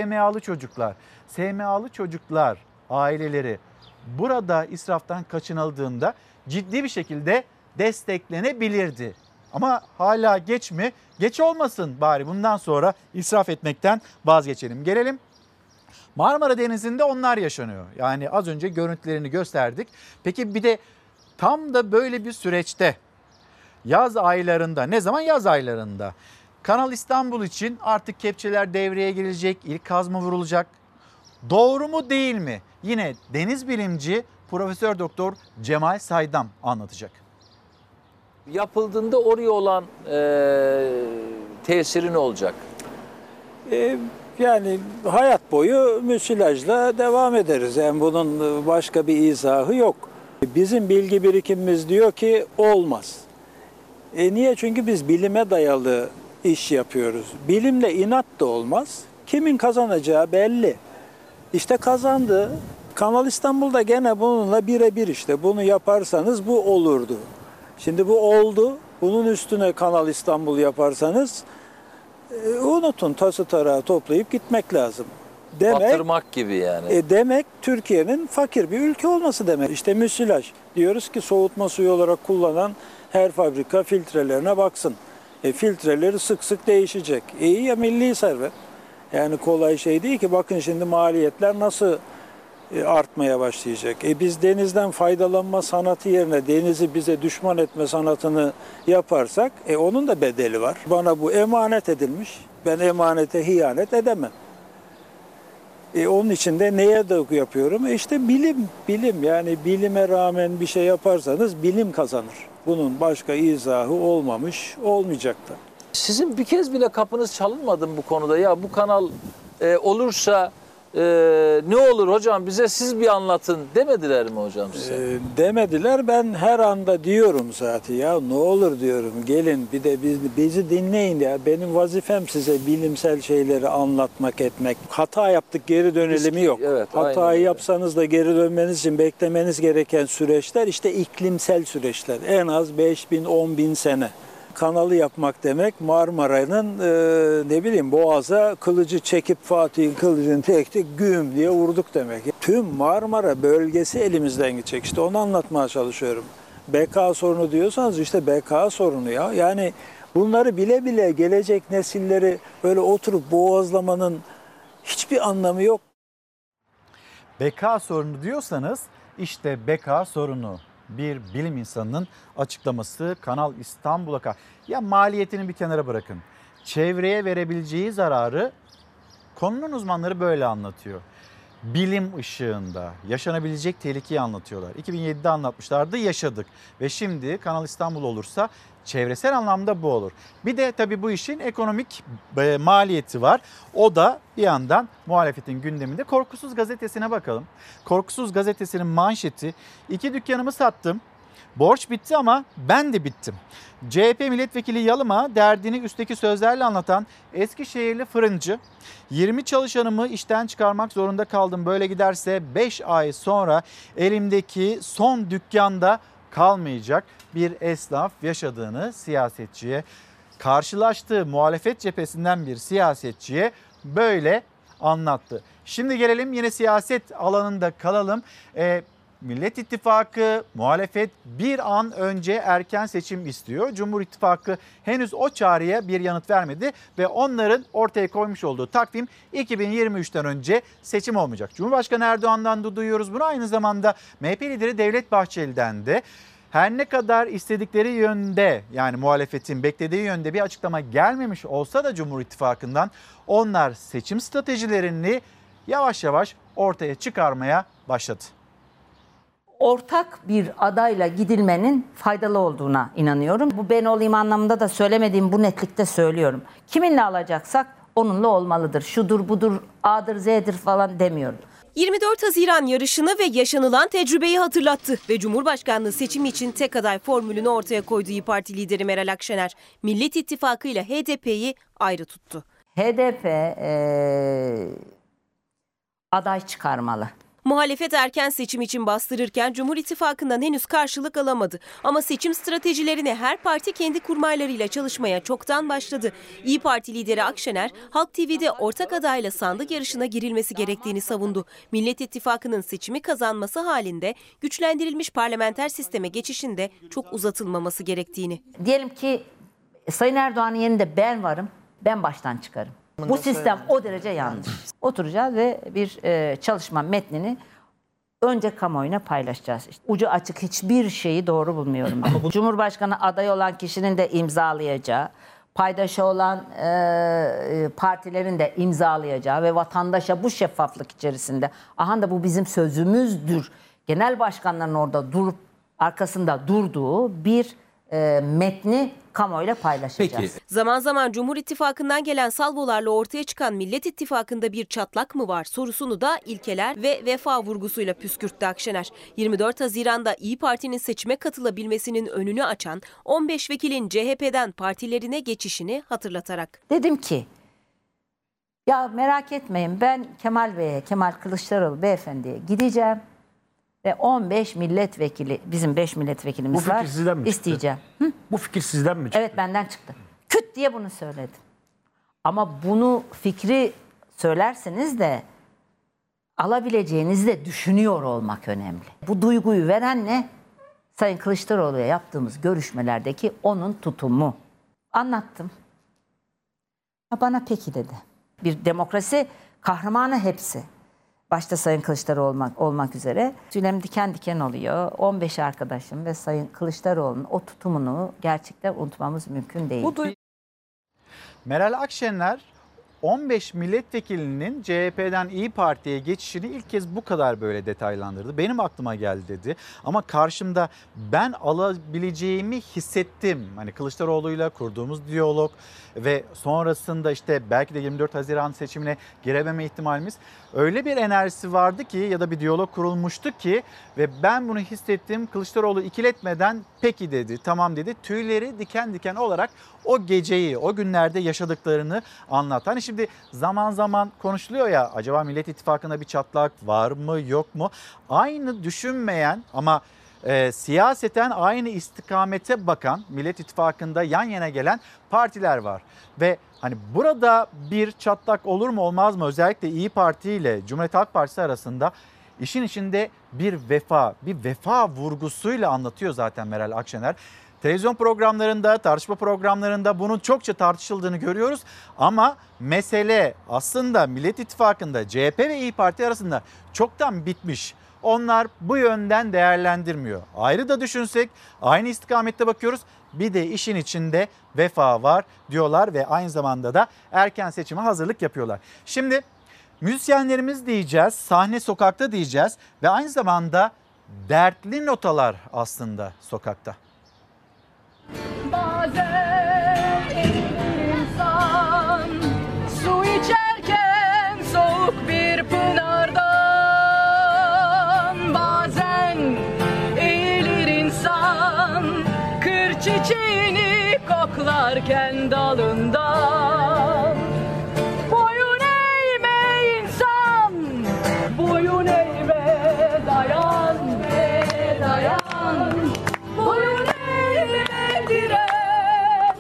SMA'lı çocuklar aileleri burada israftan kaçınıldığında ciddi bir şekilde desteklenebilirdi. Ama hala geç mi? Geç olmasın bari bundan sonra israf etmekten vazgeçelim. Gelelim Marmara Denizi'nde onlar yaşanıyor. Yani az önce görüntülerini gösterdik. Peki bir de tam da böyle bir süreçte yaz aylarında, ne zaman? Yaz aylarında Kanal İstanbul için artık kepçeler devreye girecek, ilk kazma vurulacak. Doğru mu değil mi? Yine deniz bilimci Profesör Doktor Cemal Saydam anlatacak. Yapıldığında oraya olan tesiri ne olacak? Yani hayat boyu müsilajla devam ederiz. Yani bunun başka bir izahı yok. Bizim bilgi birikimimiz diyor ki olmaz. Niye? Çünkü biz bilime dayalı iş yapıyoruz. Bilimle inat da olmaz. Kimin kazanacağı belli. İşte kazandı. Kanal İstanbul'da gene bununla birebir işte. Bunu yaparsanız bu olurdu. Şimdi bu oldu. Bunun üstüne Kanal İstanbul yaparsanız unutun, tası tarağı toplayıp gitmek lazım. Batırmak gibi yani. Demek Türkiye'nin fakir bir ülke olması demek. İşte müsilaj. Diyoruz ki soğutma suyu olarak kullanan her fabrika filtrelerine baksın. Filtreleri sık sık değişecek. İyi ya milli servet. Yani kolay şey değil ki. Bakın şimdi maliyetler nasıl artmaya başlayacak. Biz denizden faydalanma sanatı yerine denizi bize düşman etme sanatını yaparsak onun da bedeli var. Bana bu emanet edilmiş. Ben emanete hiyanet edemem. Onun için de neye de yapıyorum? İşte bilim yani bilime rağmen bir şey yaparsanız bilim kazanır. Bunun başka izahı olmamış, olmayacak da. Sizin bir kez bile kapınız çalınmadı mı bu konuda? Ya bu kanal olursa ne olur hocam, bize siz bir anlatın demediler mi hocam size? Demediler. Ben her anda diyorum zaten, ya ne olur diyorum, gelin bir de bizi dinleyin ya. Benim vazifem size bilimsel şeyleri anlatmak, etmek. Hata yaptık, geri dönelimi yok. Evet, Hatayı yapsanız da geri dönmeniz için beklemeniz gereken süreçler işte iklimsel süreçler. En az 5.000-10.000 sene. Kanalı yapmak demek Marmara'nın ne bileyim Boğaz'a kılıcı çekip Fatih'in kılıcını tek tek güm diye vurduk demek. Tüm Marmara bölgesi elimizden gidecek. İşte onu anlatmaya çalışıyorum. BK sorunu diyorsanız işte BK sorunu ya. Yani bunları bile bile gelecek nesilleri böyle oturup boğazlamanın hiçbir anlamı yok. BK sorunu diyorsanız işte BK sorunu. Bir bilim insanının açıklaması Kanal İstanbul'a. Ya maliyetini bir kenara bırakın. Çevreye verebileceği zararı konunun uzmanları böyle anlatıyor. Bilim ışığında yaşanabilecek tehlikeyi anlatıyorlar. 2007'de anlatmışlardı, yaşadık. Ve şimdi Kanal İstanbul olursa çevresel anlamda bu olur. Bir de tabii bu işin ekonomik maliyeti var. O da bir yandan muhalefetin gündeminde. Korkusuz Gazetesi'ne bakalım. Korkusuz Gazetesi'nin manşeti: "2 dükkanımı sattım. Borç bitti ama ben de bittim." CHP milletvekili Yalıma derdini üstteki sözlerle anlatan Eskişehirli fırıncı, 20 çalışanımı işten çıkarmak zorunda kaldım. Böyle giderse 5 ay sonra elimdeki son dükkanda kalmayacak bir esnaf yaşadığını siyasetçiye, karşılaştığı muhalefet cephesinden bir siyasetçiye böyle anlattı. Şimdi gelelim yine siyaset alanında kalalım. Millet İttifakı, muhalefet bir an önce erken seçim istiyor. Cumhur İttifakı henüz o çağrıya bir yanıt vermedi ve onların ortaya koymuş olduğu takvim 2023'ten önce seçim olmayacak. Cumhurbaşkanı Erdoğan'dan da duyuyoruz bunu, aynı zamanda MHP lideri Devlet Bahçeli'den de. Her ne kadar istedikleri yönde, yani muhalefetin beklediği yönde bir açıklama gelmemiş olsa da Cumhur İttifakı'ndan, onlar seçim stratejilerini yavaş yavaş ortaya çıkarmaya başladı. Ortak bir adayla gidilmenin faydalı olduğuna inanıyorum. Bu ben olayım anlamında da söylemediğim bu netlikte söylüyorum. Kiminle alacaksak onunla olmalıdır. Şudur budur, A'dır Z'dir falan demiyorum. 24 Haziran yarışını ve yaşanılan tecrübeyi hatırlattı ve Cumhurbaşkanlığı seçimi için tek aday formülünü ortaya koydu İYİ Parti lideri Meral Akşener. Millet İttifakı ile HDP'yi ayrı tuttu. HDP aday çıkarmalı. Muhalefet erken seçim için bastırırken Cumhur İttifakı'ndan henüz karşılık alamadı. Ama seçim stratejilerini her parti kendi kurmaylarıyla çalışmaya çoktan başladı. İYİ Parti lideri Akşener, Halk TV'de ortak adayla sandık yarışına girilmesi gerektiğini savundu. Millet İttifakı'nın seçimi kazanması halinde güçlendirilmiş parlamenter sisteme geçişinde çok uzatılmaması gerektiğini. Diyelim ki Sayın Erdoğan'ın yerinde ben varım, ben baştan çıkarım. Bu sistem o derece yanlış. Oturacağız ve bir çalışma metnini önce kamuoyuna paylaşacağız. İşte ucu açık hiçbir şeyi doğru bulmuyorum ben. Cumhurbaşkanı adayı olan kişinin de imzalayacağı, paydaşı olan partilerin de imzalayacağı ve vatandaşa bu şeffaflık içerisinde, aha da bu bizim sözümüzdür, genel başkanların orada durup arkasında durduğu bir metni kamuoyuyla paylaşacağız. Peki. Zaman zaman Cumhur İttifakı'ndan gelen salvolarla ortaya çıkan Millet İttifakı'nda bir çatlak mı var sorusunu da ilkeler ve vefa vurgusuyla püskürttü Akşener. 24 Haziran'da İYİ Parti'nin seçime katılabilmesinin önünü açan 15 vekilin CHP'den partilerine geçişini hatırlatarak. Dedim ki ya merak etmeyin, ben Kemal Bey'e, Kemal Kılıçdaroğlu beyefendiye gideceğim ve 15 milletvekili, bizim 5 milletvekilimiz var, isteyeceğim. Hı? Bu fikir sizden mi çıktı? Evet, benden çıktı. Küt diye bunu söyledim. Ama bunu, fikri söylerseniz de alabileceğinizi de düşünüyor olmak önemli. Bu duyguyu veren ne? Sayın Kılıçdaroğlu'ya yaptığımız görüşmelerdeki onun tutumu. Anlattım. Bana peki dedi. Bir demokrasi kahramanı hepsi. Başta Sayın Kılıçdaroğlu olmak üzere tüylerim diken diken oluyor. 15 arkadaşım ve Sayın Kılıçdaroğlu'nun o tutumunu gerçekten unutmamız mümkün değil. Meral Akşener 15 milletvekilinin CHP'den İYİ Parti'ye geçişini ilk kez bu kadar böyle detaylandırdı. Benim aklıma geldi dedi. Ama karşımda ben alabileceğimi hissettim. Hani Kılıçdaroğlu'yla kurduğumuz diyalog ve sonrasında işte belki de 24 Haziran seçimine girememe ihtimalimiz, öyle bir enerjisi vardı ki ya da bir diyalog kurulmuştu ki ve ben bunu hissettim. Kılıçdaroğlu ikiletmeden peki dedi, tamam dedi. Tüyleri diken diken olarak o geceyi, o günlerde yaşadıklarını anlattı. Hani şimdi zaman zaman konuşuluyor ya, acaba Millet İttifakı'nda bir çatlak var mı yok mu? Aynı düşünmeyen ama siyaseten aynı istikamete bakan, Millet İttifakı'nda yan yana gelen partiler var. Ve hani burada bir çatlak olur mu olmaz mı? Özellikle İYİ Parti ile Cumhuriyet Halk Partisi arasında işin içinde bir vefa vurgusuyla anlatıyor zaten Meral Akşener. Televizyon programlarında, tartışma programlarında bunun çokça tartışıldığını görüyoruz. Ama mesele aslında Millet İttifakı'nda CHP ve İYİ Parti arasında çoktan bitmiş. Onlar bu yönden değerlendirmiyor. Ayrı da düşünsek aynı istikamette bakıyoruz. Bir de işin içinde vefa var diyorlar ve aynı zamanda da erken seçime hazırlık yapıyorlar. Şimdi müzisyenlerimiz diyeceğiz, sahne sokakta diyeceğiz ve aynı zamanda dertli notalar aslında sokakta. Bazen insan su içerken soğuk bir pınardan, bazen eğilir insan kır çiçeğini koklarken dalından. Boyun eğme insan, boyun eğme, dayan ve dayan. Boyun eğme, diren.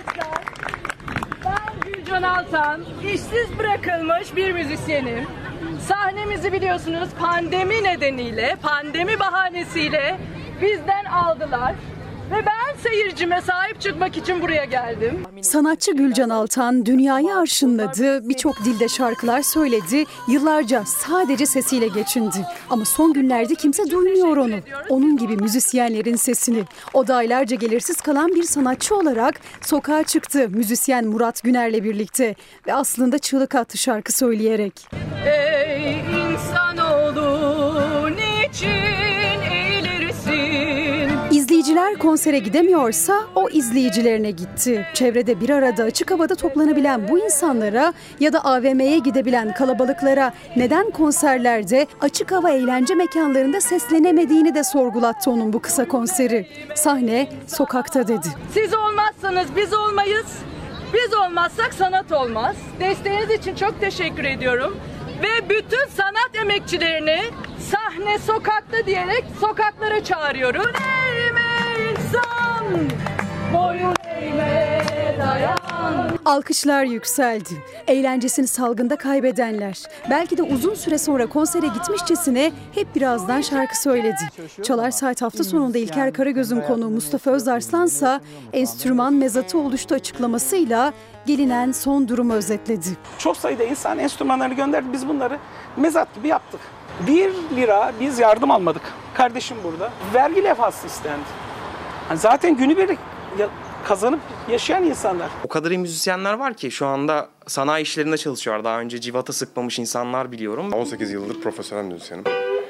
Ben Gülcan Altan, işsiz bırakılmış bir müzisyenim. Sahnemizi biliyorsunuz pandemi nedeniyle, pandemi bahanesiyle bizden aldılar. Ve ben seyircime sahip çıkmak için buraya geldim. Sanatçı Gülcan Altan dünyayı arşınladı, birçok dilde şarkılar söyledi, yıllarca sadece sesiyle geçindi. Ama son günlerde kimse duymuyor onu. Onun gibi müzisyenlerin sesini. O da aylarca gelirsiz kalan bir sanatçı olarak sokağa çıktı müzisyen Murat Güner'le birlikte. Ve aslında çığlık attı şarkı söyleyerek. Ey insanoğlu, niçin eğilirsin? İzleyiciler konsere gidemiyorsa o izleyicilerine gitti. Çevrede bir arada açık havada toplanabilen bu insanlara ya da AVM'ye gidebilen kalabalıklara neden konserlerde, açık hava eğlence mekanlarında seslenemediğini de sorgulattı onun bu kısa konseri. Sahne sokakta dedi. Siz olmazsanız biz olmayız, biz olmazsak sanat olmaz. Desteğiniz için çok teşekkür ediyorum. Ve bütün sanat emekçilerini sahne sokakta diyerek sokaklara çağırıyorum. Boyun eğme insan, boyun eğme, dayan. Alkışlar yükseldi. Eğlencesini salgında kaybedenler. Belki de uzun süre sonra konsere gitmişçesine hep birazdan şarkı söyledi. Çalar Saat hafta sonunda İlker Karagöz'ün konuğu Mustafa Özarslan'sa enstrüman mezatı oluştu açıklamasıyla gelinen son durumu özetledi. Çok sayıda insan enstrümanlarını gönderdi. Biz bunları mezat gibi yaptık. 1 lira biz yardım almadık. Kardeşim burada. Vergi levhası istendi. Zaten günübirlik kazanıp yaşayan insanlar. O kadar iyi müzisyenler var ki şu anda sanayi işlerinde çalışıyor. Daha önce civata sıkmamış insanlar biliyorum. 18 yıldır profesyonel müzisyenim.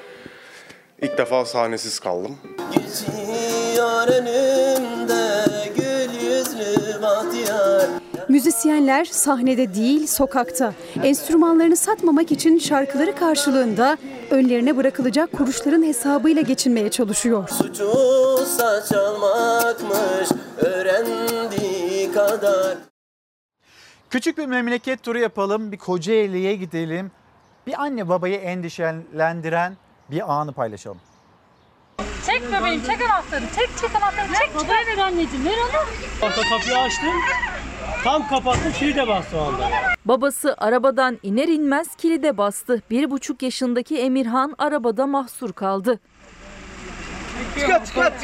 İlk defa sahnesiz kaldım. Geçiyor önümde gül yüzlü bahtiyar. Müzisyenler sahnede değil sokakta. Enstrümanlarını satmamak için şarkıları karşılığında önlerine bırakılacak kuruşların hesabıyla geçinmeye çalışıyor. Suçu saç almakmış öğrendiği kadar. Küçük bir memleket turu yapalım, bir Kocaeli'ye gidelim. Bir anne babayı endişelendiren bir anı paylaşalım. Çek bebeğim, çek anahtarı, çek anahtarı, çek. Babaya ver anneciğim, ver onu. Kapıyı açtım, tam kapattım, kilide bastı o anda. Babası arabadan iner inmez kilide bastı. 1,5 yaşındaki Emirhan arabada mahsur kaldı. Çıkar.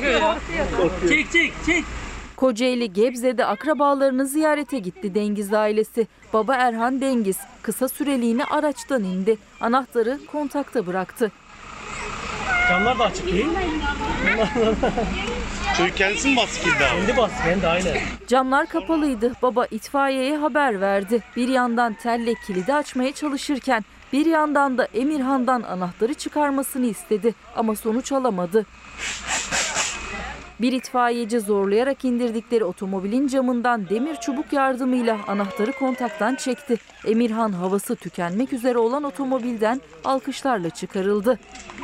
Çek. Kocaeli Gebze'de akrabalarını ziyarete gitti Dengiz ailesi. Baba Erhan Dengiz kısa süreliğine araçtan indi. Anahtarı kontakta bıraktı. Camlar da açık değil. Çocuk kendisi mi bastı kilidi abi? Kendi bastı, kendi aynen. Camlar kapalıydı. Baba itfaiyeye haber verdi. Bir yandan telle kilidi açmaya çalışırken bir yandan da Emirhan'dan anahtarı çıkarmasını istedi ama sonuç alamadı. Bir itfaiyeci zorlayarak indirdikleri otomobilin camından demir çubuk yardımıyla anahtarı kontaktan çekti. Emirhan havası tükenmek üzere olan otomobilden alkışlarla çıkarıldı.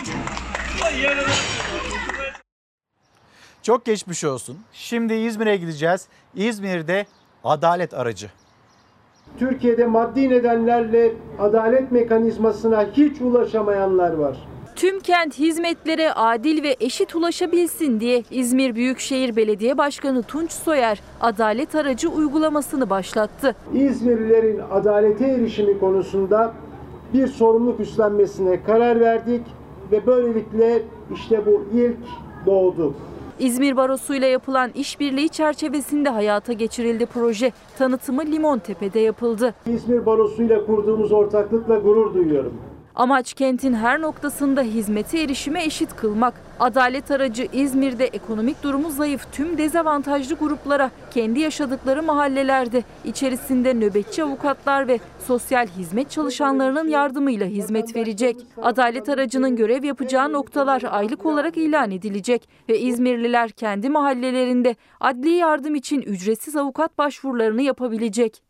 Çok geçmiş olsun. Şimdi İzmir'e gideceğiz. İzmir'de adalet aracı. Türkiye'de maddi nedenlerle adalet mekanizmasına hiç ulaşamayanlar var. Tüm kent hizmetlere adil ve eşit ulaşabilsin diye İzmir Büyükşehir Belediye Başkanı Tunç Soyer adalet aracı uygulamasını başlattı. İzmirlilerin adalete erişimi konusunda bir sorumluluk üstlenmesine karar verdik ve böylelikle işte bu ilk doğdu. İzmir Barosu ile yapılan işbirliği çerçevesinde hayata geçirildi proje. Tanıtımı Limontepe'de yapıldı. İzmir Barosu ile kurduğumuz ortaklıkla gurur duyuyorum. Amaç kentin her noktasında hizmete erişime eşit kılmak. Adalet aracı İzmir'de ekonomik durumu zayıf tüm dezavantajlı gruplara kendi yaşadıkları mahallelerde içerisinde nöbetçi avukatlar ve sosyal hizmet çalışanlarının yardımıyla hizmet verecek. Adalet aracının görev yapacağı noktalar aylık olarak ilan edilecek ve İzmirliler kendi mahallelerinde adli yardım için ücretsiz avukat başvurularını yapabilecek.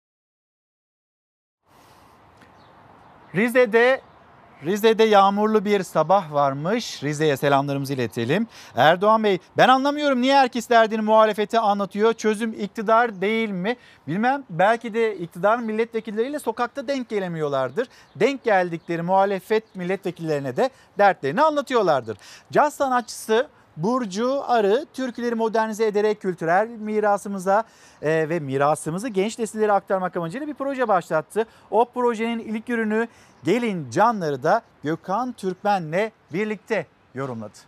Rize'de yağmurlu bir sabah varmış. Rize'ye selamlarımızı iletelim. Erdoğan Bey, ben anlamıyorum niye herkes derdini muhalefete anlatıyor. Çözüm iktidar değil mi? Bilmem, belki de iktidar milletvekilleriyle sokakta denk gelemiyorlardır. Denk geldikleri muhalefet milletvekillerine de dertlerini anlatıyorlardır. Caz sanatçısı Burcu Arı türküleri modernize ederek kültürel mirasımıza ve mirasımızı genç nesillere aktarmak amacıyla bir proje başlattı. O projenin ilk ürünü Gelin Canları da Gökhan Türkmen'le birlikte yorumladı.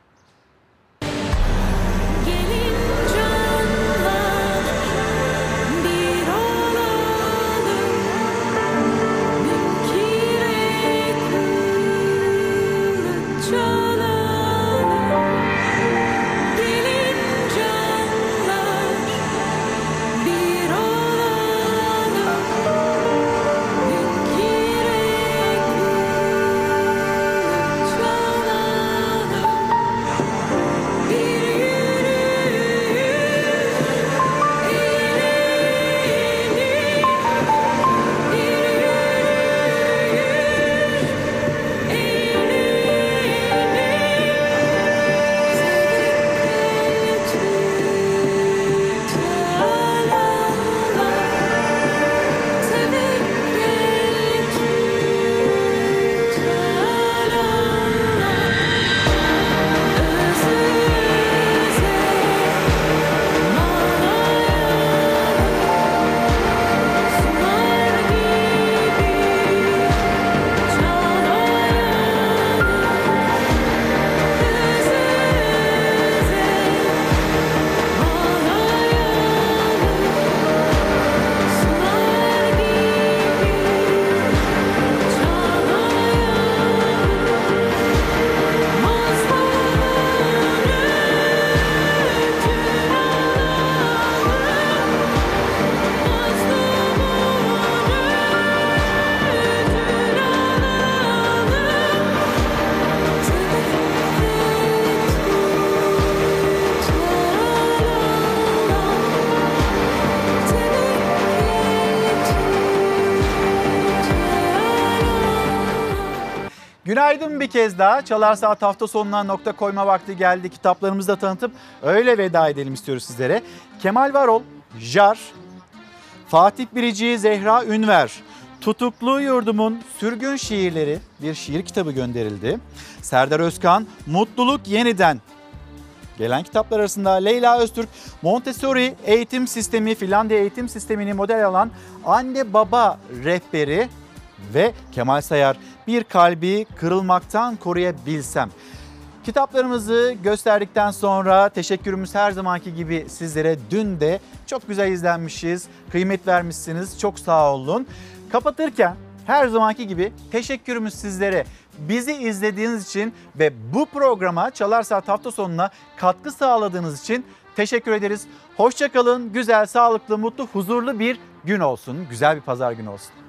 Günaydın bir kez daha. Çalar Saat hafta sonuna nokta koyma vakti geldi. Kitaplarımızı da tanıtıp öyle veda edelim istiyoruz sizlere. Kemal Varol, Jar, Fatih Birici, Zehra Ünver, Tutuklu Yurdumun Sürgün Şiirleri bir şiir kitabı gönderildi. Serdar Özkan, Mutluluk Yeniden. Gelen kitaplar arasında Leyla Öztürk, Montessori eğitim sistemi, Finlandiya eğitim sistemini model alan Anne Baba Rehberi ve Kemal Sayar, Bir Kalbi Kırılmaktan Koruyabilsem. Kitaplarımızı gösterdikten sonra teşekkürümüz her zamanki gibi sizlere. Dün de çok güzel izlenmişiz, kıymet vermişsiniz, çok sağ olun. Kapatırken her zamanki gibi teşekkürümüz sizlere. Bizi izlediğiniz için ve bu programa Çalar Saat hafta sonuna katkı sağladığınız için teşekkür ederiz. Hoşça kalın, güzel, sağlıklı, mutlu, huzurlu bir gün olsun. Güzel bir pazar günü olsun.